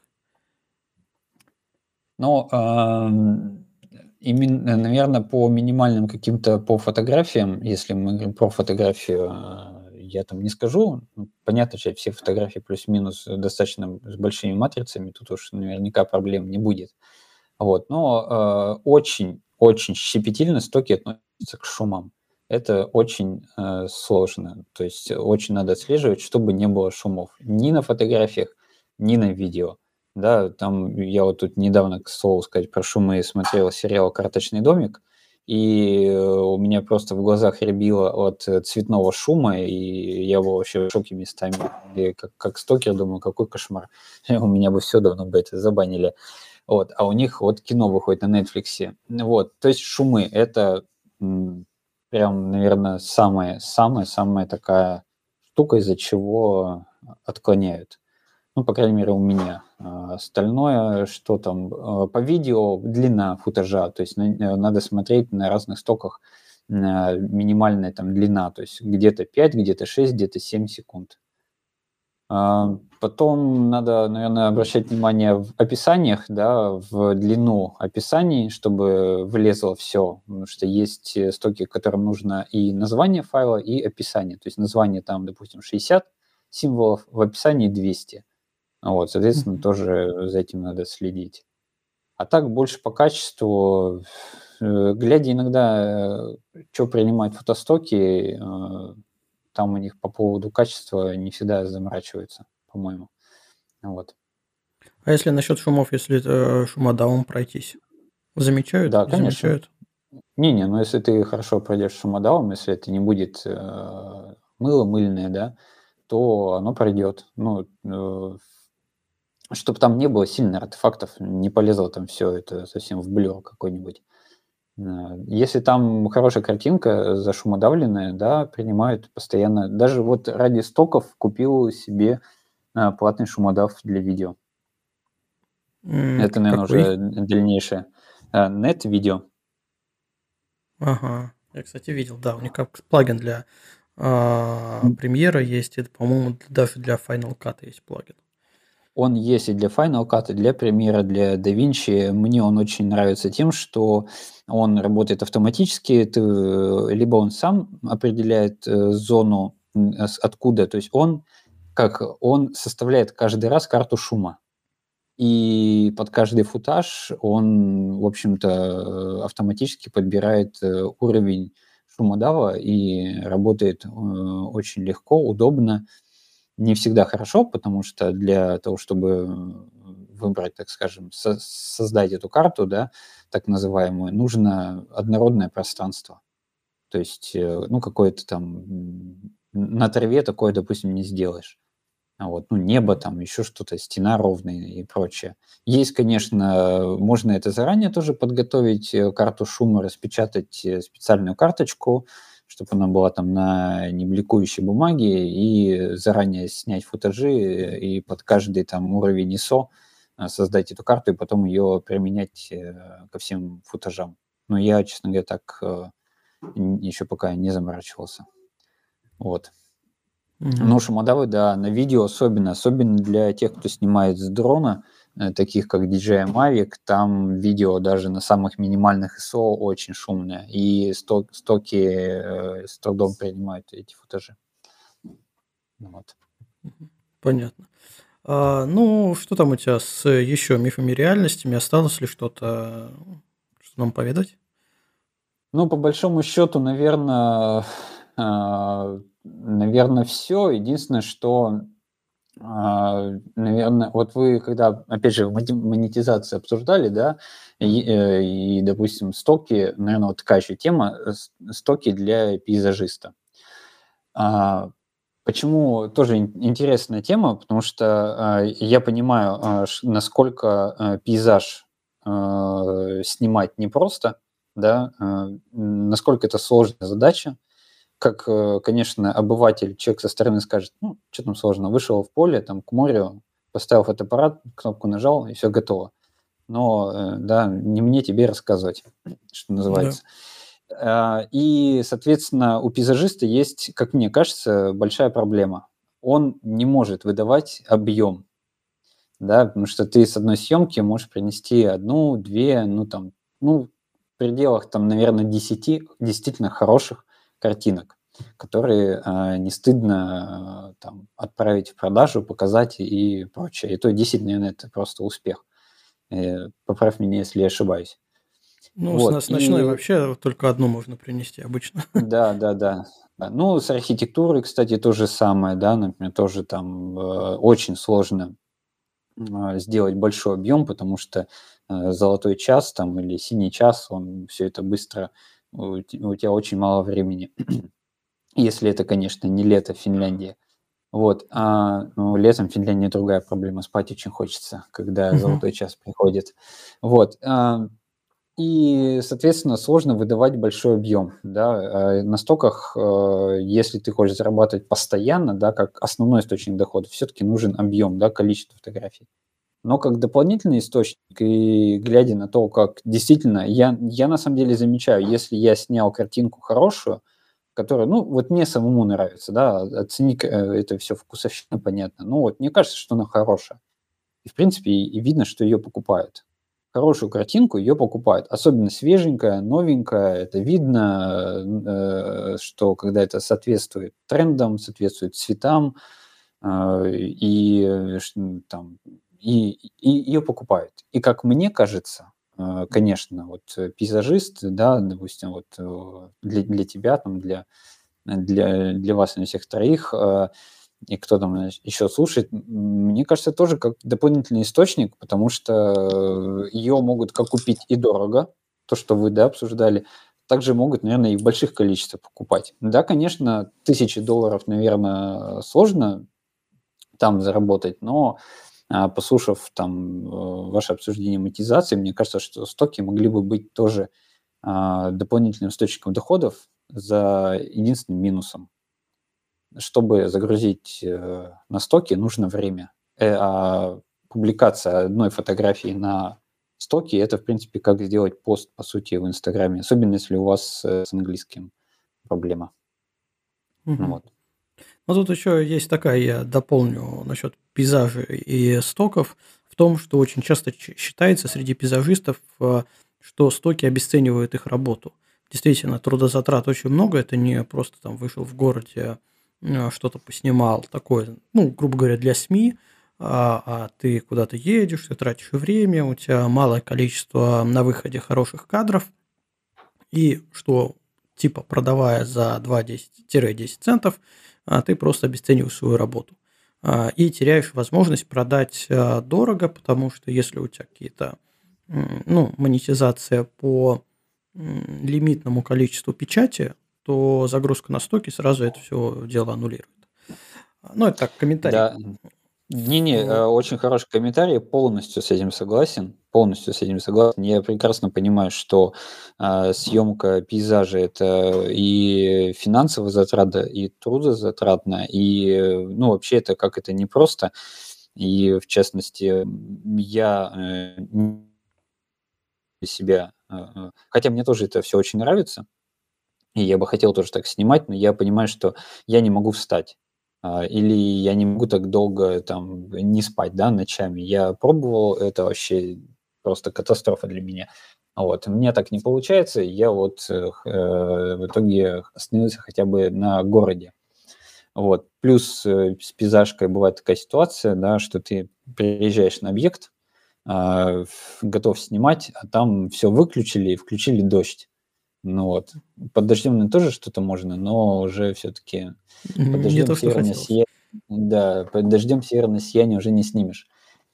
Но ам, именно, наверное, по минимальным каким-то, по фотографиям, если мы говорим про фотографию, а, я там не скажу. Ну, понятно, что все фотографии плюс-минус достаточно с большими матрицами, тут уж наверняка проблем не будет. Вот, но э, очень, очень щепетильно стоки относятся к шумам. Это очень э, сложно. То есть очень надо отслеживать, чтобы не было шумов ни на фотографиях, ни на видео. Да, там я вот тут недавно, к слову сказать, про шумы смотрел сериал «Карточный домик», и э, у меня просто в глазах рябило от э, цветного шума, и я был вообще в шоке местами. И как, как стокер думаю, какой кошмар. У меня бы все давно бы это забанили. Вот, а у них вот кино выходит на Netflix. Вот, то есть шумы – это м, прям, наверное, самая, самая, самая такая штука, из-за чего отклоняют. Ну, по крайней мере, у меня. А остальное, что там, а, по видео длина футажа, то есть на- э, надо смотреть на разных стоках а, минимальная там длина, то есть где-то пять, где-то шесть, где-то семь секунд. А, Потом надо, наверное, обращать внимание в описаниях, да, в длину описаний, чтобы влезло все, потому что есть э, стоки, которым нужно и название файла, и описание. То есть название там, допустим, шестьдесят символов, в описании двести. Вот, соответственно, Мгм. тоже за этим надо следить. А так больше по качеству, э, глядя иногда, что принимают фотостоки, э, там у них по поводу качества не всегда заморачиваются, по-моему. Вот. А если насчет шумов, если э, шумодавом пройтись, замечают, Да, не конечно. замечают? Не-не, но если ты хорошо пройдешь шумодавом, если это не будет э, мыло мыльное, да, то оно пройдет. Ну, э, чтобы там не было сильно артефактов, не полезло там все это совсем в блur какой-нибудь. Э, Если там хорошая картинка зашумодавленная, да, принимают постоянно. Даже вот ради стоков купил себе э, платный шумодав для видео. М, Это, наверное, Какой? уже дальнейшее. Э, Нет-видео. Ага. Я, кстати, видел, да, у них как плагин для а, премьера есть, и, по-моему, даже для Final Cut есть плагин. Он есть и для Final Cut, и для Premiere, для DaVinci. Мне он очень нравится тем, что он работает автоматически. Ты, э, либо он сам определяет э, зону, м, э, с- откуда. То есть он, как он составляет каждый раз карту шума. И под каждый футаж он, в общем-то, э, автоматически подбирает э, уровень шумодава и работает э, очень легко, удобно. Не всегда хорошо, потому что для того, чтобы э, выбрать, так скажем, со- создать эту карту, да, так называемую, нужно однородное пространство. То есть, э, ну, какое-то там м, на траве такое, допустим, не сделаешь. А вот, ну, небо там, еще что-то, стена ровная и прочее. Есть, конечно, можно это заранее тоже подготовить, э, карту шума, распечатать э, специальную карточку, чтобы она была там на небликующей бумаге, и заранее снять футажи э, и под каждый там уровень ай эс о э, создать эту карту и потом ее применять э, ко всем футажам. Но я, честно говоря, так э, н- еще пока не заморачивался. Вот. Мгм. Ну, шумодавы, да, на видео особенно, особенно для тех, кто снимает с дрона, э, таких как ди джей ай Mavic, там видео даже на самых минимальных ай эс о очень шумное, и сто- стоки э, с трудом принимают эти футажи. Вот. Понятно. А, ну, что там у тебя с еще мифами и реальностями? Осталось ли что-то, что нам поведать? Ну, по большому счету, наверное, наверное, все. Единственное, что А, наверное, вот вы когда, опять же, моти монетизацию обсуждали, да, и, э, и, допустим, стоки, наверное, вот такая еще тема, э, с стоки для пейзажиста. А, Почему тоже ин интересная тема? Потому что, а, я понимаю, а, ш насколько, э, пейзаж, а, снимать непросто, да, а, м, насколько это сложная задача. Как, э, конечно, обыватель, человек со стороны скажет: "Ну, что там сложно? Вышел в поле, там, к морю, поставил фотоаппарат, кнопку нажал, и все готово". Но, э, да, не мне тебе рассказывать, что Да. называется. А, и, соответственно, у пейзажиста есть, как мне кажется, большая проблема. Он не может выдавать объем, да, потому что ты с одной съемки можешь принести одну, две, ну, там, ну, в пределах, там, наверное, десяти действительно хороших картинок, которые а, не стыдно а, там, отправить в продажу, показать и прочее. И то десять, наверное, это просто успех. Э, Поправь меня, если я ошибаюсь. Ну, с, Вот, на- с ночной и вообще только одну можно принести обычно. да, да, да. Да. Ну, с архитектурой, кстати, то же самое, да, например, тоже там э, очень сложно а, сделать большой объем, потому что э, золотой час там или синий час, он все это быстро, у, те- у тебя очень мало времени, если это, конечно, не лето в Финляндии. Вот, а, ну, летом в Финляндии другая проблема, спать очень хочется, когда Мгм. золотой час приходит. Вот, а, и, соответственно, сложно выдавать большой объем, да. А на стоках, э, если ты хочешь зарабатывать постоянно, да, как основной источник дохода, все-таки нужен объем, да, количество фотографий. Но как дополнительный источник, и глядя на то, как действительно, я, я на самом деле замечаю, если я снял картинку хорошую, которая, ну, вот мне самому нравится, да, оцени э, это все вкусовщина, понятно, но вот мне кажется, что она хорошая. И, в принципе, и, и видно, что ее покупают. Хорошую картинку ее покупают. Особенно свеженькая, новенькая. Это видно, э, что когда это соответствует трендам, соответствует цветам, э, и, э, ш- там, и, и ее покупают. И как мне кажется, э, конечно, вот э, пейзажист, да, допустим, вот э, для, для тебя, там, для, для, для вас, на всех троих, э, и кто там еще слушает, м, мне кажется, тоже как дополнительный источник, потому что ее могут как купить и дорого, то, что вы, да, обсуждали, также могут, наверное, и в больших количествах покупать. Да, конечно, тысячи долларов, наверное, сложно там заработать, но а, послушав там э, ваше обсуждение монетизации, мне кажется, что стоки могли бы быть тоже а, дополнительным источником доходов за единственным минусом. Чтобы загрузить э, на стоки, нужно время. Э, а публикация одной фотографии на стоки – это, в принципе, как сделать пост, по сути, в Инстаграме, особенно если у вас э, с английским проблема. Ну Мгм. вот. Ну, тут еще есть такая, я дополню насчет пейзажей и стоков, в том, что очень часто ч- считается среди пейзажистов, э, что стоки обесценивают их работу. Действительно, трудозатрат очень много, это не просто там вышел в городе, э, что-то поснимал, такое, ну, грубо говоря, для СМИ, а, а ты куда-то едешь, ты тратишь время, у тебя малое количество на выходе хороших кадров, и что, типа, продавая за два-десять центов, а, ты просто обесцениваешь свою работу. А, И теряешь возможность продать а, дорого, потому что если у тебя какие-то, м, ну, монетизация по м, лимитному количеству печати, то загрузка на стоки сразу это все дело аннулирует. А, Ну, это так, комментарий. Да. Не-не, В- э, очень хороший комментарий, полностью с этим согласен, полностью с этим согласен. Я прекрасно понимаю, что а, съемка пейзажа – это и финансово затратно, и трудозатратно, и, э, ну, вообще это как это непросто. И, в частности, м, я э, н- для себя, э, э, хотя мне тоже это все очень нравится, и я бы хотел тоже так снимать, но я понимаю, что я не могу встать. А, или я не могу так долго там не спать, да, ночами. Я пробовал, это вообще просто катастрофа для меня. Вот. У меня так не получается, и я вот э, х- э, в итоге остановился хотя бы на городе. Вот. Плюс э, с пейзажкой бывает такая ситуация, да, что ты приезжаешь на объект, а, ф- готов снимать, а там все выключили и включили дождь. Ну вот. Под дождем, наверно, тоже что-то можно, но уже все-таки под Не дождем то, что северное хотелось. сияние, да, под дождем северное сияние уже не снимешь.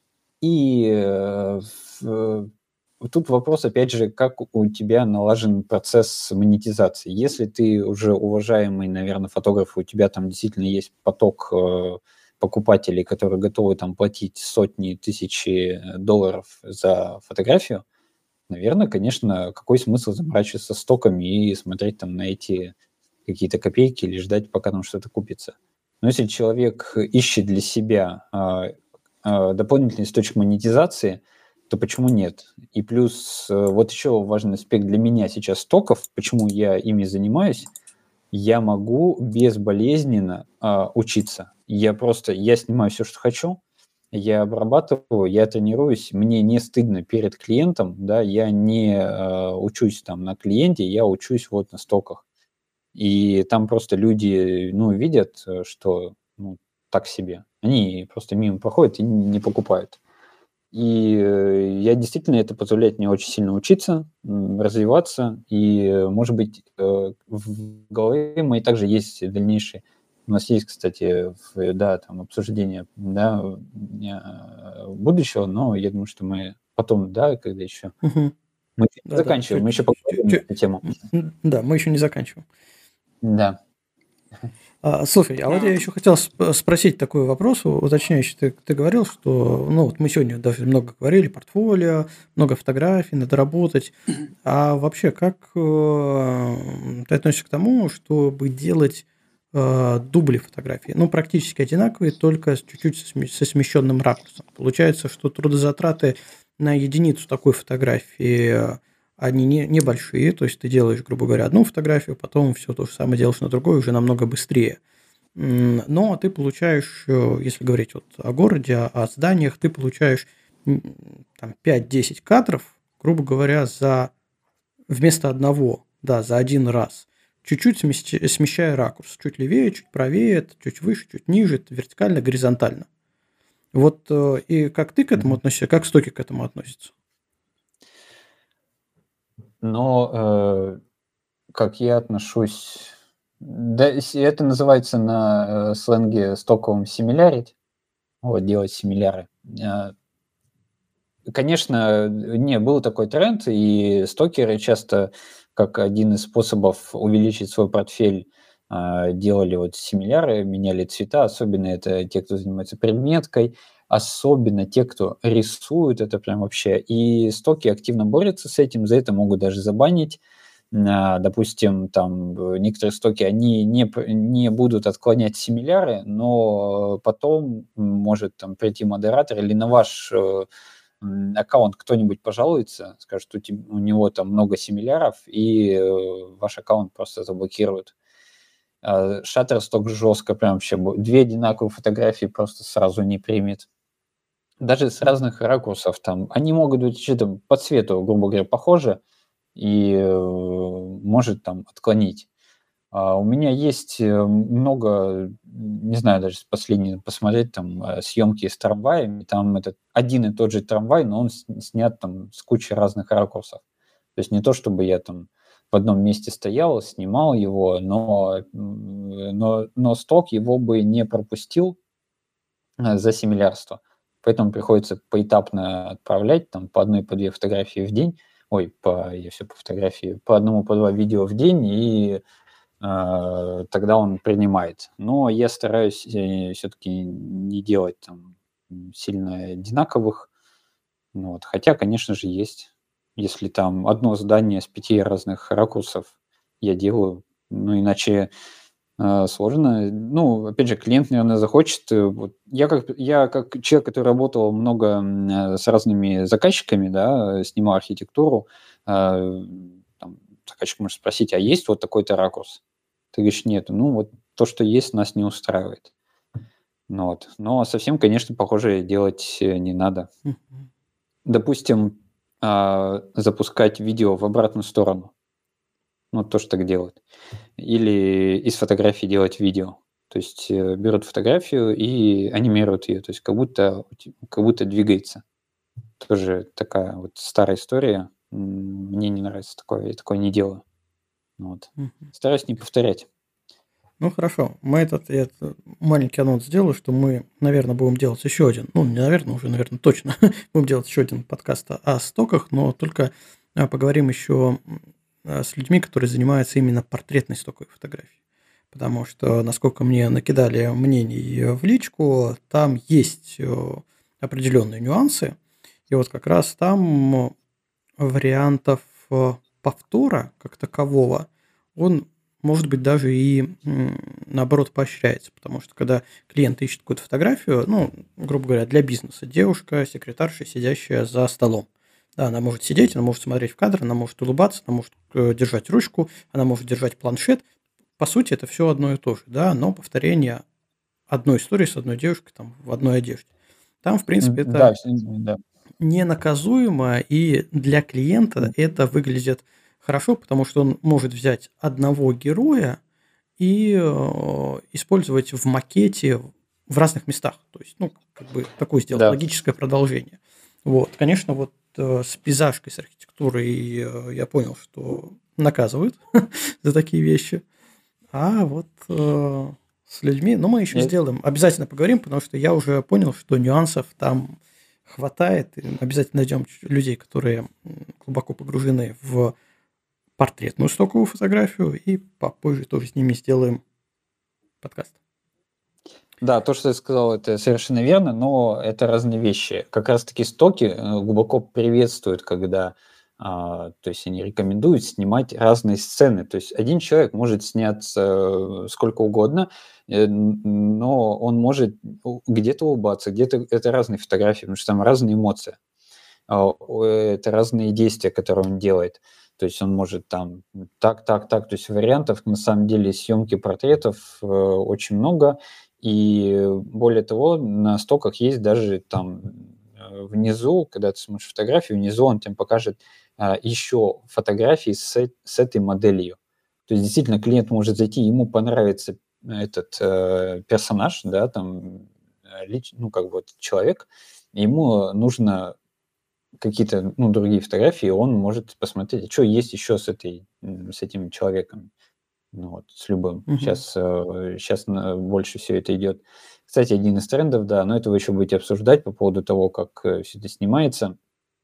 И э, в- э, тут вопрос, опять же, как у тебя налажен процесс монетизации. Если ты уже уважаемый, наверное, фотограф, у тебя там действительно есть поток э, покупателей, которые готовы там платить сотни, тысячи э, долларов за фотографию, наверное, конечно, какой смысл заморачиваться стоками и смотреть там на эти какие-то копейки или ждать, пока там что-то купится. Но если человек ищет для себя а, а, дополнительный источник монетизации, то почему нет? И плюс э, вот еще важный аспект для меня сейчас стоков, почему я ими занимаюсь, я могу безболезненно а, учиться. Я просто, я снимаю все, что хочу, я обрабатываю, я тренируюсь, мне не стыдно перед клиентом, да, я не а, учусь там на клиенте, я учусь вот на стоках. И там просто люди, ну, видят, э, что, ну, так себе. Они просто мимо проходят и не покупают. И э, я действительно, это позволяет мне очень сильно учиться, м, развиваться. И, э, может быть, э, в голове моей также есть дальнейшие. У нас есть, кстати, в- да, там обсуждение, да, э, будущего, но я думаю, что мы потом, да, когда еще Мгм. мы еще не Да-да, заканчиваем, мы чуть, еще чуть, поговорим на чуть- эту тему. м, да, мы еще не заканчиваем. Да. А, слушай, а вот я А, еще хотел сп- спросить такой вопрос, у- уточняющий. Ты, ты говорил, что, ну, вот мы сегодня даже много говорили, портфолио, много фотографий, надо работать. А вообще, как э, ты относишься к тому, чтобы делать э, дубли фотографий? Ну, практически одинаковые, только с чуть-чуть со сме- со смещенным ракурсом. Получается, что трудозатраты на единицу такой фотографии они не, небольшие, то есть ты делаешь, грубо говоря, одну фотографию, потом все то же самое делаешь на другой уже намного быстрее. М, Но ты получаешь, э, если говорить вот о городе, о о зданиях, ты получаешь м, там, пять-десять кадров, грубо говоря, за вместо одного, да, за один раз. Чуть-чуть смещ- смещая ракурс, чуть левее, чуть правее, чуть выше, чуть ниже, вертикально, горизонтально. Вот э, и как ты к этому Мгм. относишься, как стоки к этому относятся? Но э, как я отношусь, да, с- это называется на э, сленге стоковым similarity, вот, делать симиляры. Э, Конечно, не, был такой тренд, и стокеры часто, как один из способов увеличить свой портфель, а, делали вот симиляры, меняли цвета, особенно это те, кто занимается предметкой. особенно те, кто рисует, это прям вообще. И стоки активно борются с этим, за это могут даже забанить. А, Допустим, там э, некоторые стоки, они не, п- не будут отклонять симиляры, но потом может там прийти модератор или на ваш э, м, аккаунт кто-нибудь пожалуется, скажет, у, теб- у него там много симиляров, и э, ваш аккаунт просто заблокируют. А, Shutterstock жестко прям вообще. бу- Две одинаковые фотографии просто сразу не примет. Даже с разных ракурсов там. Они могут быть что-то по цвету, грубо говоря, похожи, и э, может там отклонить. А у меня есть э, много, не знаю, даже последние посмотреть там э, съемки с трамваями, там этот один и тот же трамвай, но он с- снят там с кучей разных ракурсов. То есть не то, чтобы я там в одном месте стоял, снимал его, но, м, но, но сток его бы не пропустил э, за симилярство. Поэтому приходится поэтапно отправлять там по одной, по две фотографии в день. Ой, по, я все по фотографии, по одному, по два видео в день, и э, тогда он принимает. Но я стараюсь э, все-таки не делать там м, сильно одинаковых. Ну вот. Хотя, конечно же, есть. Если там одно здание с пяти разных ракурсов я делаю, ну иначе э, сложно. Ну, опять же, клиент, наверное, захочет. э, Вот я как я как человек, который работал много м, э, с разными заказчиками, да, э, снимал архитектуру, э, там, заказчик может спросить, а есть вот такой-то ракурс? Ты говоришь, нет. Ну, вот то, что есть, нас не устраивает. Ну, вот. Но совсем, конечно, похоже делать э, не надо. Мгм. Допустим, а, запускать видео в обратную сторону. Ну, тоже так делают. Или из фотографии делать видео. То есть э, берут фотографию и анимируют ее. То есть как будто, у те- как будто двигается. Тоже такая вот старая история. М, Мне не нравится такое, я такое не делаю. Ну вот. Мгм. Стараюсь не повторять. Ну хорошо, мы этот, я это маленький анонс сделаю, что мы, наверное, будем делать еще один, ну не наверное, уже, наверное, точно будем делать еще один подкаст о о стоках, но только а, поговорим еще м, а, с людьми, которые занимаются именно портретной стоковой фотографией. Потому что, насколько мне накидали мнений в личку, там есть э, определенные нюансы. И вот как раз там вариантов э, повтора как такового, он, может быть, даже и м, наоборот поощряется, потому что когда клиент ищет какую-то фотографию, ну, грубо говоря, для бизнеса, девушка, секретарша, сидящая за столом. Да, она может сидеть, она может смотреть в кадр, она может улыбаться, она может э, держать ручку, она может держать планшет. По сути, это все одно и то же, да, но повторение одной истории с одной девушкой там в одной одежде. Там, в М, принципе, это Да, всё, да. ненаказуемо, и для клиента это выглядит хорошо, потому что он может взять одного героя и э, использовать в макете в разных местах. То есть, ну, как бы такое сделать Да. логическое продолжение. Вот, конечно, вот э, с пейзажкой, с архитектурой э, я понял, что наказывают за такие вещи. А вот э, с людьми, ну, мы еще Э, сделаем, обязательно поговорим, потому что я уже понял, что нюансов там хватает. И обязательно найдем ч- людей, которые м, глубоко погружены в портретную стоковую фотографию, и попозже тоже с ними сделаем подкаст. Да, то, что ты сказал, это совершенно верно, но это разные вещи. Как раз-таки стоки э, глубоко приветствуют, когда, а, то есть они рекомендуют снимать разные сцены. То есть один человек может сняться э, сколько угодно, э, н- но он может у- где-то улыбаться, где-то это разные фотографии, потому что там разные эмоции. А, о, Это разные действия, которые он делает. То есть он может там так, так, так. То есть вариантов на самом деле съемки портретов э, очень много. И более того, на стоках есть даже там э, внизу, когда ты смотришь фотографию, внизу он тебе покажет а, еще фотографии с, э- с этой моделью. То есть действительно клиент может зайти, ему понравится этот э, персонаж, да, там, э, лич- ну, как бы вот человек, ему нужно какие-то, ну, другие фотографии, он может посмотреть, что есть еще с этой, м, с этим человеком. Ну вот, с любым. Мгм. Сейчас, сейчас больше все это идет. Кстати, один из трендов, да, но это вы еще будете обсуждать по поводу того, как все это снимается,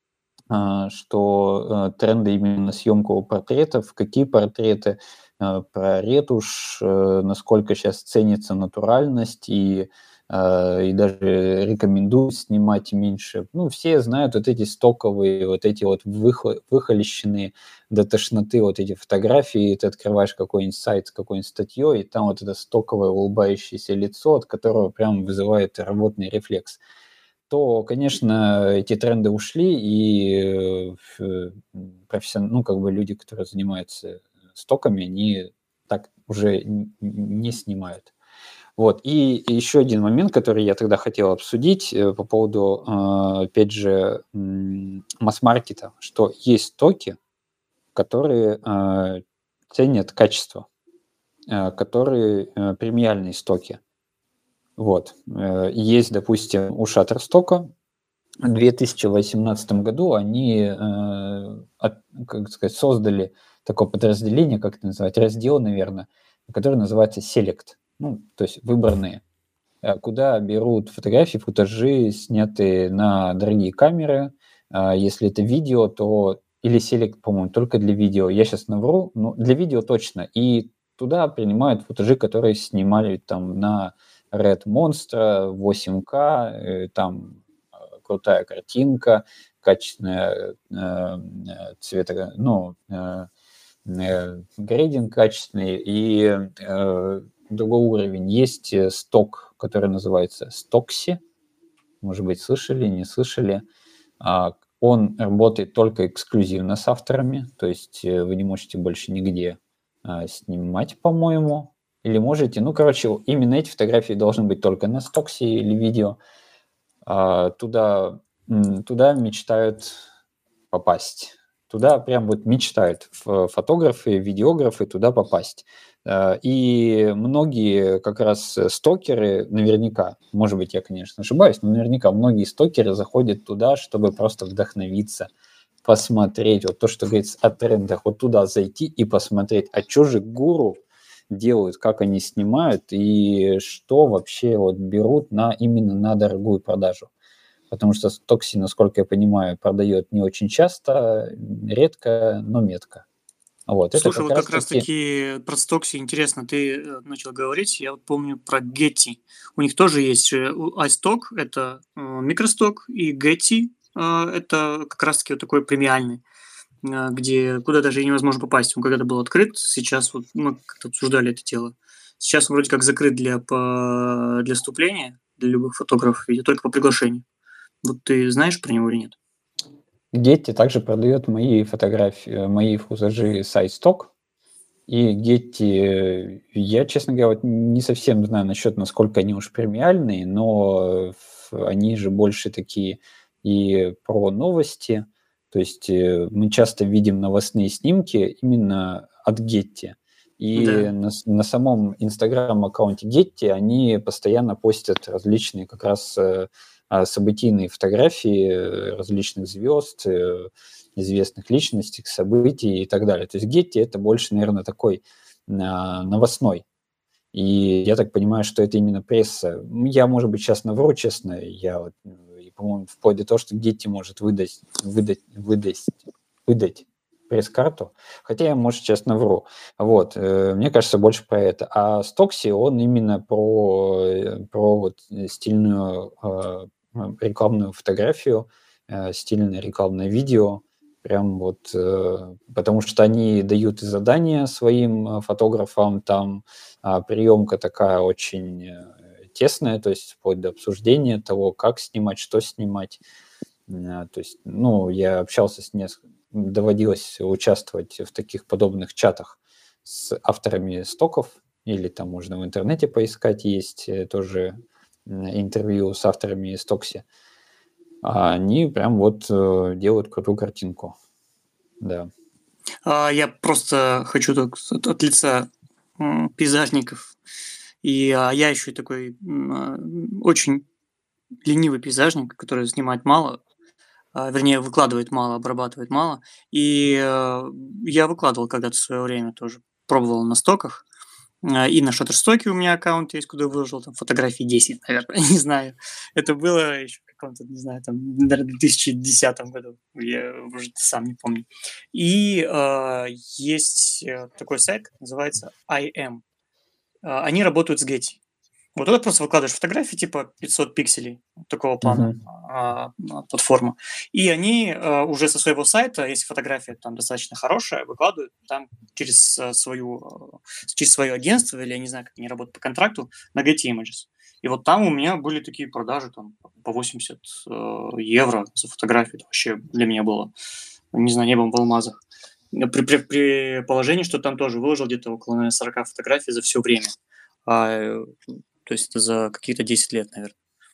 а, что э, тренды именно на съемку портретов, какие портреты, э, про ретушь, э, насколько сейчас ценится натуральность и и даже рекомендуют снимать меньше. Ну, все знают вот эти стоковые, вот эти вот выхо- выхолощенные до тошноты вот эти фотографии, ты открываешь какой-нибудь сайт с какой-нибудь статьей, и там вот это стоковое улыбающееся лицо, от которого прям вызывает рвотный рефлекс. То, конечно, эти тренды ушли, и э, профессион... ну, как бы люди, которые занимаются стоками, они так уже н- не снимают. Вот. И и еще один момент, который я тогда хотел обсудить э, по поводу, э, опять же, м, масс-маркета, что есть стоки, которые э, ценят качество, э, которые э, премиальные стоки. Вот. Э, Есть, допустим, у Shutterstock в две тысячи восемнадцатом году они, э, от- как сказать, создали такое подразделение, как это называть, раздел, наверное, который называется Select, ну, то есть выбранные, э, куда берут фотографии, футажи, снятые на дорогие камеры. А Если это видео, то или Select, по-моему, только для видео. Я сейчас навру, но для видео точно. И туда принимают футажи, которые снимали там на Red Monster, восемь ка, э, там э, крутая картинка, качественная э, э, цвета, ну, э, э, грейдинг качественный и э, другой уровень. Есть э, сток, который называется Stoxy. Может быть, слышали, не слышали. А, Он работает только эксклюзивно с авторами, то есть э, вы не можете больше нигде а, снимать, по-моему. Или можете, ну, короче, именно эти фотографии должны быть только на Stoxy или видео. А, Туда, м, туда мечтают попасть. Туда прям вот мечтают ф- фотографы, видеографы туда попасть. Э, И многие как раз э, стокеры, наверняка, может быть, я, конечно, ошибаюсь, но наверняка многие стокеры заходят туда, чтобы просто вдохновиться, посмотреть, вот то, что говорится о трендах, вот туда зайти и посмотреть, а что же гуру делают, как они снимают и что вообще вот берут на, именно на дорогую продажу. Потому что Stoxy, насколько я понимаю, продает не очень часто, редко, но метко. Вот, это Слушай, как вот как раз-таки... раз-таки про Стокси интересно, ты э, начал говорить, я вот помню про Getty. У них тоже есть же у iStock, это э, микросток, и Getty э, это как раз-таки вот такой премиальный, э, где куда даже и невозможно попасть. Он когда-то был открыт, сейчас вот мы как-то обсуждали это дело. Сейчас он вроде как закрыт для, по, для вступления, для любых фотографов, видео, только по приглашению. Вот ты знаешь про него или нет? Getty также продает мои фотографии, мои футажи с iStock. И Getty, э, я, честно говоря, вот не совсем знаю насчет, насколько они уж премиальные, но ф- они же больше такие и про новости. То есть э, мы часто видим новостные снимки именно от Getty. И Да. на, с- на самом инстаграм-аккаунте Getty они постоянно постят различные как раз э, а, событийные фотографии э, различных звезд, э, известных личностей, событий и так далее. То есть Getty это больше, наверное, такой а, новостной. И я так понимаю, что это именно пресса. М, Я, может быть, сейчас навру, честно. Я, вот, э, и, по-моему, вплоть до того, что Getty может выдать, выдать, выдать, выдать пресс-карту. Хотя я, может, сейчас навру. Вот. э, Мне кажется, больше про это. А Stoxy, он именно про, э, про вот э, стильную э, э, рекламную фотографию, э, стильное рекламное видео. Прям вот, э, потому что они дают и задания своим э, фотографам, там а, приемка такая очень э, тесная, то есть вплоть до обсуждения того, как снимать, что снимать. Э, То есть, ну, я общался с несколькими, доводилось участвовать в таких подобных чатах с авторами стоков, или там можно в интернете поискать, есть э, тоже э, интервью с авторами Стокси. А Они прям вот э, делают крутую картинку. Да. А, Я просто хочу так от, от лица м, пейзажников. И а, я еще такой м, а, очень ленивый пейзажник, который снимает мало, а, вернее, выкладывает мало, обрабатывает мало. И э, я выкладывал когда-то в свое время тоже, пробовал на стоках. А, И на Шаттерстоке у меня аккаунт есть, куда выложил там фотографий десять, наверное, не знаю. Это было еще в каком-то, не знаю, там, наверное, в две тысячи десятом году. Я уже сам не помню. И а, есть э, такой сайт, называется I M. А, Они работают с Getty. Вот туда просто выкладываешь фотографии типа пятьсот пикселей, такого плана Мгм. а, а, платформа. И они а, уже со своего сайта, если фотография там достаточно хорошая, выкладывают там через а, свою, а, через свое агентство, или я не знаю, как они работают по контракту, на Getty Images. И вот там у меня были такие продажи там по восемьдесят э, евро за фотографию. Это вообще для меня было, не знаю, небом в алмазах. При, при, при положении, что там тоже выложил где-то около наверное, сорок фотографий за все время. А, э, то есть это за какие-то десять лет, наверное.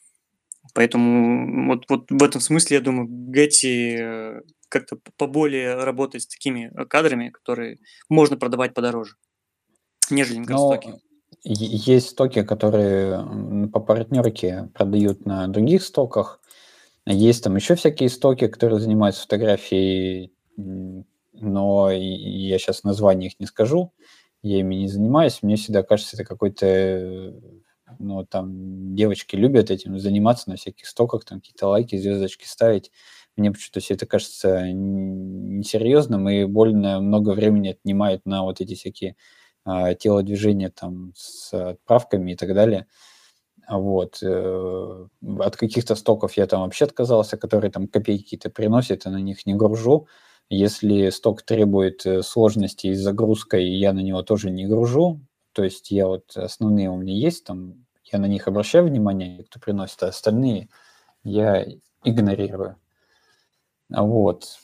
Поэтому вот, вот в этом смысле, я думаю, Getty э, как-то поболее работает с такими э, кадрами, которые можно продавать подороже, нежели Инкарстоки. Но е- есть стоки, которые м, по партнерке продают на других стоках. Есть там еще всякие стоки, которые занимаются фотографией, м, но и- и я сейчас название их не скажу. Я ими не занимаюсь. Мне всегда кажется, это какой-то... э, Ну, там девочки любят этим заниматься на всяких стоках, там какие-то лайки, звездочки ставить. Мне почему-то все это кажется н- несерьезным и больно много времени отнимает на вот эти всякие а, телодвижения там с отправками и так далее. А Вот. э, От каких-то стоков я там вообще отказался, которые там копейки какие-то приносят, я на них не гружу. Если сток требует э, сложности с загрузкой, я на него тоже не гружу. То есть я вот основные у меня есть, там я на них обращаю внимание, кто приносит, а остальные я игнорирую. А Вот.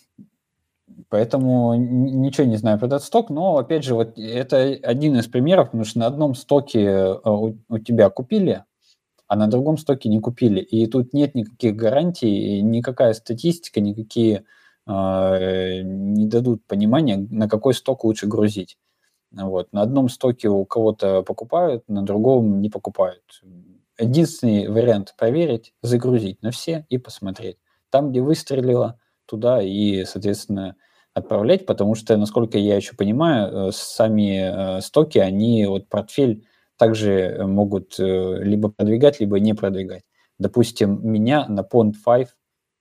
Поэтому н- ничего не знаю про этот сток, но, опять же, вот это один из примеров, потому что на одном стоке э, у, у тебя купили, а на другом стоке не купили. И тут нет никаких гарантий, никакая статистика, никакие э, не дадут понимания, на какой сток лучше грузить. Вот. На одном стоке у кого-то покупают, на другом не покупают. Единственный вариант проверить, загрузить на все и посмотреть. Там, где выстрелило, туда и, соответственно, отправлять, потому что, насколько я еще понимаю, э, сами э, стоки, они вот портфель также могут э, либо продвигать, либо не продвигать. Допустим, меня на Pond пять,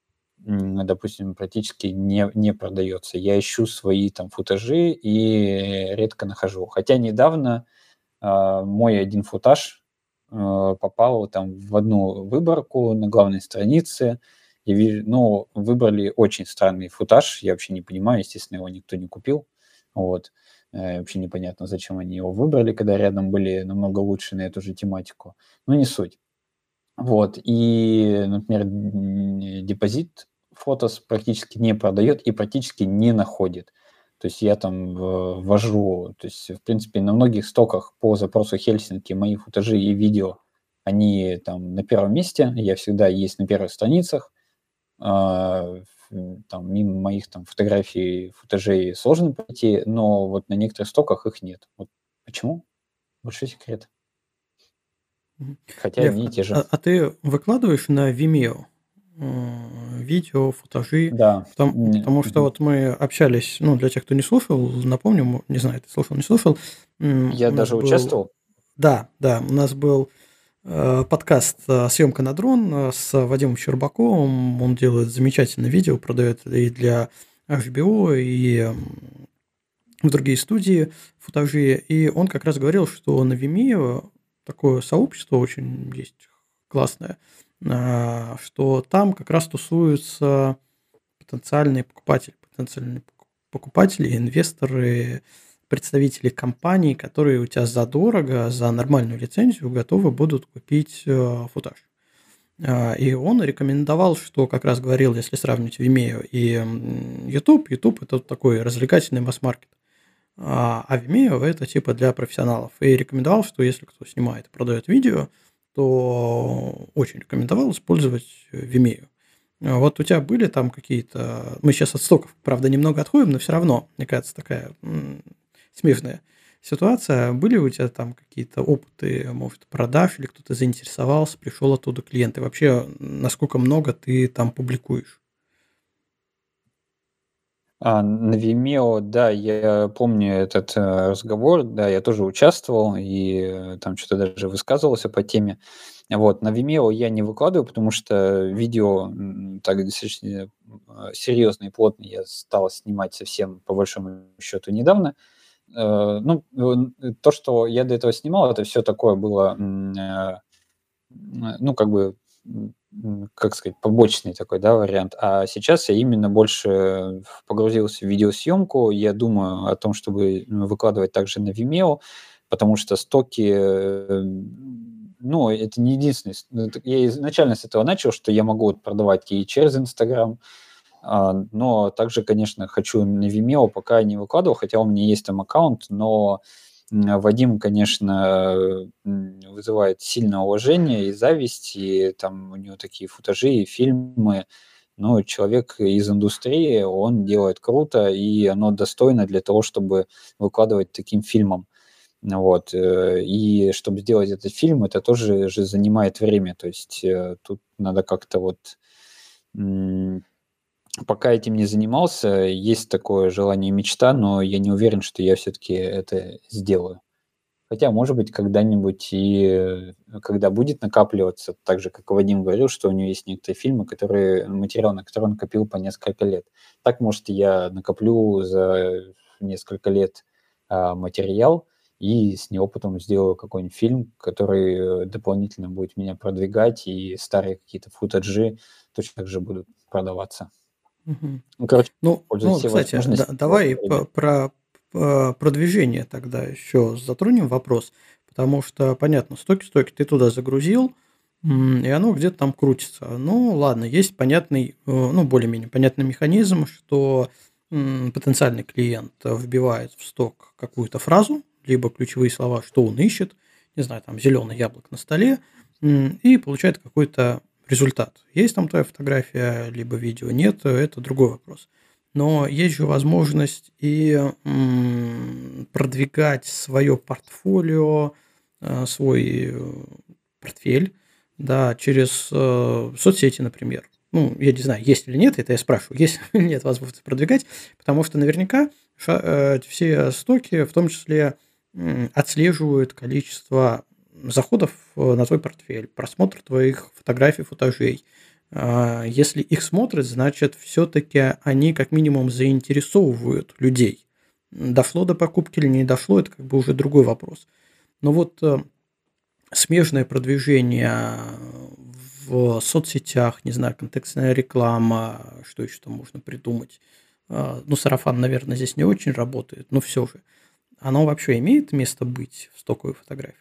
м, допустим, практически не, не продается. Я ищу свои там футажи и редко нахожу. Хотя недавно а, мой один футаж э, попал там в одну выборку на главной странице. Я вижу, ну, выбрали очень странный футаж. Я вообще не понимаю, естественно, его никто не купил. Вот. Э, Вообще непонятно, зачем они его выбрали, когда рядом были намного лучше на эту же тематику. Но не суть. Вот. И, например, м, депозит фотос практически не продает и практически не находит. То есть я там в- ввожу, то есть, в принципе, на многих стоках по запросу Хельсинки мои футажи и видео, они там на первом месте, я всегда есть на первых страницах. А, ф- там мимо моих там фотографий, футажей сложно пройти, но вот на некоторых стоках их нет. Вот почему? Большой секрет. Мгм. Хотя Лев, одни и а, те же. а- а ты выкладываешь на Vimeo м, видео, футажи? Да. Потому, м, потому что мгм. вот мы общались, ну, для тех, кто не слушал, напомню, м, не знаю, ты слушал, не слушал, м, Я у нас даже был, участвовал. да, да, у нас был э, подкаст э, «Съемка на дрон» э, с Вадимом Щербаковым. Он делает замечательное видео, продает и для эйч би о, и м, в другие студии футажи. И он как раз говорил, что на Vimeo такое сообщество очень есть классное, а, что там как раз тусуются потенциальные покупатели, потенциальные пок- покупатели, инвесторы, представители компаний, которые у тебя задорого, за нормальную лицензию готовы будут купить э, футаж. А, И он рекомендовал, что как раз говорил, если сравнить Vimeo и м, YouTube, YouTube это такой развлекательный масс-маркет. А а Vimeo это типа для профессионалов. И рекомендовал, что если кто снимает и продает видео, то очень рекомендовал использовать Vimeo. А Вот у тебя были там какие-то... Мы сейчас от стоков, правда, немного отходим, но все равно, мне кажется, такая м, смежная ситуация. Были у тебя там какие-то опыты, может, продаж, или кто-то заинтересовался, пришел оттуда клиент? И вообще, насколько много ты там публикуешь? А, на Vimeo, да, я помню этот э, разговор, да, я тоже участвовал и э, там что-то даже высказывался по теме. Вот, на Vimeo я не выкладываю, потому что видео м, так достаточно э, серьезно и плотно я стал снимать совсем по большому счету недавно. Э, ну, э, то, что я до этого снимал, это все такое было м, э, ну, как бы, как сказать, побочный такой, да, вариант. А сейчас я именно больше погрузился в видеосъемку. Я думаю о том, чтобы выкладывать также на Vimeo, потому что стоки, ну, это не единственный. Я изначально с этого начал, что я могу продавать и через Instagram, но также, конечно, хочу на Vimeo, пока не выкладывал, хотя у меня есть там аккаунт, но Вадим, конечно, вызывает сильное уважение и зависть, и там у него такие футажи и фильмы. Но человек из индустрии, он делает круто, и оно достойно для того, чтобы выкладывать таким фильмом. Вот. И чтобы сделать этот фильм, это тоже же занимает время. То есть тут надо как-то вот... Пока этим не занимался, есть такое желание и мечта, но я не уверен, что я все-таки это сделаю. Хотя, может быть, когда-нибудь и когда будет накапливаться, так же, как Вадим говорил, что у него есть некоторые фильмы, которые, материал, на который он копил по несколько лет. Так, может, я накоплю за несколько лет а, материал и с него потом сделаю какой-нибудь фильм, который дополнительно будет меня продвигать, и старые какие-то футажи точно так же будут продаваться. Мгм. Ну, короче, Ну, пользуясь ну, всей кстати, да- возможностью. давай по- про по- продвижение тогда еще затронем вопрос, потому что, понятно, стоки-стоки ты туда загрузил, м, и оно где-то там крутится. Ну, ладно, есть понятный, э, ну, более-менее понятный механизм, что м, потенциальный клиент вбивает в сток какую-то фразу, либо ключевые слова, что он ищет, не знаю, там, зеленый яблок на столе, м, и получает какой-то результат. Есть там твоя фотография, либо видео, нет, это другой вопрос. Но есть же возможность и м, продвигать свое портфолио, э, свой э, портфель, да, через э, соцсети, например. Ну, я не знаю, есть или нет, это я спрашиваю, есть или нет возможности продвигать, потому что наверняка ша- э, все стоки, в том числе, м, отслеживают количество заходов э, на твой портфель, просмотр твоих фотографий, футажей. А, Если их смотрят, значит, все-таки они как минимум заинтересовывают людей. Дошло до покупки или не дошло, это как бы уже другой вопрос. Но вот э, смежное продвижение в соцсетях, не знаю, контекстная реклама, что еще там можно придумать. А, Ну, сарафан, наверное, здесь не очень работает, но все же. Оно вообще имеет место быть в стоковой фотографии?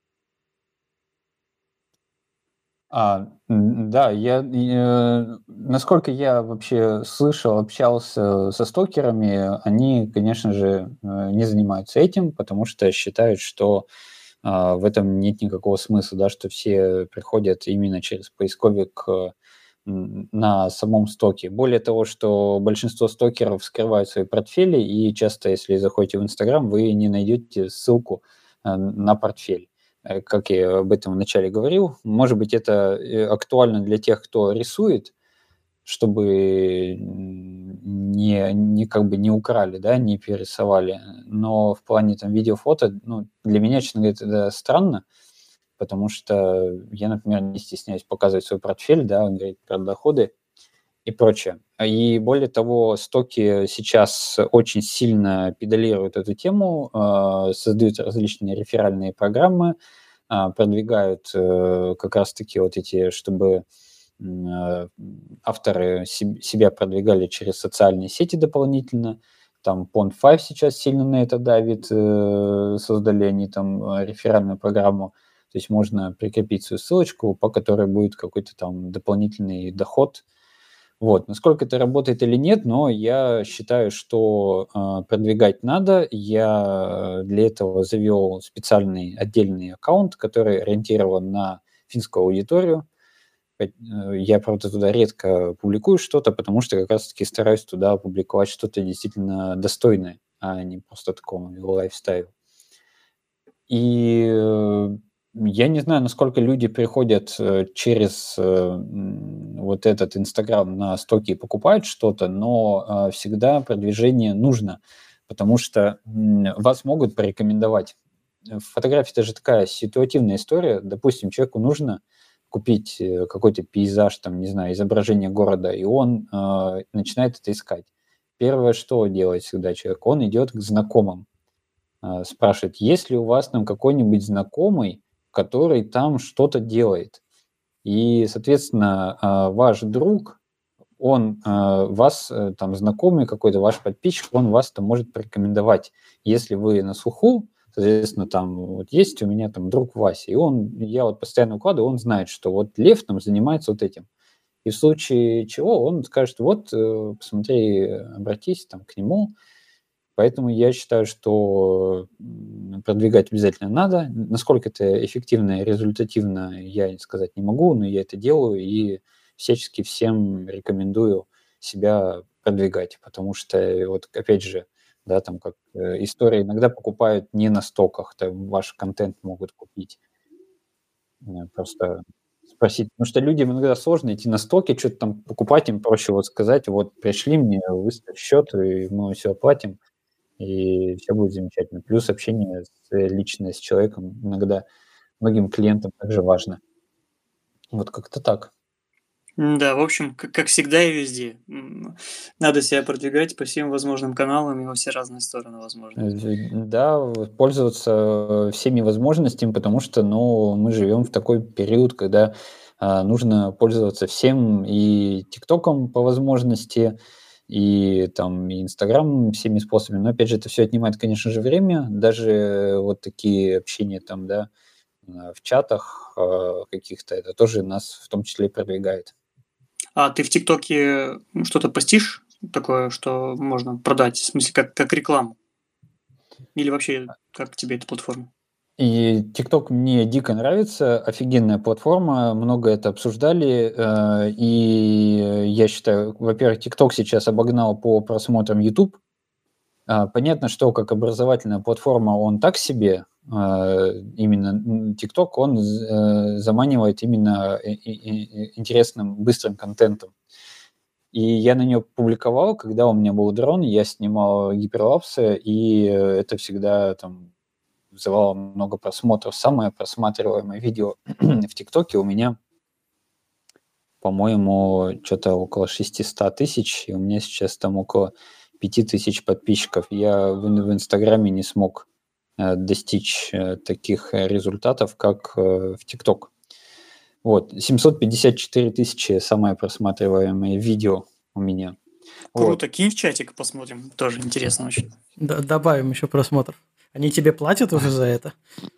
А, м, да, я, э, насколько я вообще слышал, общался со стокерами, они, конечно же, э, не занимаются этим, потому что считают, что а, в этом нет никакого смысла, да, что все приходят именно через поисковик э, м, на самом стоке. Более того, что большинство стокеров скрывают свои портфели, и часто, если заходите в Инстаграм, вы не найдете ссылку э, на портфель. Э, Как я об этом вначале говорил, может быть, это э, актуально для тех, кто рисует, чтобы не, не как бы не украли, да, не перерисовали. Но в плане там видео-фото, ну, для меня, честно говоря, это странно, потому что я, например, не стесняюсь показывать свой портфель, да, говорить про доходы и прочее. И более того, стоки сейчас очень сильно педалируют эту тему, э, создают различные реферальные программы, а, продвигают э, как раз-таки вот эти, чтобы м, э, авторы себ- себя продвигали через социальные сети дополнительно. Там Pond пять сейчас сильно на это давит, э, создали они там э, реферальную программу, то есть можно прикрепить свою ссылочку, по которой будет какой-то там дополнительный доход. Вот, насколько это работает или нет, но я считаю, что э, продвигать надо. Я для этого завел специальный отдельный аккаунт, который ориентирован на финскую аудиторию. Э, Я, правда, туда редко публикую что-то, потому что как раз-таки стараюсь туда публиковать что-то действительно достойное, а не просто такого лайфстайл. И э, я не знаю, насколько люди приходят э, через э, м, вот этот Инстаграм на стоки и покупают что-то, но э, всегда продвижение нужно, потому что м, вас могут порекомендовать. Э, Фотография – это же такая ситуативная история. Допустим, человеку нужно купить э, какой-то пейзаж, там, не знаю, изображение города, и он э, начинает это искать. Первое, что делает всегда человек, он идет к знакомым, а, спрашивает, есть ли у вас там какой-нибудь знакомый, который там что-то делает. И, соответственно, а, ваш друг, он а, вас, э, там, знакомый какой-то, ваш подписчик, он вас там может порекомендовать. Если вы на слуху, соответственно, там вот есть у меня там друг Вася, и он, я вот постоянно укладываю, он знает, что вот Лев там занимается вот этим. И в случае чего он скажет, вот, э, посмотри, обратись там к нему. Поэтому я считаю, что м, продвигать обязательно надо. Насколько это эффективно и результативно, я сказать не могу, но я это делаю и всячески всем рекомендую себя продвигать, потому что, э, вот опять же, да, там как э, история, иногда покупают не на стоках, там ваш контент могут купить. Э, Просто спросить, потому что людям иногда сложно идти на стоки, что-то там покупать, им проще вот сказать, вот пришли мне, выставь счет, и мы все оплатим, и все будет замечательно. Плюс общение с, э, лично с человеком иногда многим клиентам также важно. Вот как-то так. Да, в общем, как, как всегда и везде. М, Надо себя продвигать по всем возможным каналам и во все разные стороны, возможно. Э, Да, вот пользоваться всеми возможностями, потому что, ну, мы живем в такой период, когда а, нужно пользоваться всем и ТикТоком по возможности, и там и Инстаграмом всеми способами. Но опять же, это все отнимает, конечно же, время. Даже вот такие общения там, да, а, в чатах а, каких-то, это тоже нас в том числе продвигает. А ты в ТикТоке м, что-то постишь такое, что можно продать, в смысле, как, как рекламу? Или вообще, как тебе эта платформа? И TikTok мне дико нравится, офигенная платформа, много это обсуждали, э, и я считаю, во-первых, TikTok сейчас обогнал по просмотрам YouTube. А, Понятно, что как образовательная платформа он так себе, а, именно м, TikTok, он э, заманивает именно и- и- и интересным, быстрым контентом. И я на нее публиковал, когда у меня был дрон, я снимал гиперлапсы, и э, это всегда там вызывало много просмотров. Самое просматриваемое видео в ТикТоке у меня, по-моему, что-то около шестьсот тысяч, и у меня сейчас там около пяти тысяч подписчиков. Я в, в Инстаграме не смог э, достичь э, таких э, результатов, как э, в ТикТок. Вот, семьсот пятьдесят четыре тысячи самое просматриваемое видео у меня. Вот. Круто, кинь в чатик, посмотрим. Тоже интересно очень. Да, добавим еще просмотров. Они тебе платят уже за это?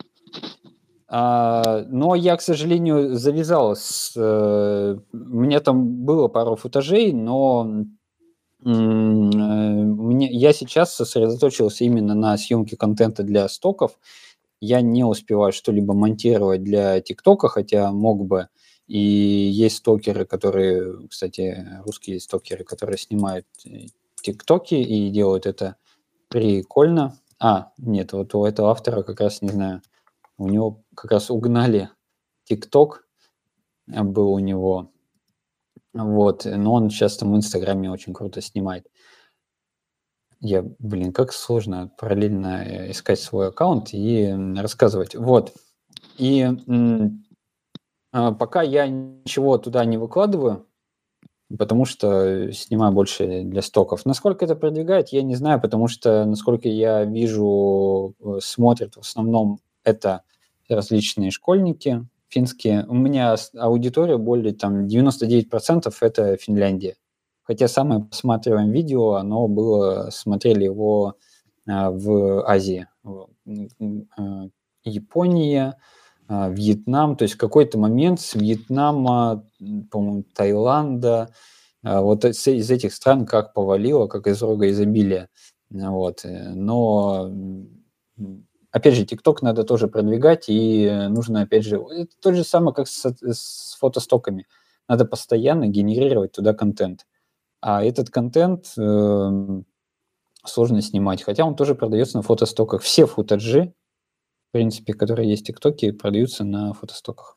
А, но я, к сожалению, завязал с... э, У меня там было пару футажей, но м, э, мне, я сейчас сосредоточился именно на съемке контента для стоков. Я не успеваю что-либо монтировать для ТикТока, хотя мог бы. И есть стокеры, которые, кстати, русские стокеры, которые снимают э, ТикТоки и делают это прикольно. А, нет, вот у этого автора как раз, не знаю, у него как раз угнали ТикТок, э, был у него. Вот, но он сейчас там в Инстаграме очень круто снимает. Я, блин, как сложно параллельно э, искать свой аккаунт и м, рассказывать. Вот. И м, а, пока я ничего туда не выкладываю, потому что снимаю больше для стоков. Насколько это продвигает, я не знаю, потому что, насколько я вижу, э, смотрят в основном это различные школьники финские. У меня с- аудитория более там девяносто девять процентов это Финляндия. Хотя самое просматриваемое видео, оно было, смотрели его а, в Азии. В- м, м, а, Япония, а, Вьетнам. То есть в какой-то момент с Вьетнама, м, по-моему, Таиланда, а, вот из из этих стран как повалило, как из рога изобилия. А, Вот. э, Но, м, опять же, ТикТок надо тоже продвигать, и э, нужно, опять же, это то же самое, как с, с фотостоками. Надо постоянно генерировать туда контент. А этот контент эм, сложно снимать, хотя он тоже продается на фотостоках. Все футажи, в принципе, которые есть в ТикТоке, продаются на фотостоках.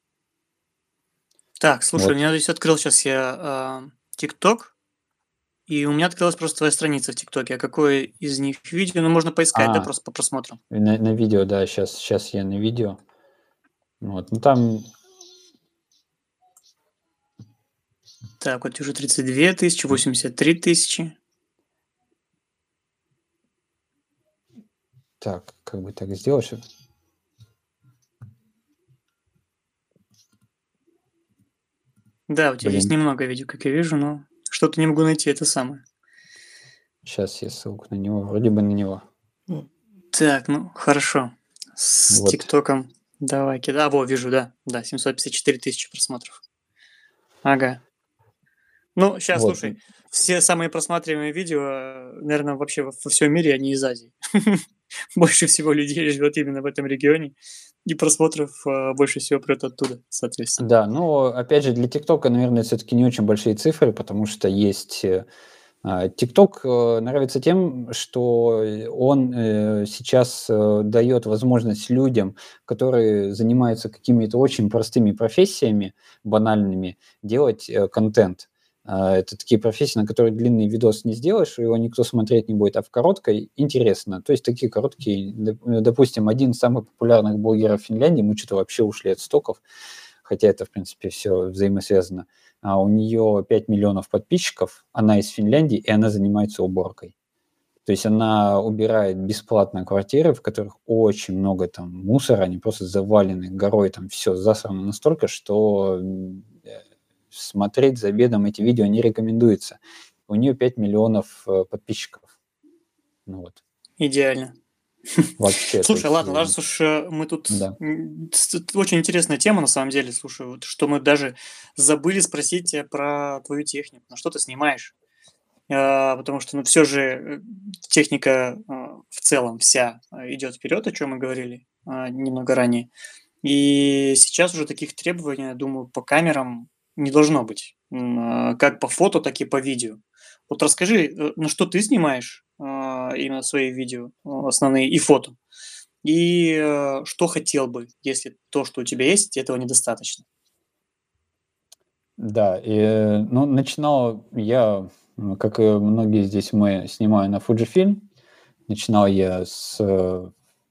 Так, слушай, у Вот. меня здесь открыл сейчас я а, ТикТок, и у меня открылась просто твоя страница в ТикТоке. А какое из них видео? Ну, можно поискать, да, А, просто по просмотрам. на, на видео, да, сейчас, сейчас я на видео. Вот. Ну, там, Так, вот уже тридцать две тысячи, восемьдесят три тысячи. так, как бы так сделать, чтобы... Да, у тебя есть Блин, немного видео, как я вижу, но что-то не могу найти это самое. сейчас я ссылку на него, вроде бы на него. Ну, Так, ну, хорошо. С Вот, ТикТоком давай кидай. А, во, вижу, да. Да, семьсот пятьдесят четыре тысячи просмотров. Ага. Ну, сейчас, вот, слушай, все самые просматриваемые видео, наверное, вообще во, во всем мире, они из Азии. Больше всего людей живет именно в этом регионе, и просмотров а, больше всего прет оттуда, соответственно. да, но опять же для ТикТока, наверное, все-таки не очень большие цифры, потому что есть э, а, ТикТок э, нравится тем, что э, он э, сейчас э, дает возможность людям, которые занимаются какими-то очень простыми профессиями, банальными, делать э, контент. А, Это такие профессии, на которые длинный видос не сделаешь, его никто смотреть не будет, а в короткой интересно. То есть такие короткие, доп- э, допустим, один из самых популярных блогеров Финляндии, мы что-то вообще ушли от стоков, хотя это, в принципе, все взаимосвязано. А у нее пять миллионов подписчиков, она из Финляндии, и она занимается уборкой. То есть она убирает бесплатно квартиры, в которых очень много там мусора, они просто завалены горой, там все засрано настолько, что м, э, смотреть за обедом эти видео не рекомендуется. У нее пять миллионов э, подписчиков. Ну вот, Идеально. вообще, то Слушай, есть, ладно, э, раз уж э, мы тут... да. м, с- т- Очень интересная тема, на самом деле, слушай, вот что мы даже забыли спросить тебя про твою технику. На что ты снимаешь? А, Потому что, ну, все же э, техника э, в целом вся э, идет вперед, о чем мы говорили а, немного ранее. И сейчас уже таких требований, я думаю, по камерам не должно быть. М, а, Как по фото, так и по видео. Вот расскажи, э, на что ты снимаешь а, именно свои видео э, основные и фото? И э, что хотел бы, если то, что у тебя есть, этого недостаточно? Да, и, э, ну, начинал я, м, как и многие здесь, мы снимаю на Fujifilm. Начинал я с, э,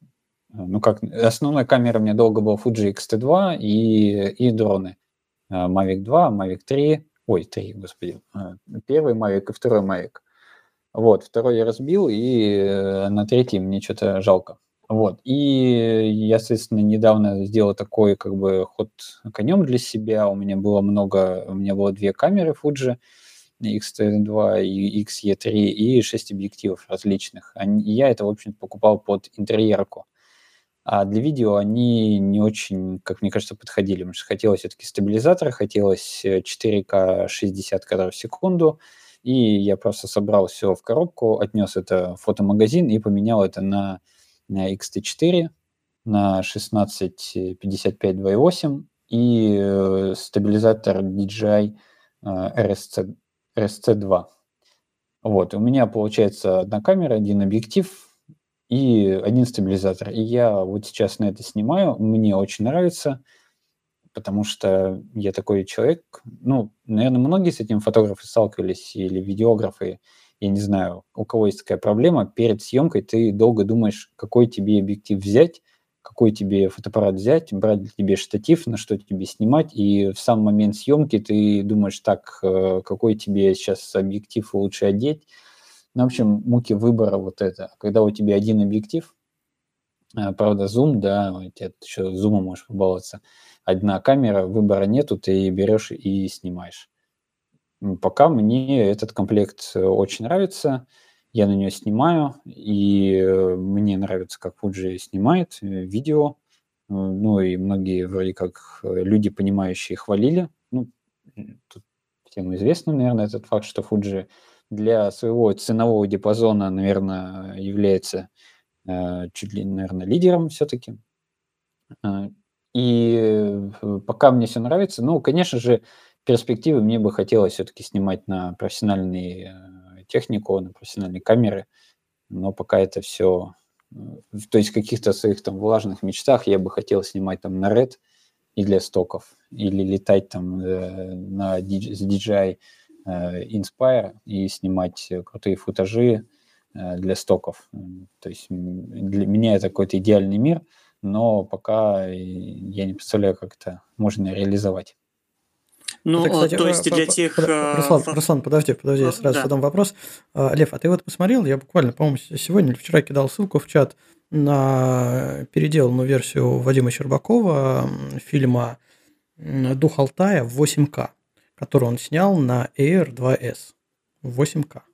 ну как, основной камерой у меня долго был Fuji икс ти два и, и дроны. Э, Mavic два, Mavic три, ой, три, господи, э, первый Mavic и второй Mavic. Вот, второй я разбил, и э, на третий мне что-то жалко. Вот, и я, соответственно, недавно сделал такой, как бы, ход конем для себя. У меня было много, у меня было две камеры Fuji, икс ти два и икс и три, и шесть объективов различных. Они- и я это, в общем, покупал под интерьерку. А для видео они не очень, как мне кажется, подходили, потому что хотелось все-таки стабилизатора, хотелось э, четыре ка шестьдесят кадров в секунду, и я просто собрал все в коробку, отнес это в фотомагазин и поменял это на, на икс ти четыре, на шестнадцать пятьдесят пять два и восемь и э, стабилизатор ди джей ай э, ар эс си, ар эс си два. Вот, у меня получается одна камера, один объектив и один стабилизатор. И я вот сейчас на это снимаю, мне очень нравится, потому что я такой человек, ну, наверное, многие с этим фотографы сталкивались или видеографы, я не знаю, у кого есть такая проблема, перед съемкой ты долго думаешь, какой тебе объектив взять, какой тебе фотоаппарат взять, брать ли тебе штатив, на что тебе снимать, и в сам момент съемки ты думаешь, так, э, какой тебе сейчас объектив лучше одеть. Ну, в общем, муки выбора вот это. Когда у тебя один объектив, а, правда, зум, да, у тебя еще зумом можешь побаловаться. Одна камера, выбора нету, ты берешь и снимаешь. М, Пока мне этот комплект э, очень нравится, я на нее снимаю, и э, мне нравится, как Fuji снимает э, видео. Э, Ну и многие вроде как э, люди, понимающие, хвалили. Ну, м, тут всем известно, наверное, этот факт, что Fuji для своего ценового диапазона, наверное, является э, чуть ли, наверное, лидером все-таки. А, И э, пока мне все нравится, ну, конечно же, перспективы мне бы хотелось все-таки снимать на профессиональные э, технику, на профессиональные камеры, но пока это все, то есть в каких-то своих там влажных мечтах я бы хотел снимать там на Red и для стоков, или летать там э, на D- с ди джей ай э, Inspire и снимать э, крутые футажи э, для стоков. М, То есть м, для меня это какой-то идеальный мир, но пока э, я не представляю, как это можно реализовать. Ну, Это, а, кстати, то э, есть по- для по- тех... подо- а, Руслан, фо- Руслан, подожди, подожди, я а, сразу Да. задам вопрос. А, Лев, а ты вот посмотрел, я буквально, по-моему, с- сегодня или вчера кидал ссылку в чат на переделанную версию Вадима Щербакова м, фильма м, «Дух Алтая» в восемь ка, который он снял на Air два эс в восемь ка.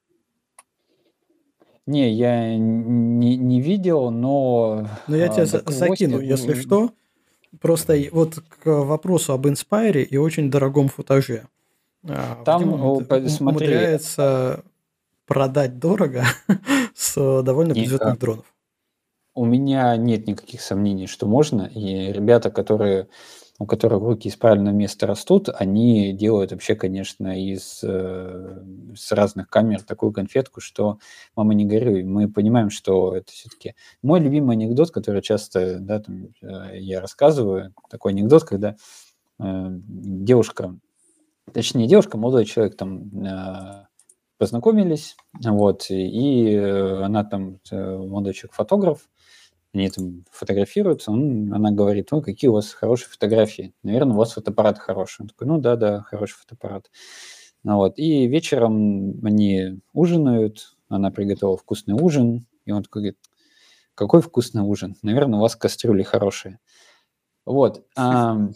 Не, я не, не видел, но... Но я а, тебе за- так закину, восемь если что. Просто и вот к вопросу об Inspire и очень дорогом футаже. А, Там, Вадим о, умуд- по- ум- смотри, умудряется продать дорого с довольно не, а, бюджетных дронов. у меня нет никаких сомнений, что можно. И ребята, которые, у которых руки из правильного места растут, они делают вообще, конечно, из э, с разных камер такую конфетку, что мама не горюй. Мы понимаем, что это все-таки мой любимый анекдот, который часто, да, там, э, я рассказываю. Такой анекдот, когда э, девушка, точнее девушка, молодой человек там э, познакомились, вот, и, и, э, она там, э, молодой человек фотограф, они там фотографируются, он, она говорит, ну, какие у вас хорошие фотографии, наверное, у вас фотоаппарат хороший. Он такой, ну, да-да, хороший фотоаппарат. Ну, вот. И вечером они ужинают, она приготовила вкусный ужин, и он такой говорит, какой вкусный ужин, наверное, у вас кастрюли хорошие. Вот. ам,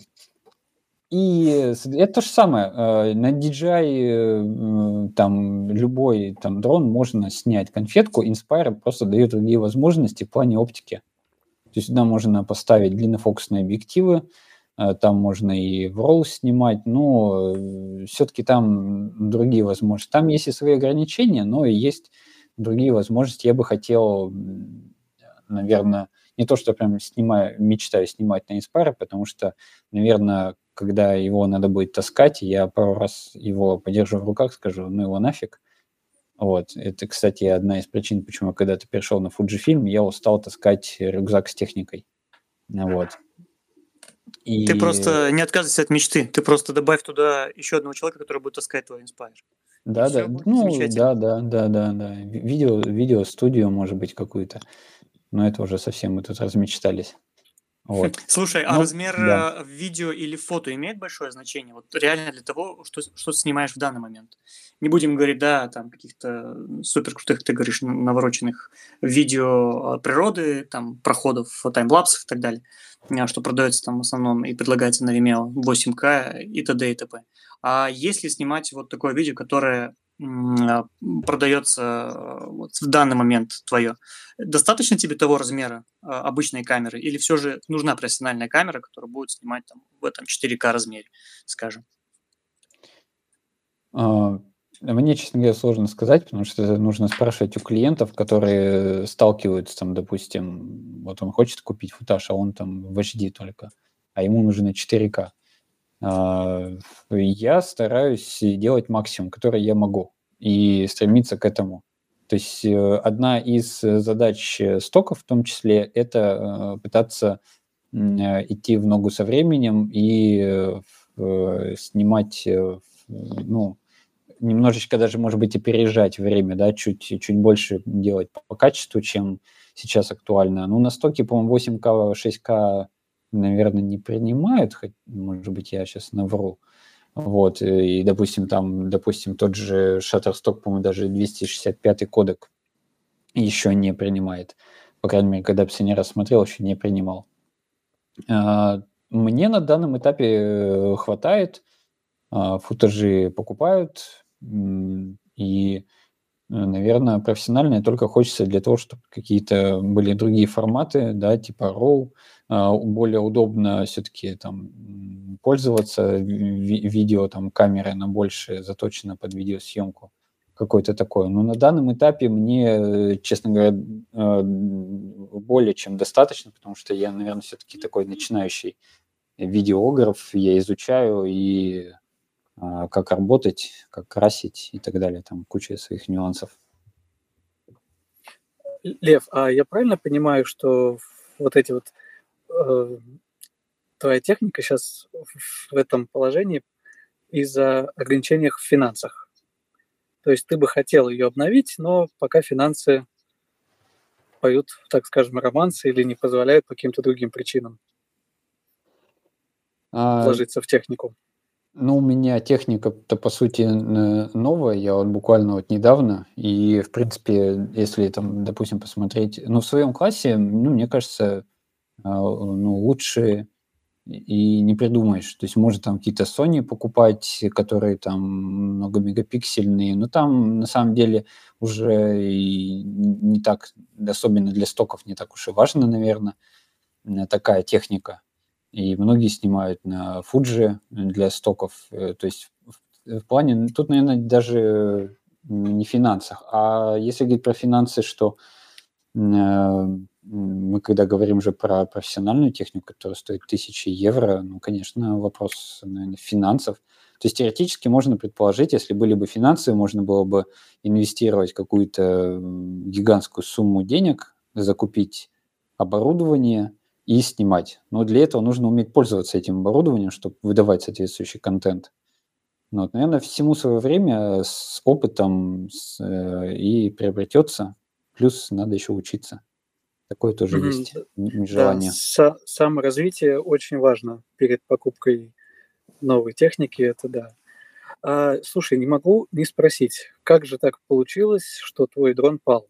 И с- это то же самое. э, На ди джей ай э, там любой там дрон можно снять конфетку. Inspire просто дает другие возможности в плане оптики. То есть сюда можно поставить длиннофокусные объективы, э, там можно и в RAW снимать, но все-таки там другие возможности. Там есть и свои ограничения, но и есть другие возможности. Я бы хотел, м, наверное, не то, что прям снимаю, мечтаю снимать на Inspire, потому что, наверное, когда его надо будет таскать, я пару раз его подержу в руках, скажу, ну его нафиг. Вот. Это, кстати, одна из причин, почему я когда-то перешел на Fujifilm, я устал таскать рюкзак с техникой. Вот. Ты И просто не отказывайся от мечты. Ты просто добавь туда еще одного человека, который будет таскать твой Inspire. И да, все да, будет ну, замечательно. да, да, да, да, да. Ви- Видео, видеостудию, может быть, какую-то. Но это уже совсем мы тут размечтались. Вот. Слушай, а Ну, размер да. э, видео или фото имеет большое значение? Вот реально для того, что, что ты снимаешь в данный момент. Не будем говорить, да, там каких-то супер крутых, ты говоришь, н- навороченных видео э, природы, там проходов, таймлапсов и так далее, а, что продается там в основном и предлагается на Vimeo восемь ка и т.д. и т.п. А если снимать вот такое видео, которое м, а, продается э, вот в данный момент твое, достаточно тебе того размера а, обычной камеры, или все же нужна профессиональная камера, которая будет снимать там в этом четыре ка размере, скажем? А, Мне, честно говоря, сложно сказать, потому что это нужно спрашивать у клиентов, которые сталкиваются, там, допустим, вот он хочет купить футаж, а он там в эйч ди только, а ему нужно четыре ка. А, Я стараюсь делать максимум, который я могу, и стремиться к этому. То есть э, одна из задач э, стоков, в том числе, это э, пытаться м, э, идти в ногу со временем и э, в- э, снимать, э, в- ну, немножечко даже, может быть, опережать время, да, чуть, чуть больше делать по, по качеству, чем сейчас актуально. Ну, на стоке, по-моему, восемь ка, шесть ка, наверное, не принимают, хоть, может быть, я сейчас навру. Вот, и, допустим, там, допустим, тот же Shutterstock, по-моему, даже двести шестьдесят пятый кодек еще не принимает. По крайней мере, когда последний раз смотрел, еще не принимал. А, Мне на данном этапе э, хватает, а, футажи покупают, м, и, наверное, профессиональные только хочется для того, чтобы какие-то были другие форматы, да, типа RAW, а, более удобно все-таки там м, пользоваться ви- видео, там камера, она больше заточена под видеосъемку, какой-то такой. Но на данном этапе мне, э, честно говоря, э, более чем достаточно, потому что я, наверное, все-таки такой начинающий видеограф, я изучаю и а, как работать, как красить и так далее. Там куча своих нюансов. Лев, а я правильно понимаю, что вот эти вот э, твоя техника сейчас в этом положении из-за ограничений в финансах? То есть ты бы хотел ее обновить, но пока финансы поют, так скажем, романсы или не позволяют по каким-то другим причинам А, вложиться в технику. ну, у меня техника-то, по сути, н- новая. Я вот буквально вот недавно. И, в принципе, если там, допустим, посмотреть... Ну, в своем классе, ну, мне кажется, а, ну, лучшие и не придумаешь. То есть можно там какие-то Sony покупать, которые там многомегапиксельные, но там на самом деле уже и не так, особенно для стоков, не так уж и важно, наверное, такая техника. И многие снимают на Fuji для стоков. То есть в, в плане, тут, наверное, даже не в финансах. А если говорить про финансы, что мы когда говорим же про профессиональную технику, которая стоит тысячи евро, ну, конечно, вопрос, наверное, финансов. То есть теоретически можно предположить, если были бы финансы, можно было бы инвестировать какую-то гигантскую сумму денег, закупить оборудование и снимать. Но для этого нужно уметь пользоваться этим оборудованием, чтобы выдавать соответствующий контент. Ну, вот, наверное, всему свое время с опытом с, э, и приобретется. Плюс надо еще учиться. Такое тоже Мгм. есть м, Да, желание. са- саморазвитие очень важно перед покупкой новой техники, это да. А, слушай, не могу не спросить, как же так получилось, что твой дрон пал?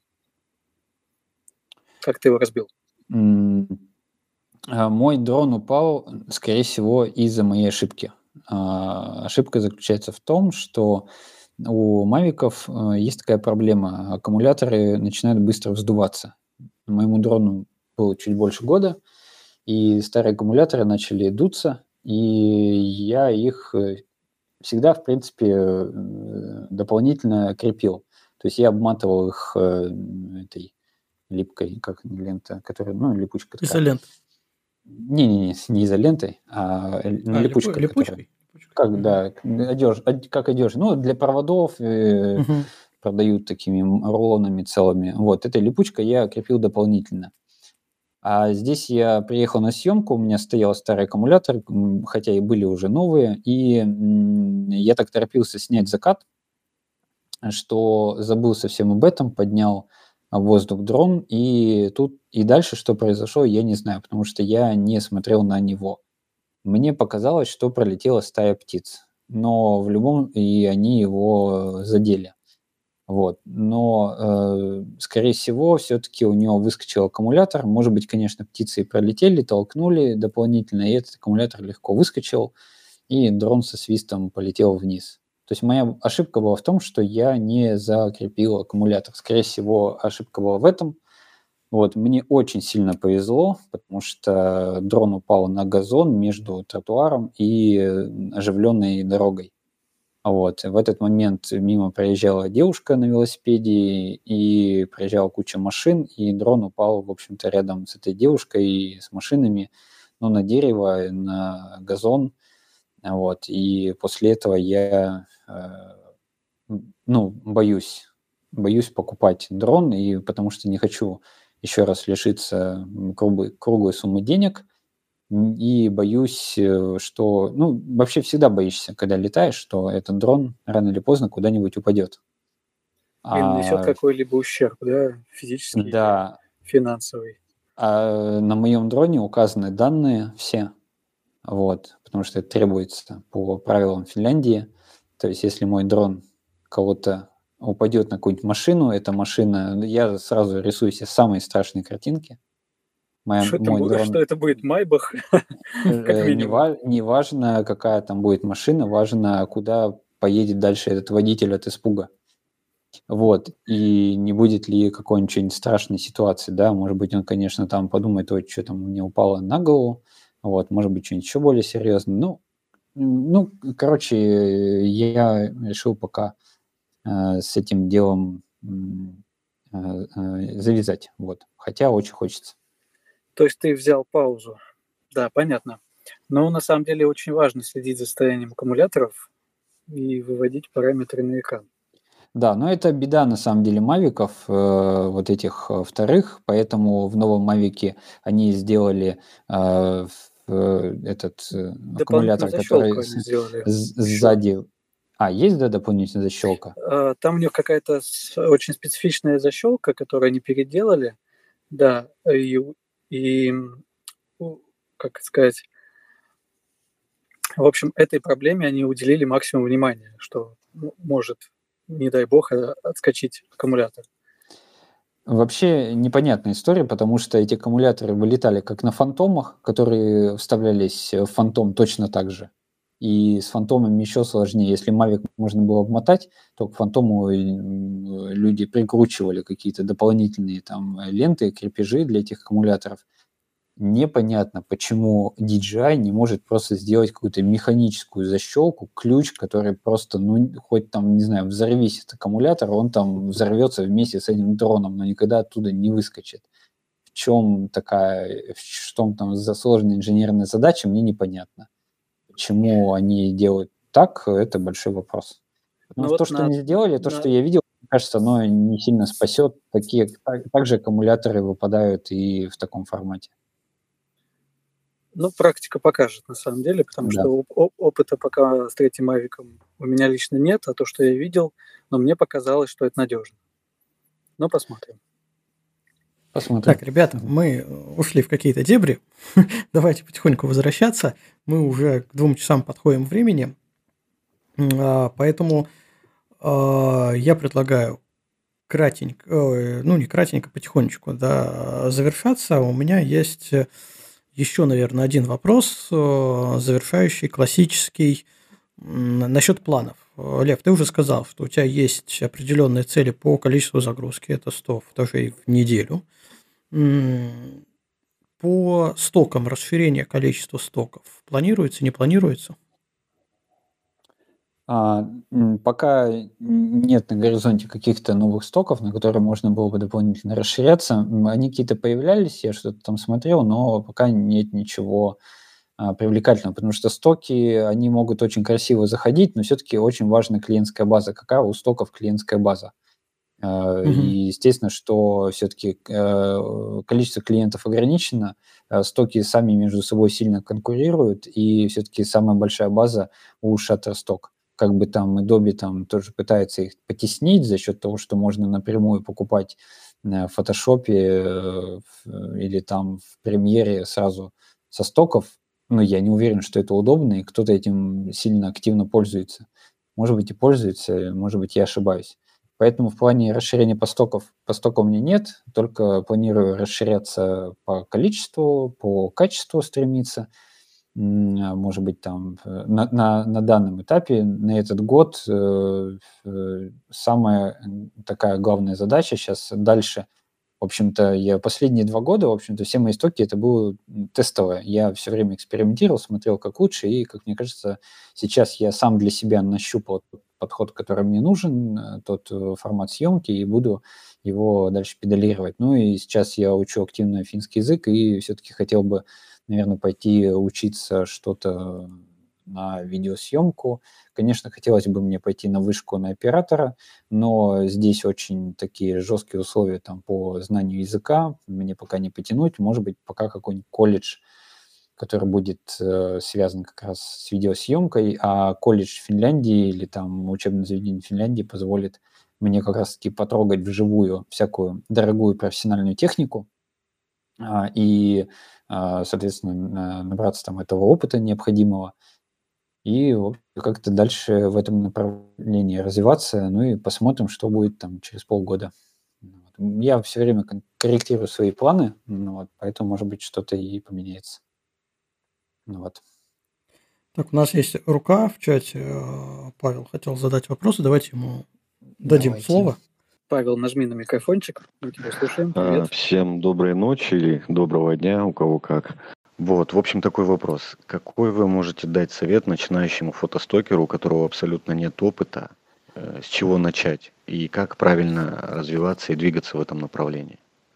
Как ты его разбил? М, а, Мой дрон упал, скорее всего, из-за моей ошибки. А, Ошибка заключается в том, что у мавиков э, есть такая проблема. Аккумуляторы начинают быстро вздуваться. Моему дрону было чуть больше года, и старые аккумуляторы начали дуться, и я их э, всегда, в принципе, э, дополнительно крепил. То есть я обматывал их э, этой липкой, как лента, которая, ну, липучка такая. Изолента. Не-не-не, не изолентой, а э, ну, А, липу- липучка, которая, липучкой? Липучкой. как, Мгм. да, одежь, од- как одежда. Ну, для проводов э, Мгм. продают такими м- рулонами целыми. Вот, этой липучкой я крепил дополнительно. А здесь я приехал на съемку, у меня стоял старый аккумулятор, м, хотя и были уже новые, и м, я так торопился снять закат, что забыл совсем об этом, поднял в воздух дрон, и тут и дальше что произошло, я не знаю, потому что я не смотрел на него. Мне показалось, что пролетела стая птиц, но в любом и они его задели. Вот. Но, э, скорее всего, все-таки у него выскочил аккумулятор. Может быть, конечно, птицы и пролетели, толкнули дополнительно, и этот аккумулятор легко выскочил, и дрон со свистом полетел вниз. То есть моя ошибка была в том, что я не закрепил аккумулятор. Скорее всего, ошибка была в этом. Вот, мне очень сильно повезло, потому что дрон упал на газон между тротуаром и оживленной дорогой. Вот. В этот момент мимо проезжала девушка на велосипеде, и проезжала куча машин, и дрон упал, в общем-то, рядом с этой девушкой и с машинами, ну, на дерево, на газон. Вот. И после этого я, э, ну, боюсь, боюсь покупать дрон, и потому что не хочу еще раз лишиться круглой, круглой суммы денег, и боюсь, э, что, ну, вообще всегда боишься, когда летаешь, что этот дрон рано или поздно куда-нибудь упадет. И нанесет А, какой-либо ущерб, да, физический или да, финансовый. а на моем дроне указаны данные все, вот, потому что это требуется по правилам Финляндии. То есть, если мой дрон кого-то упадет на какую-нибудь машину, эта машина, ну, я сразу рисую себе самые страшные картинки. Моя, Что это, мой бу- что дрон это будет? Майбах, как Э, не, минимум. ва- не важно, какая там будет машина, важно, куда поедет дальше этот водитель от испуга. Вот. И не будет ли какой-нибудь что-нибудь страшной ситуации, да, может быть, он, конечно, там подумает, ой, что там мне упало на голову, вот, может быть, что-нибудь еще более серьезное. Ну, м, ну, короче, э, я решил пока э, с этим делом м, э, э, завязать, вот, хотя очень хочется. То есть ты взял паузу. Да, понятно. Но на самом деле очень важно следить за состоянием аккумуляторов и выводить параметры на экран. Да, но это беда на самом деле мавиков, э, вот этих э, вторых, поэтому в новом мавике они сделали э, в- э, этот э, Дополнительную аккумулятор, который защелку они с- сделали с- еще. сзади. А, есть, да, дополнительная защелка? А, Там у них какая-то с- очень специфичная защелка, которую они переделали. Да, и, и м, у- как сказать, в общем, этой проблеме они уделили максимум внимания, что м- может, не дай бог, а- отскочить аккумулятор. Вообще непонятная история, потому что эти аккумуляторы вылетали как на фантомах, которые вставлялись в фантом точно так же. И с фантомами еще сложнее. Если Mavic можно было обмотать, то к фантому м, люди прикручивали какие-то дополнительные там ленты, крепежи для этих аккумуляторов. Непонятно, почему ди джей ай не может просто сделать какую-то механическую защелку, ключ, который просто, ну, хоть там, не знаю, взорвись этот аккумулятор, он там взорвется вместе с этим дроном, но никогда оттуда не выскочит. В чем такая, в чем там за сложная инженерная задача, мне непонятно. Почему они делают так, это большой вопрос. Ну Но вот то, что на, они сделали, то, на, что я видел, мне кажется, оно не сильно спасет. Такие, так, также аккумуляторы выпадают и в таком формате. ну, практика покажет, на самом деле, потому Да. что оп- оп- опыта пока с третьим Мавиком у меня лично нет, а то, что я видел, но мне показалось, что это надежно. Но посмотрим. Посмотрим. Так, ребята, мы ушли в какие-то дебри. Давайте потихоньку возвращаться. Мы уже к двум часам подходим времени. А, Поэтому а, я предлагаю кратенько, ой, ну не кратенько, потихонечку, да, завершаться. У меня есть еще, наверное, один вопрос, э, завершающий, классический, м, насчет планов. Э, Лев, ты уже сказал, что у тебя есть определенные цели по количеству загрузки, это сто футажей в неделю. М, По стокам, расширение количества стоков планируется, не планируется? А, м, пока нет на горизонте каких-то новых стоков, на которые можно было бы дополнительно расширяться. М, Они какие-то появлялись, я что-то там смотрел, но пока нет ничего а, привлекательного, потому что стоки, они могут очень красиво заходить, но все-таки очень важна клиентская база. Какая у стоков клиентская база? А, И Мгм. естественно, что все-таки количество клиентов ограничено, а, стоки сами между собой сильно конкурируют, и все-таки самая большая база у Shutterstock. Как бы там Adobe там тоже пытается их потеснить за счет того, что можно напрямую покупать э, в Photoshop э, в- или там в Premiere сразу со стоков. Но я не уверен, что это удобно, и кто-то этим сильно активно пользуется. Может быть и пользуется, может быть я ошибаюсь. Поэтому в плане расширения постоков, постока у меня нет, только планирую расширяться по количеству, по качеству стремиться. М, а, Может быть, там э, на, на, на данном этапе, на этот год, э, э, самая м, такая главная задача сейчас дальше. В общем-то, я последние два года, в общем-то, все мои стоки это было м, тестовое. Я все время экспериментировал, смотрел, как лучше, и, как мне кажется, сейчас я сам для себя нащупал тот подход, который мне нужен, э, тот э, формат съемки, и буду его дальше педалировать. Ну и сейчас я учу активно финский язык, и все-таки хотел бы, наверное, пойти учиться что-то на видеосъемку. Конечно, хотелось бы мне пойти на вышку на оператора, но здесь очень такие жесткие условия там по знанию языка, мне пока не потянуть. Может быть, пока какой-нибудь колледж, который будет э, связан как раз с видеосъемкой, а колледж в Финляндии или там учебное заведение в Финляндии позволит мне как раз-таки потрогать вживую всякую дорогую профессиональную технику а, и, а, соответственно, на- набраться там этого опыта необходимого и в общем, как-то дальше в этом направлении развиваться. Ну и посмотрим, что будет там через полгода. Ну вот. М, Я все время кон- корректирую свои планы, ну вот, поэтому, может быть, что-то и поменяется. Ну вот. Так, у нас есть рука в чате. э, Павел хотел задать вопросы. Давайте ему дадим Давайте. слово. Павел, нажми на микрофончик, мы тебя слушаем. А, Привет. Всем доброй ночи или доброго дня, у кого как. Вот, в общем, такой вопрос. Какой вы можете дать совет начинающему фотостокеру, у которого абсолютно нет опыта, э, с чего начать и как правильно развиваться и двигаться в этом направлении?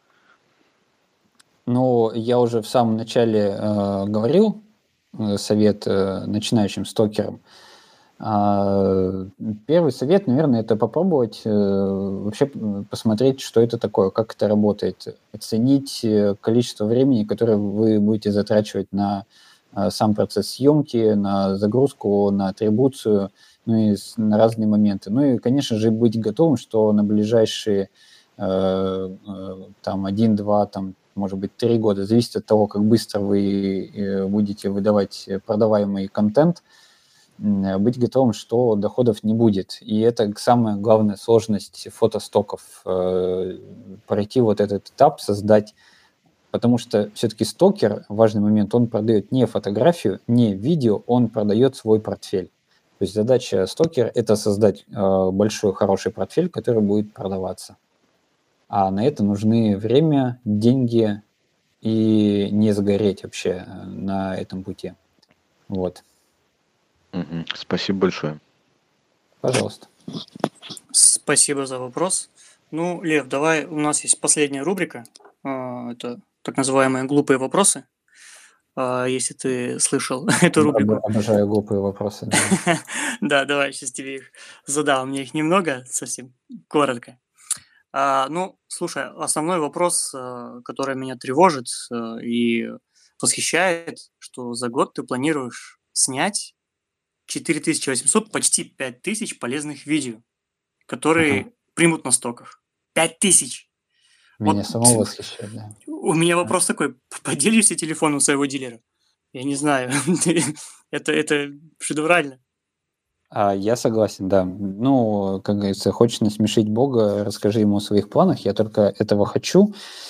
Ну, я уже в самом начале э, говорил э, совет э, начинающим стокерам. А, Первый совет, наверное, это попробовать э, вообще м, посмотреть, что это такое, как это работает, оценить э, количество времени, которое вы будете затрачивать на э, сам процесс съемки, на загрузку, на атрибуцию, ну и с- на разные моменты. Ну и, конечно же, быть готовым, что на ближайшие э, э, там один-два, там, может быть, три года, зависит от того, как быстро вы э, будете выдавать продаваемый контент, м, быть готовым, что доходов не будет. И это самая главная сложность фотостоков. э, Пройти вот этот этап, создать. Потому что все-таки стокер, важный момент, он продает не фотографию, не видео, он продает свой портфель. То есть задача стокера – это создать э, большой хороший портфель, который будет продаваться. А на это нужны время, деньги и не загореть вообще э, на этом пути. Вот, Мгм. Спасибо большое. пожалуйста. Спасибо за вопрос. Ну, Лев, давай, у нас есть последняя рубрика. а, Это так называемые глупые вопросы. а, Если ты слышал эту Об- рубрику. Обожаю глупые вопросы. Да. Да, давай, сейчас тебе их задам. Мне их немного, совсем коротко. А, Ну, слушай, основной вопрос, а, который меня тревожит а, и восхищает, что за год ты планируешь снять четыре тысячи восемьсот, почти пять тысяч полезных видео, Ага. которые примут на стоках. пять тысяч! Меня Вот самого восхищает, да. у меня вопрос такой, поделишься телефоном своего дилера? Я не знаю, это, это шедеврально. А, я согласен, да. Ну, как говорится, хочешь насмешить Бога, расскажи ему о своих планах. Я только этого хочу.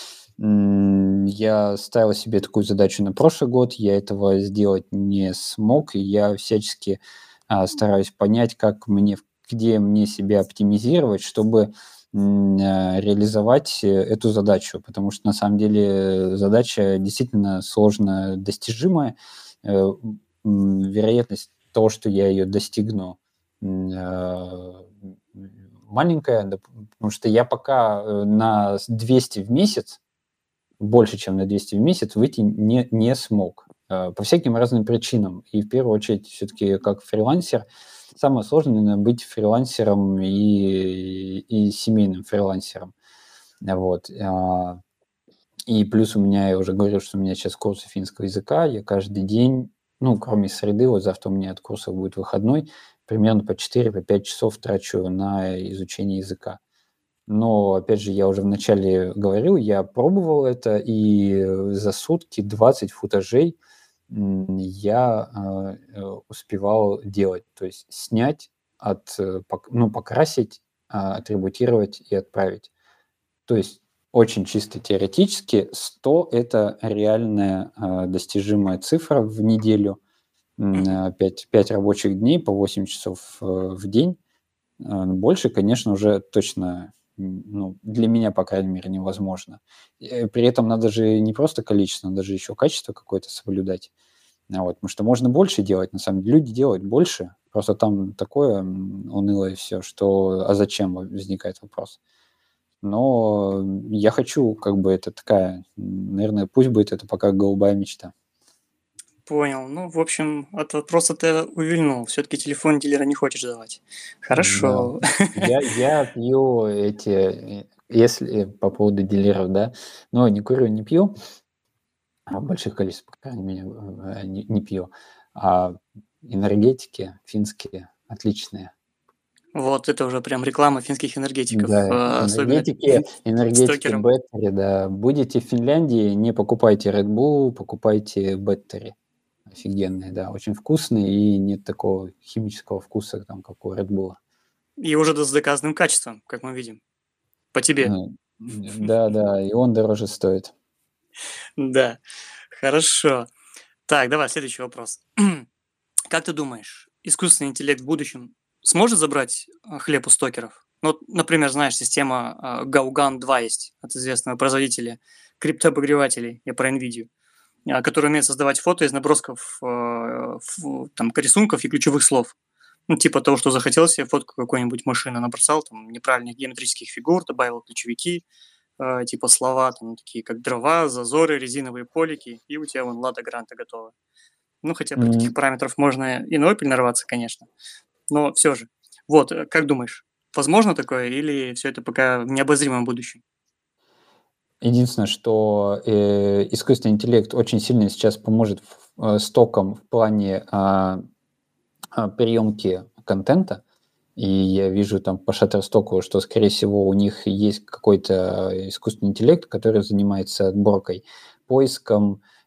М, Я ставил себе такую задачу на прошлый год, я этого сделать не смог, и я всячески а, стараюсь понять, как мне, где мне себя оптимизировать, чтобы м, а, реализовать э, эту задачу, потому что на самом деле задача действительно сложно достижимая. Э, м, Вероятность того, что я ее достигну, м, а, маленькая, доп- потому что я пока э, на двести в месяц, больше, чем на двести в месяц, выйти не, не смог. э, По всяким разным причинам. И в первую очередь, все-таки как фрилансер, самое сложное, наверное, быть фрилансером и, и семейным фрилансером. Вот. а, И плюс у меня, я уже говорил, что у меня сейчас курсы финского языка, я каждый день, ну, кроме среды, вот завтра у меня от курсов будет выходной, примерно по четыре-пять часов трачу на изучение языка. Но, опять же, я уже вначале говорил, я пробовал это, и за сутки двадцать футажей м, я э, э, успевал делать. То есть снять, от, э, пок- ну, покрасить, а, атрибутировать и отправить. То есть очень чисто теоретически сто – это реальная э, достижимая цифра в неделю. Мгм. пять рабочих дней по восемь часов э, в день. Э, Больше, конечно, уже точно, м, ну, для меня, по крайней мере, невозможно. Э, При этом надо же не просто количество, надо же еще качество какое-то соблюдать. А Вот, потому что можно больше делать, на самом деле. Люди делают больше, просто там такое м, унылое все, что а зачем возникает вопрос. Но я хочу, как бы, это такая, м, наверное, пусть будет это пока голубая мечта. Понял. Ну, в общем, от вопроса ты увильнул. Все-таки телефон дилера не хочешь давать. Да, Хорошо. я, я пью эти, э, если по поводу дилеров, да, но не курю, не пью, а в больших количествах, по крайней мере, э, не, не пью. А энергетики финские отличные. Вот это уже прям реклама финских энергетиков, Да, а, особенно энергетики, энергетики стокерам. Беттери, да. Будете в Финляндии, не покупайте Red Bull, покупайте Беттери. Офигенные, да, очень вкусные, и нет такого химического вкуса, там, как у Red Bull. И уже с доказанным качеством, как мы видим. По тебе. Да, да, и он дороже стоит. Да. Хорошо. Так, давай следующий вопрос. Как ты думаешь, искусственный интеллект в будущем сможет забрать а, хлеб у стокеров? Ну, вот, например, знаешь, система а, Гауган два есть от известного производителя криптообогревателей, я про NVIDIA, а, который умеет создавать фото из набросков а, ф- там, рисунков и ключевых слов. Ну, типа того, что захотел себе фотку какой-нибудь машины, набросал там неправильных геометрических фигур, добавил ключевики, а, типа слова, там, такие как дрова, зазоры, резиновые полики, и у тебя вон Лада Гранта готова. Ну, хотя до таких М, параметров можно и на Opel нарваться, конечно. Но все же. Вот, э, как думаешь, возможно такое или все это пока в необозримом будущем? Единственное, что э, искусственный интеллект очень сильно сейчас поможет в- э, стокам в плане а, а, приемки контента. И я вижу там по Shutterstock, что, скорее всего, у них есть какой-то искусственный интеллект, который занимается отборкой, поиском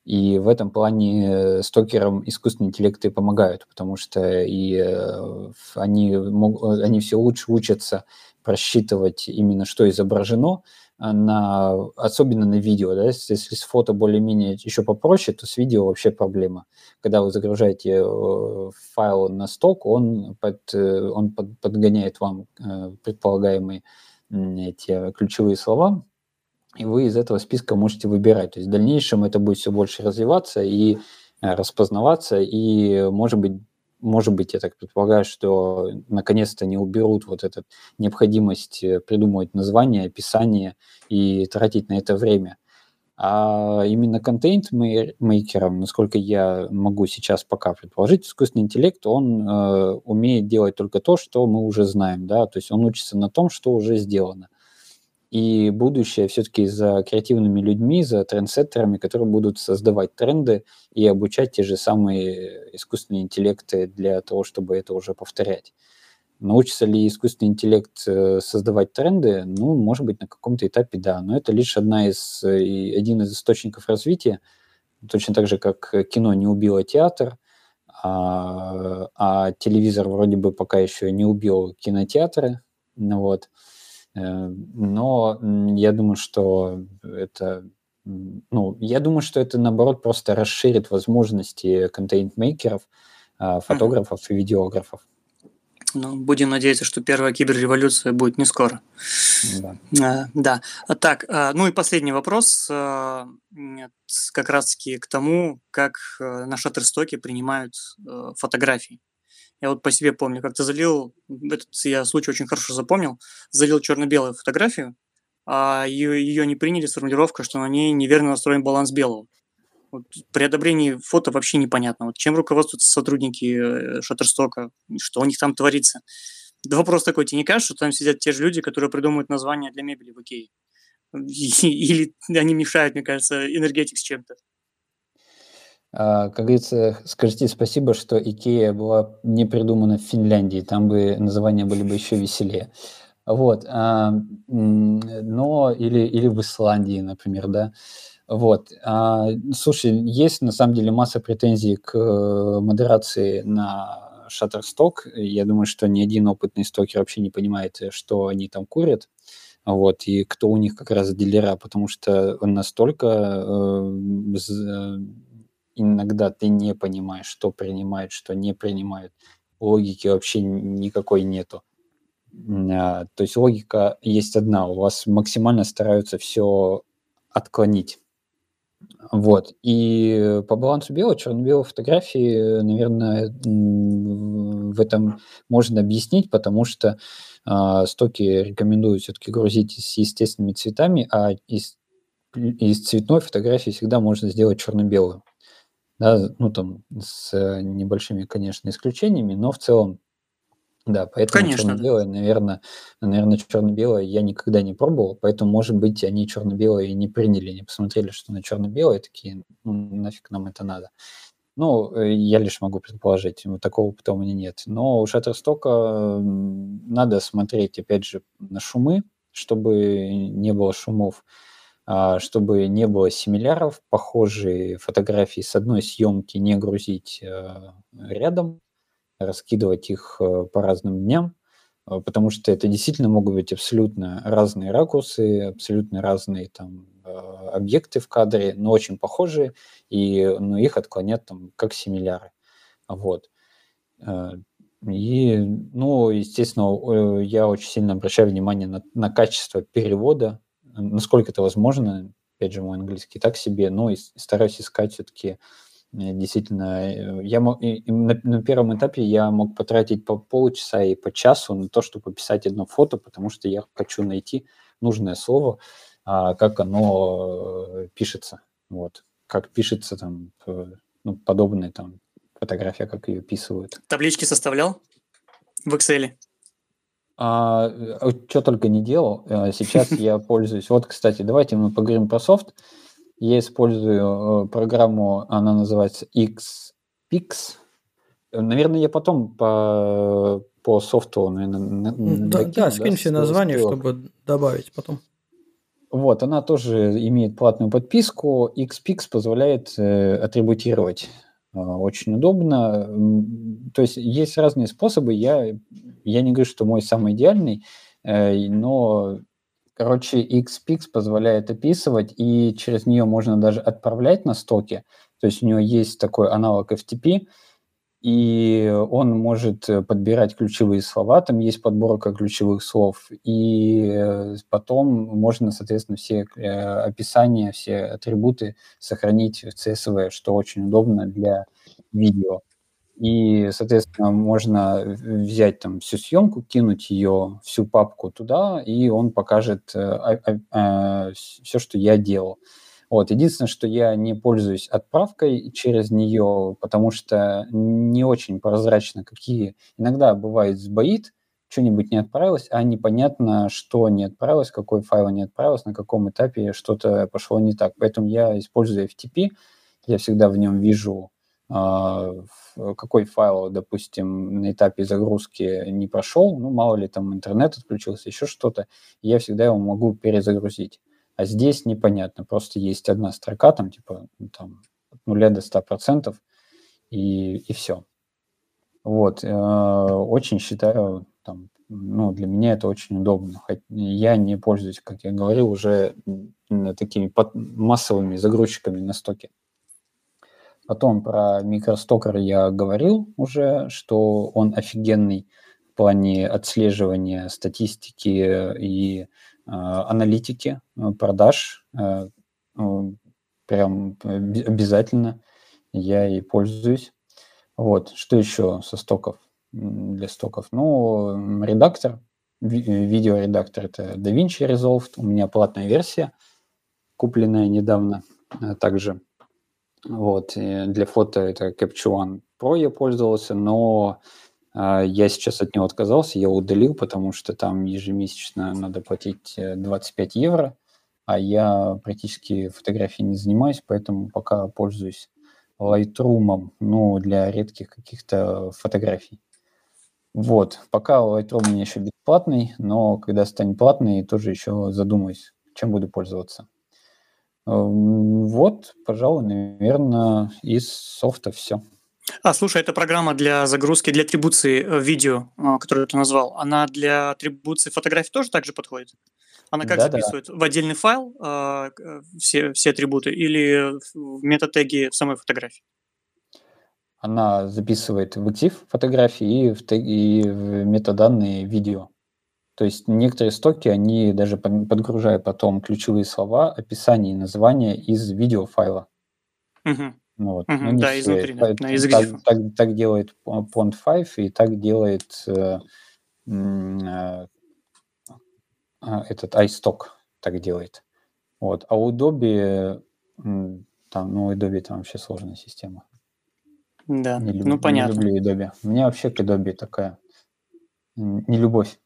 И в этом плане стокерам искусственные интеллекты помогают, потому что и они, мог, они все лучше учатся просчитывать именно, что изображено, на, особенно на видео. Да? Если, если с фото более-менее еще попроще, то с видео вообще проблема. Когда вы загружаете файл на сток, он, под, он под, подгоняет вам предполагаемые эти ключевые слова, и вы из этого списка можете выбирать. То есть в дальнейшем это будет все больше развиваться и распознаваться, и, может быть, может быть, я так предполагаю, что наконец-то не уберут вот эту необходимость придумывать название, описание и тратить на это время. А именно контент-мейкером, насколько я могу сейчас пока предположить, искусственный интеллект, он э, умеет делать только то, что мы уже знаем, да, то есть он учится на том, что уже сделано. И будущее все-таки за креативными людьми, за трендсеттерами, которые будут создавать тренды и обучать те же самые искусственные интеллекты для того, чтобы это уже повторять. Научится ли искусственный интеллект создавать тренды? Ну, может быть, на каком-то этапе да, но это лишь одна из, один из источников развития, точно так же, как кино не убило театр, а, а телевизор вроде бы пока еще не убил кинотеатры, ну вот. Но я думаю, что это, ну, я думаю, что это, наоборот, просто расширит возможности контент-мейкеров, фотографов и видеографов. Ну, будем надеяться, что первая киберреволюция будет не скоро. Да. А, да. Так, ну и последний вопрос, как раз-таки к тому, как на Shutterstock принимают фотографии. Я вот по себе помню, как-то залил, этот я случай очень хорошо запомнил, залил черно-белую фотографию, а ее, ее не приняли с формулировкой, что на ней неверно настроен баланс белого. Вот при одобрении фото вообще непонятно, вот чем руководствуются сотрудники Shutterstock, что у них там творится. Да вопрос такой, тебе не кажется, что там сидят те же люди, которые придумывают названия для мебели в Икее? Или они мешают, мне кажется, энергетик с чем-то? Как говорится, скажите спасибо, что Икея была не придумана в Финляндии, там бы названия были бы еще веселее. Вот, но или, или в Исландии, например, да. Вот, слушай, есть на самом деле масса претензий к модерации на Shutterstock. Я думаю, что ни один опытный стокер вообще не понимает, что они там курят. Вот, и кто у них как раз дилера, потому что он настолько иногда ты не понимаешь, что принимают, что не принимают. Логики вообще никакой нету. То есть логика есть одна. У вас максимально стараются все отклонить. Вот. И по балансу белого, черно-белой фотографии, наверное, в этом можно объяснить, потому что э, стоки рекомендуют все-таки грузить с естественными цветами, а из, из цветной фотографии всегда можно сделать черно-белую. Да, ну там с небольшими, конечно, исключениями, но в целом, да, поэтому Конечно, черно-белое, да. наверное, наверное, черно-белое я никогда не пробовал, поэтому, может быть, они черно-белое и не приняли, не посмотрели, что на черно-белое, такие, ну, нафиг нам это надо. Ну, я лишь могу предположить, вот такого опыта у меня нет. Но у Shutterstock надо смотреть, опять же, на шумы, чтобы не было шумов, чтобы не было симиляров, похожие фотографии с одной съемки не грузить рядом, раскидывать их по разным дням, потому что это действительно могут быть абсолютно разные ракурсы, абсолютно разные там объекты в кадре, но очень похожие, и ну, их отклонят там как симиляры. Вот. И, ну, естественно, я очень сильно обращаю внимание на, на качество перевода, насколько это возможно. Опять же, мой английский так себе, но и стараюсь искать все-таки действительно. Я мог, и на, на первом этапе я мог потратить по полчаса и по часу на то, чтобы пописать одно фото, потому что я хочу найти нужное слово, а, как оно пишется. Вот. Как пишется там, ну, подобная там фотография, как ее описывают. Таблички составлял в Excel? А, что только не делал. Сейчас я пользуюсь. Вот, кстати, давайте мы поговорим про софт. Я использую программу, она называется Xpix. Наверное, я потом по, по софту, наверное, да, докину. да, скинь все да, названия, ссылок. чтобы добавить потом. Вот, она тоже имеет платную подписку. Xpix позволяет э, атрибутировать. Э, очень удобно. М, То есть есть разные способы. Я, я не говорю, что мой самый идеальный, э, но, короче, Xpix позволяет описывать, и через нее можно даже отправлять на стоки. То есть у него есть такой аналог эф ти пи, и он может э, подбирать ключевые слова, там есть подборка ключевых слов, и э, потом можно, соответственно, все э, описания, все атрибуты сохранить в си эс ви, что очень удобно для видео. И, соответственно, можно в- взять там всю съемку, кинуть ее, всю папку туда, и он покажет все, что я делал. Вот. Единственное, что я не пользуюсь отправкой через нее, потому что не очень прозрачно, какие... Иногда бывает сбоит, что-нибудь не отправилось, а непонятно, что не отправилось, какой файл не отправилось, на каком этапе что-то пошло не так. Поэтому я использую эф ти пи, я всегда в нем вижу, а, в- какой файл, допустим, на этапе загрузки не прошел, ну, мало ли там интернет отключился, еще что-то, и я всегда его могу перезагрузить. А здесь непонятно, просто есть одна строка, там типа ну, там, от нуля до ста процентов, и, и все. Вот, э, очень считаю, там, ну, для меня это очень удобно. Хоть я не пользуюсь, как я говорил, уже м, такими под- массовыми загрузчиками на стоке. Потом про микростокер я говорил уже, что он офигенный в плане отслеживания статистики и э, аналитики э, продаж. Э, ну, прям оби- обязательно я и пользуюсь. Вот, что еще со стоков, м, для стоков? Ну, м, редактор, ви- э, видеоредактор, это DaVinci Resolve, у меня платная версия, купленная недавно э, также. Вот, и для фото это Capture One Pro я пользовался, но а, я сейчас от него отказался, я удалил, потому что там ежемесячно надо платить э, двадцать пять евро, а я практически фотографией не занимаюсь, поэтому пока пользуюсь Lightroom, ну, для редких каких-то фотографий. Вот, пока Lightroom у меня еще бесплатный, но когда станет платный, тоже еще задумаюсь, чем буду пользоваться. Эм, Вот, пожалуй, наверное, из софта все. А, слушай, эта программа для загрузки, для атрибуции э, видео, а, которую ты назвал, она для атрибуции фотографий тоже так же подходит? Она как Да-да, записывает? В отдельный файл а, к- э, все, все атрибуты или в в метатеги самой фотографии? она записывает в ИКТИФ фотографии и в, тэ- и в метаданные видео. То есть некоторые стоки, они даже под- подгружают потом ключевые слова, описание и название из видеофайла. Мгм. Ну вот, но Мгм. не Да, все. изнутри, да, Так, да, из так, грифа. так, так делает Pond пять и так делает э, м, э, а, этот iStock, так делает. Вот. А у Adobe, м, там, ну, у Adobe там вообще сложная система. Да, Не, ну люб- не понятно. люблю Adobe. У меня вообще к Adobe такая м, не любовь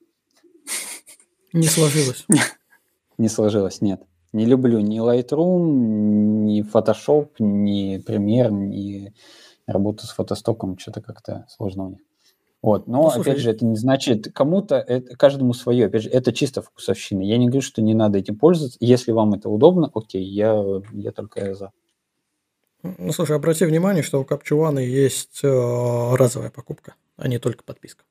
Не сложилось. не сложилась, нет. Не люблю ни Lightroom, ни Photoshop, ни Premiere, ни работу с фотостоком. Что-то как-то сложно у них. Вот. Но, Ну, опять же, слушай, это не значит, кому-то, это, каждому свое. Опять же, это чисто вкусовщина. Я не говорю, что не надо этим пользоваться. Если вам это удобно, окей, я, я только за. ну, слушай, обрати внимание, что у Капчуана есть э, разовая покупка, а не только подписка.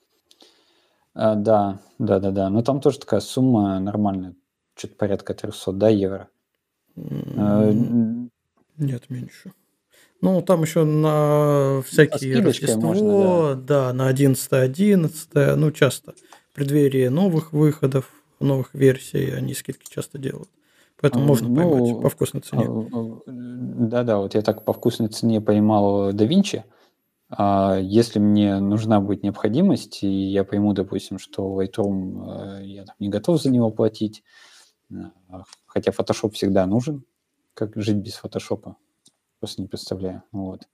А, да, да, да, да. Но там тоже такая сумма нормальная. Что-то порядка триста, да, евро. А, М, м, Нет, меньше. Ну, там еще на Со всякие скидочкой можно, да. Рождество, да, на одиннадцатое, одиннадцатое, ну, часто в преддверии новых выходов, новых версий они скидки часто делают. А, Поэтому можно поймать по Ну, вкусной а, цене. а, да-да, вот я так по вкусной цене поймал DaVinci. А если мне нужна будет необходимость, и я пойму, допустим, что Lightroom, э, я там не готов за него платить, а, хотя Photoshop всегда нужен, как жить без Photoshop, просто не представляю. Вот.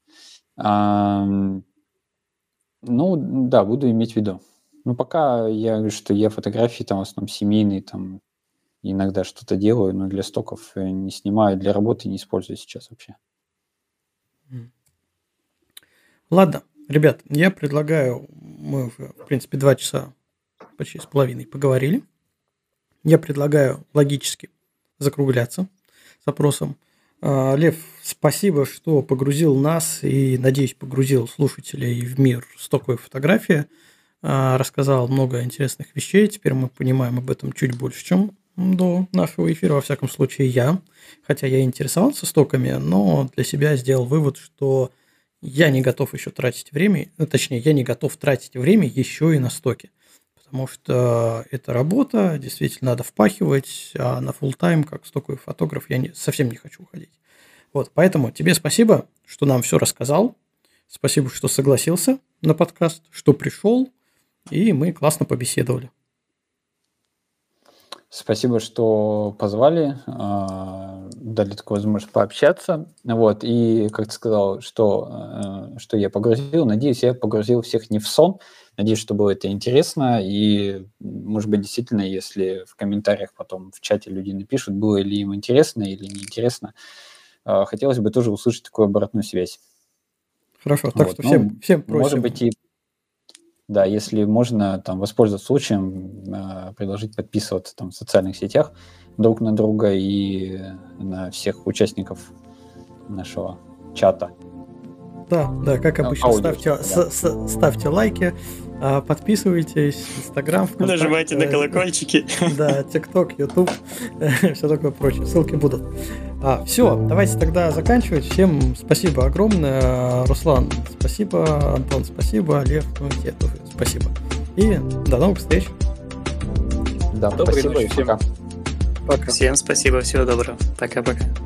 Ам, Ну, да, буду иметь в виду. Ну, пока я говорю, что я фотографии там в основном семейные, там иногда что-то делаю, но для стоков э, не снимаю, для работы не использую сейчас вообще. М. Ладно, ребят, я предлагаю, мы уже, в принципе, два часа почти с половиной поговорили. Я предлагаю логически закругляться с опросом. А, Лев, спасибо, что погрузил нас и, надеюсь, погрузил слушателей в мир стоковой фотографии. А, рассказал много интересных вещей. Теперь мы понимаем об этом чуть больше, чем до нашего эфира. Во всяком случае, я. Хотя я интересовался стоками, но для себя сделал вывод, что я не готов еще тратить время, ну, точнее, я не готов тратить время еще и на стоки. Потому что это работа, действительно надо впахивать, а на фулл-тайм, как стоковый фотограф, я не, совсем не хочу уходить. Вот, поэтому тебе спасибо, что нам все рассказал. Спасибо, что согласился на подкаст, что пришел, и мы классно побеседовали. Спасибо, что позвали, э, дали такую возможность пообщаться. Вот, и, как ты сказал, что, э, что я погрузил, надеюсь, я погрузил всех не в сон. Надеюсь, что было это интересно. И, может быть, действительно, если в комментариях потом в чате люди напишут, было ли им интересно или неинтересно, э, хотелось бы тоже услышать такую обратную связь. Хорошо, так Вот, что ну, всем, всем просим. может быть, и да, если можно там воспользоваться случаем, э, предложить подписываться там в социальных сетях друг на друга и на всех участников нашего чата. Да, да, как Ну, обычно, аудио, ставьте, да. с- с- ставьте лайки, а, подписывайтесь, Инстаграм, ВКонтакте, Нажимайте на э, колокольчики. Да, ТикТок, Ютуб, все такое прочее. Ссылки будут. А, все, давайте тогда заканчивать. Всем спасибо огромное. Руслан, спасибо. Антон, спасибо. Лев, ну и тебе тоже спасибо. И до новых встреч. Да, Доброй спасибо ночи и всем. пока. Пока. Всем спасибо, всего доброго. Пока-пока.